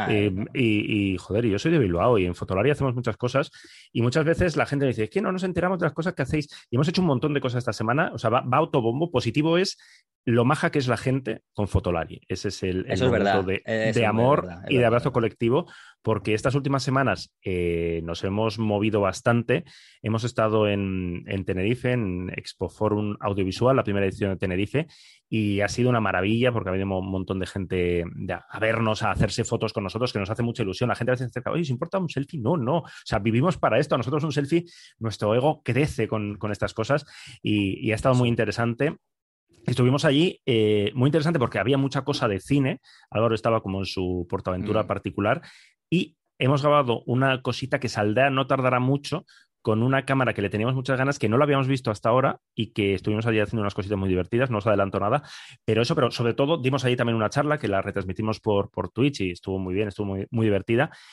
Joder, yo soy de Bilbao y en Fotolari hacemos muchas cosas y muchas veces la gente me dice, es que no nos enteramos de las cosas que hacéis y hemos hecho un montón de cosas esta semana. O sea, va autobombo. Positivo es lo maja que es la gente con Fotolari. Ese es el momento de amor y de abrazo colectivo, porque estas últimas semanas nos hemos movido bastante. Hemos estado en Tenerife, en Expo Forum Audiovisual, la primera edición de Tenerife, y ha sido una maravilla porque ha venido un montón de gente a vernos, a hacerse fotos con nosotros, que nos hace mucha ilusión. La gente a veces se acerca, oye, ¿os importa un selfie? No. O sea, vivimos para esto. A nosotros un selfie, nuestro ego crece con estas cosas y ha estado muy interesante. Estuvimos allí, muy interesante porque había mucha cosa de cine. Álvaro estaba como en su portaventura particular y hemos grabado una cosita que saldrá, no tardará mucho, con una cámara que le teníamos muchas ganas, que no la habíamos visto hasta ahora y que estuvimos allí haciendo unas cositas muy divertidas, no os adelanto nada, pero sobre todo dimos allí también una charla que la retransmitimos por Twitch y estuvo muy bien, estuvo muy, muy divertida.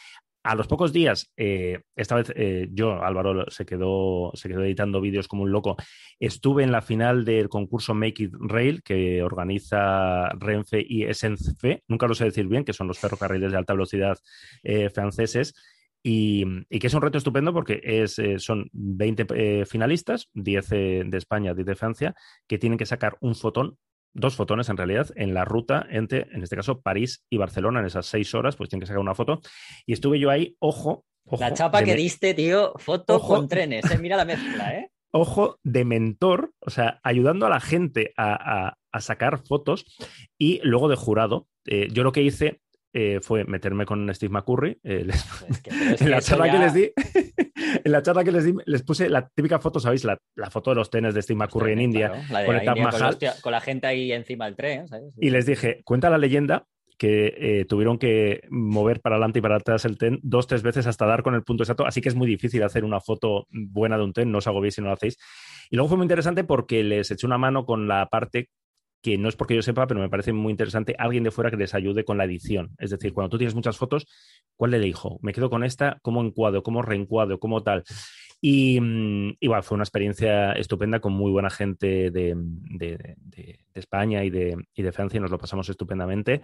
a los pocos días, esta vez Álvaro se quedó editando vídeos como un loco. Estuve en la final del concurso Make It Rail que organiza Renfe y SNCF, nunca lo sé decir bien, que son los ferrocarriles de alta velocidad franceses. Y que es un reto estupendo porque son 20 finalistas, 10 de España, 10 de Francia, que tienen que sacar un fotón, 2 fotones en realidad, en la ruta entre, en este caso, París y Barcelona. En esas 6 horas, pues tienen que sacar una foto. Y estuve yo ahí, ojo. La chapa que diste, tío, foto con trenes. Mira la mezcla, ¿eh? Ojo de mentor, o sea, ayudando a la gente a sacar fotos y luego de jurado. Yo lo que hice fue meterme con Steve McCurry. En la charla que les di, en la charla que les di, les puse la típica foto, ¿sabéis? La foto de los trenes de Steve McCurry en India, claro, la de con el Taj Mahal. Con la gente ahí encima del tren, ¿sabes? Y les dije, cuenta la leyenda que tuvieron que mover para adelante y para atrás el tren 2-3 veces hasta dar con el punto exacto, así que es muy difícil hacer una foto buena de un tren, no os agobiéis si no lo hacéis. Y luego fue muy interesante porque les eché una mano con la parte que no es porque yo sepa, pero me parece muy interesante, alguien de fuera que les ayude con la edición. Es decir, cuando tú tienes muchas fotos, ¿cuál le elijo? ¿Me quedo con esta? ¿Cómo encuadro? ¿Cómo reencuadro? ¿Cómo tal? Y bueno, fue una experiencia estupenda con muy buena gente de España y de Francia, y nos lo pasamos estupendamente.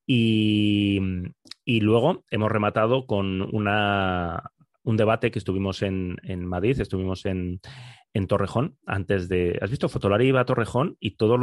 Y luego hemos rematado con un debate que estuvimos en Madrid, estuvimos en Torrejón, antes de... ¿Has visto? Fotolari iba a Torrejón y todos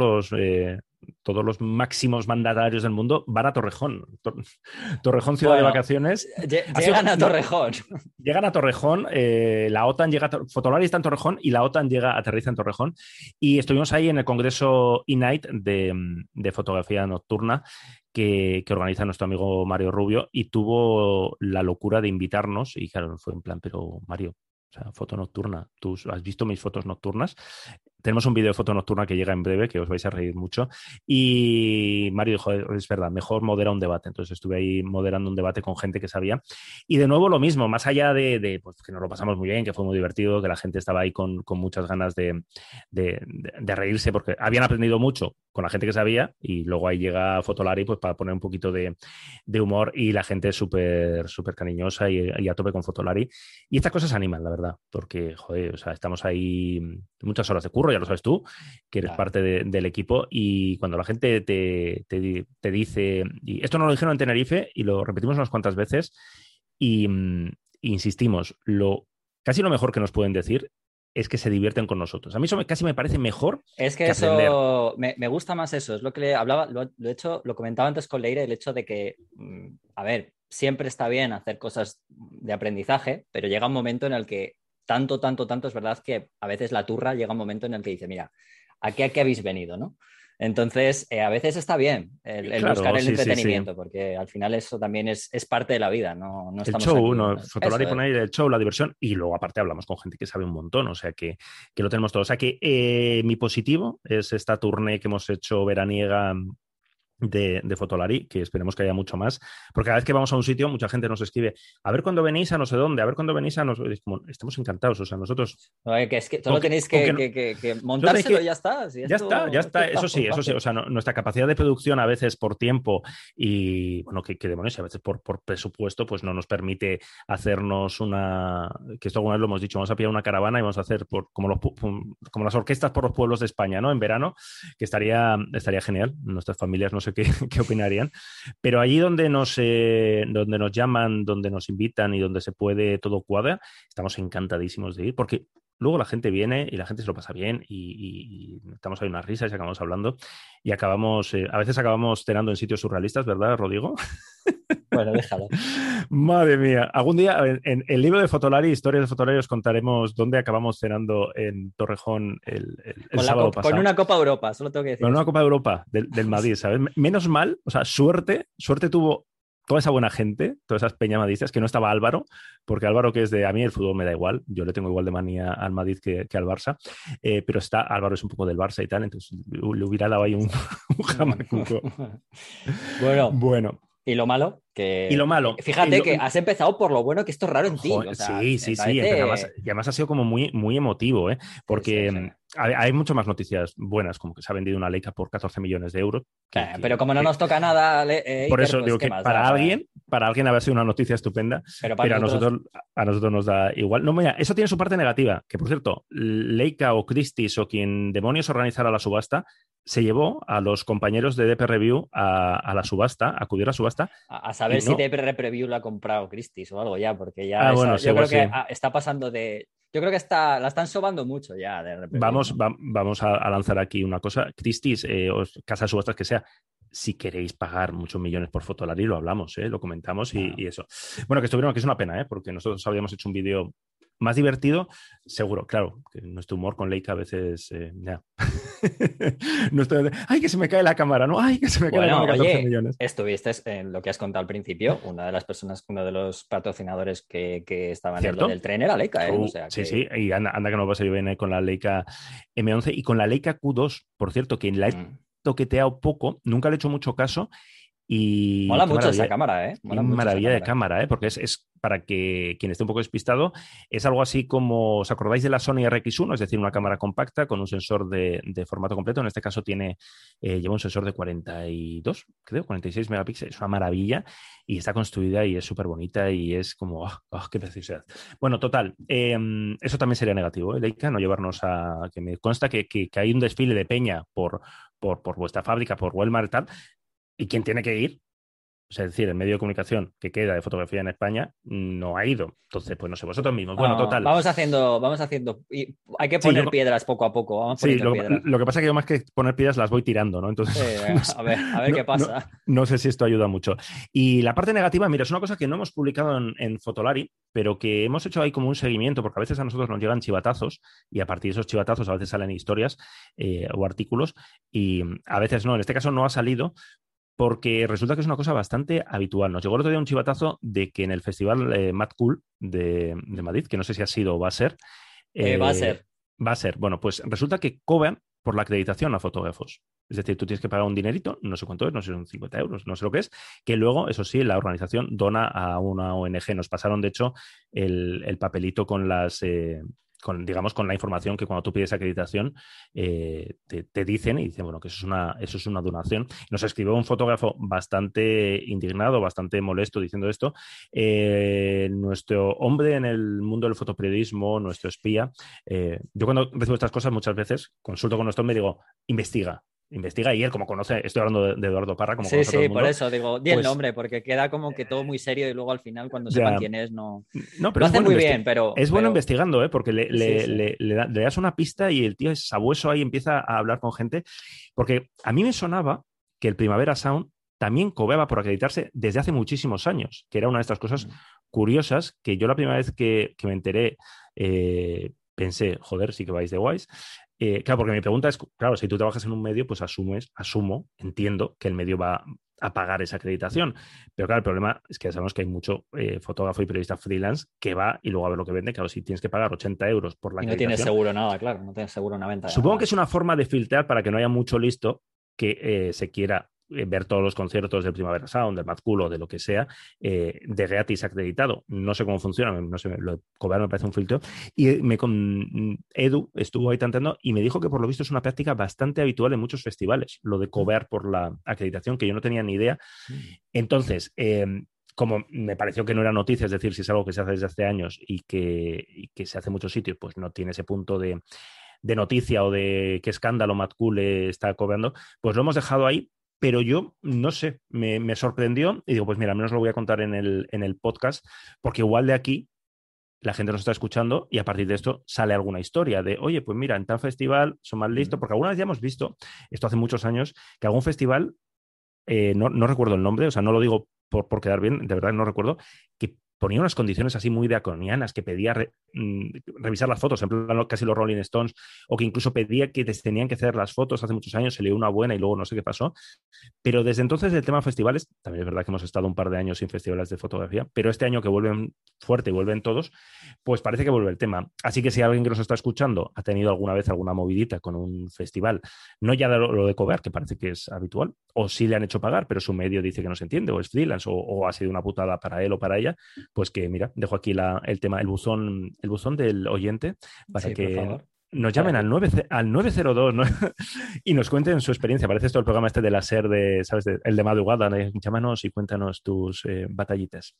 los máximos mandatarios del mundo van a Torrejón. Torrejón, ciudad de vacaciones. Llegan a Torrejón. Llegan a Torrejón, la OTAN llega Fotolari está en Torrejón y la OTAN aterriza en Torrejón. Y estuvimos ahí en el congreso E-Night de fotografía nocturna que organiza nuestro amigo Mario Rubio, y tuvo la locura de invitarnos, y claro, fue en plan, pero Mario, o sea, foto nocturna, ¿tú has visto mis fotos nocturnas? Tenemos un vídeo de foto nocturna que llega en breve, que os vais a reír mucho. Y Mario dijo, es verdad, mejor modera un debate. Entonces estuve ahí moderando un debate con gente que sabía. Y de nuevo lo mismo, más allá de pues, que nos lo pasamos muy bien, que fue muy divertido, que la gente estaba ahí con muchas ganas de reírse, porque habían aprendido mucho con la gente que sabía, y luego ahí llega Fotolari pues, para poner un poquito de humor, y la gente es súper cariñosa y a tope con Fotolari. Y estas cosas animan, la verdad, porque, joder, o sea, estamos ahí muchas horas de curro, ya lo sabes tú, que eres parte del equipo, y cuando la gente te dice, y esto nos lo dijeron en Tenerife y lo repetimos unas cuantas veces, y insistimos, casi lo mejor que nos pueden decir es que se divierten con nosotros. A mí eso casi me parece mejor. Es que eso me gusta más eso, es lo que le hablaba, lo comentaba antes con Leire, el hecho de que, a ver, siempre está bien hacer cosas de aprendizaje, pero llega un momento en el que tanto, es verdad que a veces la turra llega un momento en el que dice, mira, ¿a qué habéis venido, no? Entonces, a veces está bien el claro, buscar el entretenimiento, sí. Porque al final eso también es parte de la vida, no estamos el show, aquí, ¿no? Fotolari pone ahí el show, la diversión, y luego aparte hablamos con gente que sabe un montón, o sea que lo tenemos todo. O sea que mi positivo es esta tournée que hemos hecho veraniega de Fotolari, que esperemos que haya mucho más, porque cada vez que vamos a un sitio mucha gente nos escribe, a ver cuándo venís a no sé dónde, a ver cuándo venís a no sé... Como, estamos encantados, o sea, nosotros... Que es que solo tenéis que montárselo y ya está. Si ya está, eso sí, o sea, nuestra capacidad de producción a veces por tiempo y, bueno, que demonios, a veces por presupuesto, pues no nos permite hacernos que esto alguna vez lo hemos dicho, vamos a pillar una caravana y vamos a hacer como las orquestas por los pueblos de España, ¿no? En verano, que estaría genial, nuestras familias no sé qué opinarían, pero allí donde nos llaman, donde nos invitan y donde se puede, todo cuadra, estamos encantadísimos de ir, porque luego la gente viene y la gente se lo pasa bien y estamos ahí unas risas y acabamos hablando y a veces acabamos cenando en sitios surrealistas, ¿verdad, Rodrigo? Bueno, déjalo. Madre mía. Algún día en el libro de Fotolari, Historias de Fotolari, os contaremos dónde acabamos cenando en Torrejón el sábado pasado. Con una Copa Europa, solo tengo que decir. Con una Copa Europa del Madrid, ¿sabes? Menos mal, o sea, suerte tuvo toda esa buena gente, todas esas peñamadistas, que no estaba Álvaro, porque Álvaro, que es a mí el fútbol me da igual, yo le tengo igual de manía al Madrid que al Barça, pero Álvaro es un poco del Barça y tal, entonces le hubiera dado ahí un jamacuco. Bueno. ¿Y lo malo? Y lo malo. Fíjate que has empezado por lo bueno, que esto es raro en ti. O sea, sí. Y además ha sido como muy, muy emotivo, ¿eh? Porque sí. Hay muchas más noticias buenas, como que se ha vendido una Leica por 14 millones de euros. Pero como no nos toca nada, por eso digo que para alguien haber sido una noticia estupenda, pero a nosotros nos da igual. No, mira, eso tiene su parte negativa, que por cierto, Leica o Christie's o quien demonios organizara la subasta, se llevó a los compañeros de DP Review a la subasta, a acudir a la subasta. A saber si DP Review la ha comprado Christie's o algo ya, porque ya bueno, yo creo que está pasando de... Yo creo que la están sobando mucho ya de DP Review. Vamos a lanzar aquí una cosa. Christie's, casa de subastas que sea, si queréis pagar muchos millones por Fotolari, lo hablamos, lo comentamos y eso. Bueno, que estuvieron, que es una pena, porque nosotros habíamos hecho un vídeo más divertido, seguro, claro, que nuestro humor con Leica a veces, ¡ay, que se me cae la cámara! ¿No? ¡Ay, que se me cae la cámara! 14 millones. Estuviste en lo que has contado al principio, una de las personas, uno de los patrocinadores que estaban en lo del tren era Leica, ¿eh? O sea, sí, y anda que no pasa yo bien con la Leica M11 y con la Leica Q2, por cierto, que la he toqueteado poco, nunca le he hecho mucho caso. Y mola mucho esa cámara, ¿eh? Mola mucho maravilla de cámara, porque es para que quien esté un poco despistado, es algo así como, ¿os acordáis de la Sony RX1? Es decir, una cámara compacta con un sensor de formato completo. En este caso lleva un sensor de 42, creo, 46 megapíxeles. Es una maravilla y está construida y es súper bonita y es como, qué preciosidad. Bueno, total, eso también sería negativo, Leica, no llevarnos a... Que me consta que hay un desfile de peña por vuestra fábrica, por Walmart y tal. ¿Y quién tiene que ir? O sea, es decir, el medio de comunicación que queda de fotografía en España no ha ido. Entonces, pues no sé, vosotros mismos. Bueno, total. Vamos haciendo. Y hay que poner piedras poco a poco. Vamos lo que pasa es que yo más que poner piedras las voy tirando, ¿no? Entonces, a ver qué pasa. No sé si esto ayuda mucho. Y la parte negativa, mira, es una cosa que no hemos publicado en Fotolari, pero que hemos hecho ahí como un seguimiento, porque a veces a nosotros nos llegan chivatazos y a partir de esos chivatazos a veces salen historias o artículos y a veces no. En este caso no ha salido, porque resulta que es una cosa bastante habitual. Nos llegó el otro día un chivatazo de que en el festival Mad Cool de Madrid, que no sé si ha sido o va a ser. Va a ser. Va a ser. Bueno, pues resulta que cobran por la acreditación a fotógrafos. Es decir, tú tienes que pagar un dinerito, no sé cuánto es, no sé si son 50 euros, no sé lo que es, que luego, eso sí, la organización dona a una ONG. Nos pasaron, de hecho, el papelito con las... digamos, con la información que cuando tú pides acreditación te dicen y dicen, bueno, que eso es una donación. Nos escribió un fotógrafo bastante indignado, bastante molesto diciendo esto. Nuestro hombre en el mundo del fotoperiodismo, nuestro espía, yo cuando recibo estas cosas muchas veces consulto con nuestro hombre y digo, investiga y él, como conoce, estoy hablando de Eduardo Parra, como conoce a todo el mundo, por eso digo, di el nombre, porque queda como que todo muy serio y luego al final cuando sepan quién es, pero lo hacen muy bien, pero... Es bueno investigando, porque le das una pista y el tío es sabueso ahí, empieza a hablar con gente, porque a mí me sonaba que el Primavera Sound también cobraba por acreditarse desde hace muchísimos años, que era una de estas cosas curiosas que yo la primera vez que me enteré pensé, joder, sí que vais de guays. Claro, porque mi pregunta es, claro, si tú trabajas en un medio, pues entiendo que el medio va a pagar esa acreditación. Pero claro, el problema es que ya sabemos que hay mucho fotógrafo y periodista freelance que va y luego a ver lo que vende. Claro, si tienes que pagar 80 euros por la acreditación. Y no tienes seguro nada, claro, no tienes seguro una venta. Supongo que es una forma de filtrar para que no haya mucho listo que se quiera ver todos los conciertos del Primavera Sound, del Mad Cool o de lo que sea, de gratis acreditado. No sé cómo funciona, no sé, lo de cobrar me parece un filtro. Y Edu estuvo ahí tanteando y me dijo que por lo visto es una práctica bastante habitual en muchos festivales, lo de cobrar por la acreditación, que yo no tenía ni idea. Entonces, como me pareció que no era noticia, es decir, si es algo que se hace desde hace años y que se hace en muchos sitios, pues no tiene ese punto de noticia o de qué escándalo Mad Cool está cobrando, pues lo hemos dejado ahí. Pero yo, no sé, me sorprendió y digo, pues mira, al menos lo voy a contar en el podcast, porque igual de aquí la gente nos está escuchando y a partir de esto sale alguna historia de, oye, pues mira, en tal festival son más listos, porque alguna vez ya hemos visto, esto hace muchos años, que algún festival, no recuerdo el nombre, o sea, no lo digo por quedar bien, de verdad no recuerdo, que ponía unas condiciones así muy draconianas, que pedía revisar las fotos, en plan casi los Rolling Stones, o que incluso pedía que tenían que hacer las fotos hace muchos años, se le dio una buena y luego no sé qué pasó. Pero desde entonces el tema festivales, también es verdad que hemos estado un par de años sin festivales de fotografía, pero este año que vuelven fuerte y vuelven todos, pues parece que vuelve el tema. Así que si alguien que nos está escuchando ha tenido alguna vez alguna movidita con un festival, no ya lo de cobrar, que parece que es habitual, o sí le han hecho pagar, pero su medio dice que no se entiende, o es freelance, o ha sido una putada para él o para ella, pues que mira, dejo aquí el tema, el buzón del oyente para que nos llamen al 902 ¿no? y nos cuenten su experiencia. Parece esto el programa este de la SER, ¿sabes? El de madrugada, ¿no? Llámanos y cuéntanos tus batallitas.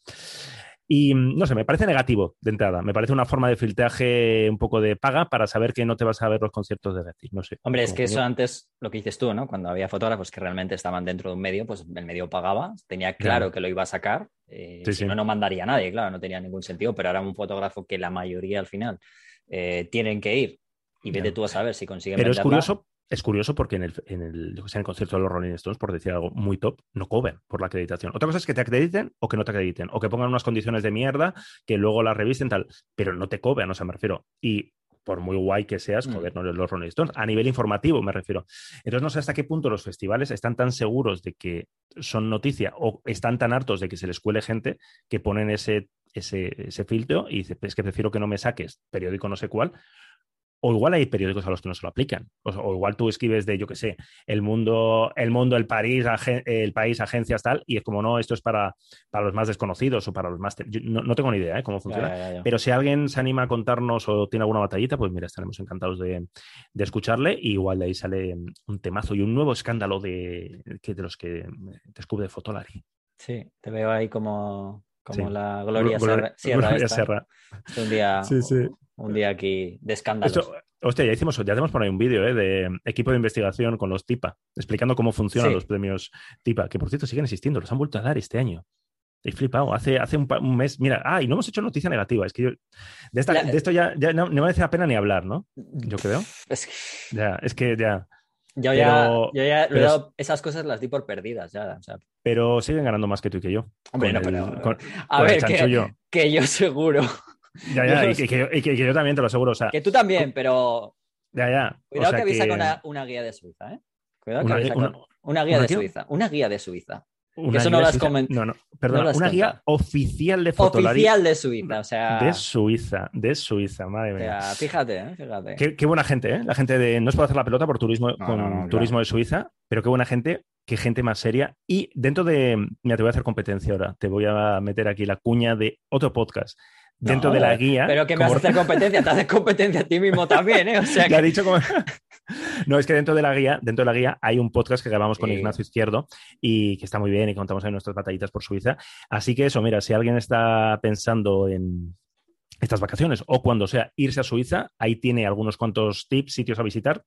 Y no sé, me parece negativo de entrada. Me parece una forma de filtraje un poco de paga para saber que no te vas a ver los conciertos de gratis. No sé. Hombre, es que eso antes, lo que dices tú, ¿no? Cuando había fotógrafos que realmente estaban dentro de un medio, pues el medio pagaba, tenía claro que lo iba a sacar. Si no mandaría a nadie, claro, no tenía ningún sentido. Pero ahora un fotógrafo que la mayoría al final tienen que ir y vete tú a saber si consiguen venderla. Pero es curioso porque en el concierto de los Rolling Stones, por decir algo muy top, no cobran por la acreditación. Otra cosa es que te acrediten o que no te acrediten, o que pongan unas condiciones de mierda que luego las revisen tal, pero no te cobran, o sea, me refiero. Y por muy guay que seas, joder, no eres los Rolling Stones. A nivel informativo me refiero. Entonces no sé hasta qué punto los festivales están tan seguros de que son noticia o están tan hartos de que se les cuele gente que ponen ese filtro y dice, es que prefiero que no me saques periódico no sé cuál. O igual hay periódicos a los que no se lo aplican. O igual tú escribes de, yo qué sé, El Mundo, El País, agencias, tal, y es como, no, esto es para los más desconocidos o para los más... Yo no tengo ni idea cómo funciona. Ya. Pero si alguien se anima a contarnos o tiene alguna batallita, pues mira, estaremos encantados de escucharle. Y igual de ahí sale un temazo y un nuevo escándalo de los que descubre Fotolari. Sí, te veo ahí como sí. La Gloria Serra. Un día... Sí. Un día aquí de escándalos. Hostia, ya hacemos por ahí un vídeo de equipo de investigación con los TIPA, explicando cómo funcionan los premios TIPA, que por cierto siguen existiendo, los han vuelto a dar este año. He flipado, hace un mes. Mira, y no hemos hecho noticia negativa, es que yo de esto ya no merece la pena ni hablar, ¿no? Yo creo. Yo ya esas cosas las di por perdidas ya. O sea. Pero siguen ganando más que tú y que yo. Hombre, a ver, que yo seguro. Y que yo también te lo aseguro. O sea, que tú también, pero. Ya. Cuidado, o sea, que avisa con una guía de Suiza, ¿eh? Cuidado que avisa con una guía de Suiza. Una guía de Suiza. Eso no lo has comentado. No, perdona, una guía oficial de Fotolari. Oficial de Suiza, o sea. De Suiza, madre mía. O sea, fíjate. Qué buena gente, ¿eh? La gente de. No es por hacer la pelota por turismo, turismo de Suiza, pero qué buena gente. Qué gente más seria. Y dentro de. Mira, te voy a hacer competencia ahora. Te voy a meter aquí la cuña de otro podcast. Dentro de la guía. Pero que me vas a hacer competencia, te haces competencia a ti mismo también, ¿eh? O sea que... ha dicho como... No, es que dentro de la guía hay un podcast que grabamos con Ignacio Izquierdo y que está muy bien y contamos ahí nuestras batallitas por Suiza. Así que eso, mira, si alguien está pensando en estas vacaciones o cuando sea irse a Suiza, ahí tiene algunos cuantos tips, sitios a visitar.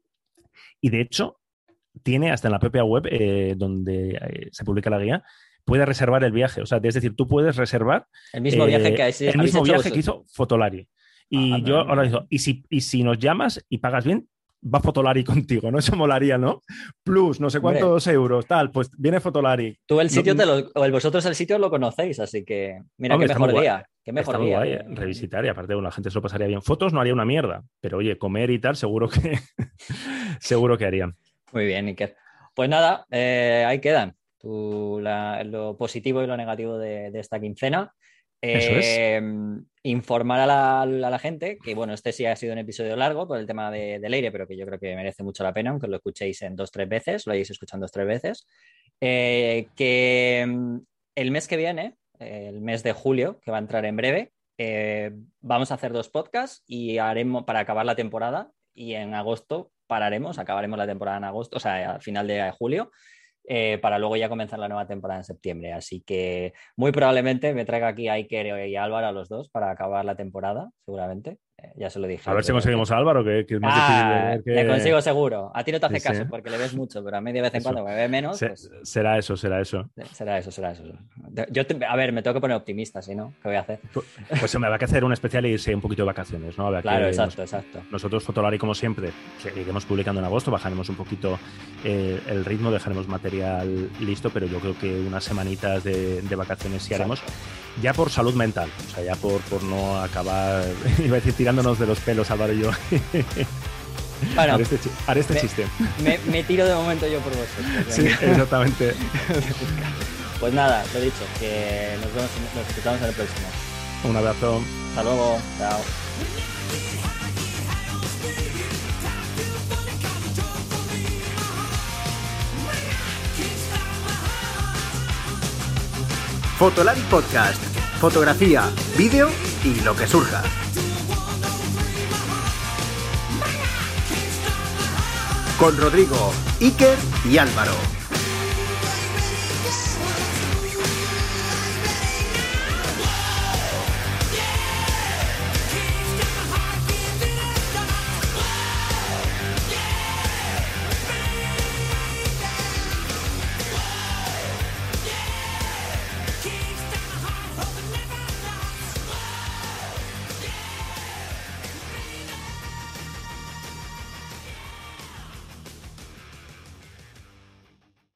Y de hecho, tiene hasta en la propia web donde se publica la guía, puede reservar el viaje. O sea, es decir, tú puedes reservar el mismo viaje que hizo Fotolari. Y yo ahora digo, y si nos llamas y pagas bien, va Fotolari contigo, ¿no? Eso molaría, ¿no? Plus, no sé cuántos euros, tal, pues viene Fotolari. Tú el sitio vosotros el sitio lo conocéis, así que mira, hombre, qué mejor día. Qué mejor día. Guay, revisitar y aparte la gente se lo pasaría bien. Fotos no haría una mierda, pero oye, comer y tal, seguro que harían. Muy bien, Iker. Pues nada, ahí quedan. Lo positivo y lo negativo de esta quincena. Eso es. Informar a la gente que, bueno, este sí ha sido un episodio largo por el tema de Leire, pero que yo creo que merece mucho la pena, aunque lo escuchéis en 2-3 veces, lo hayáis escuchado 2-3 veces. Que el mes que viene, el mes de julio, que va a entrar en breve, vamos a hacer 2 podcasts y haremos para acabar la temporada, y en agosto acabaremos la temporada en agosto, o sea, al final de julio. Para luego ya comenzar la nueva temporada en septiembre. Así que muy probablemente me traiga aquí a Iker y a Álvaro, a los dos, para acabar la temporada, seguramente. Ya se lo dije. A ver si conseguimos a Álvaro, que es más difícil de ver que... Le consigo seguro. A ti no te hace caso porque le ves mucho, pero a mí de vez en cuando me ve menos. Pues... Será eso. Será eso. A ver, me tengo que poner optimista, si no, ¿qué voy a hacer? Pues me va a hacer un especial y irse un poquito de vacaciones, ¿no? Claro, exacto. Nosotros, Fotolari, como siempre, seguiremos publicando en agosto, bajaremos un poquito el ritmo, dejaremos material listo, pero yo creo que unas semanitas de vacaciones sí haremos. ya por salud mental, o sea, ya por no acabar, iba a decir, tirándonos de los pelos, Álvaro y yo. Bueno, haré este chiste. Me tiro de momento yo por vosotros. Sí, exactamente. Pues nada, lo dicho, que nos vemos, nos escuchamos en el próximo. Un abrazo. Hasta luego. Chao. Fotolari Podcast. Fotografía, vídeo y lo que surja. Con Rodrigo, Iker y Álvaro.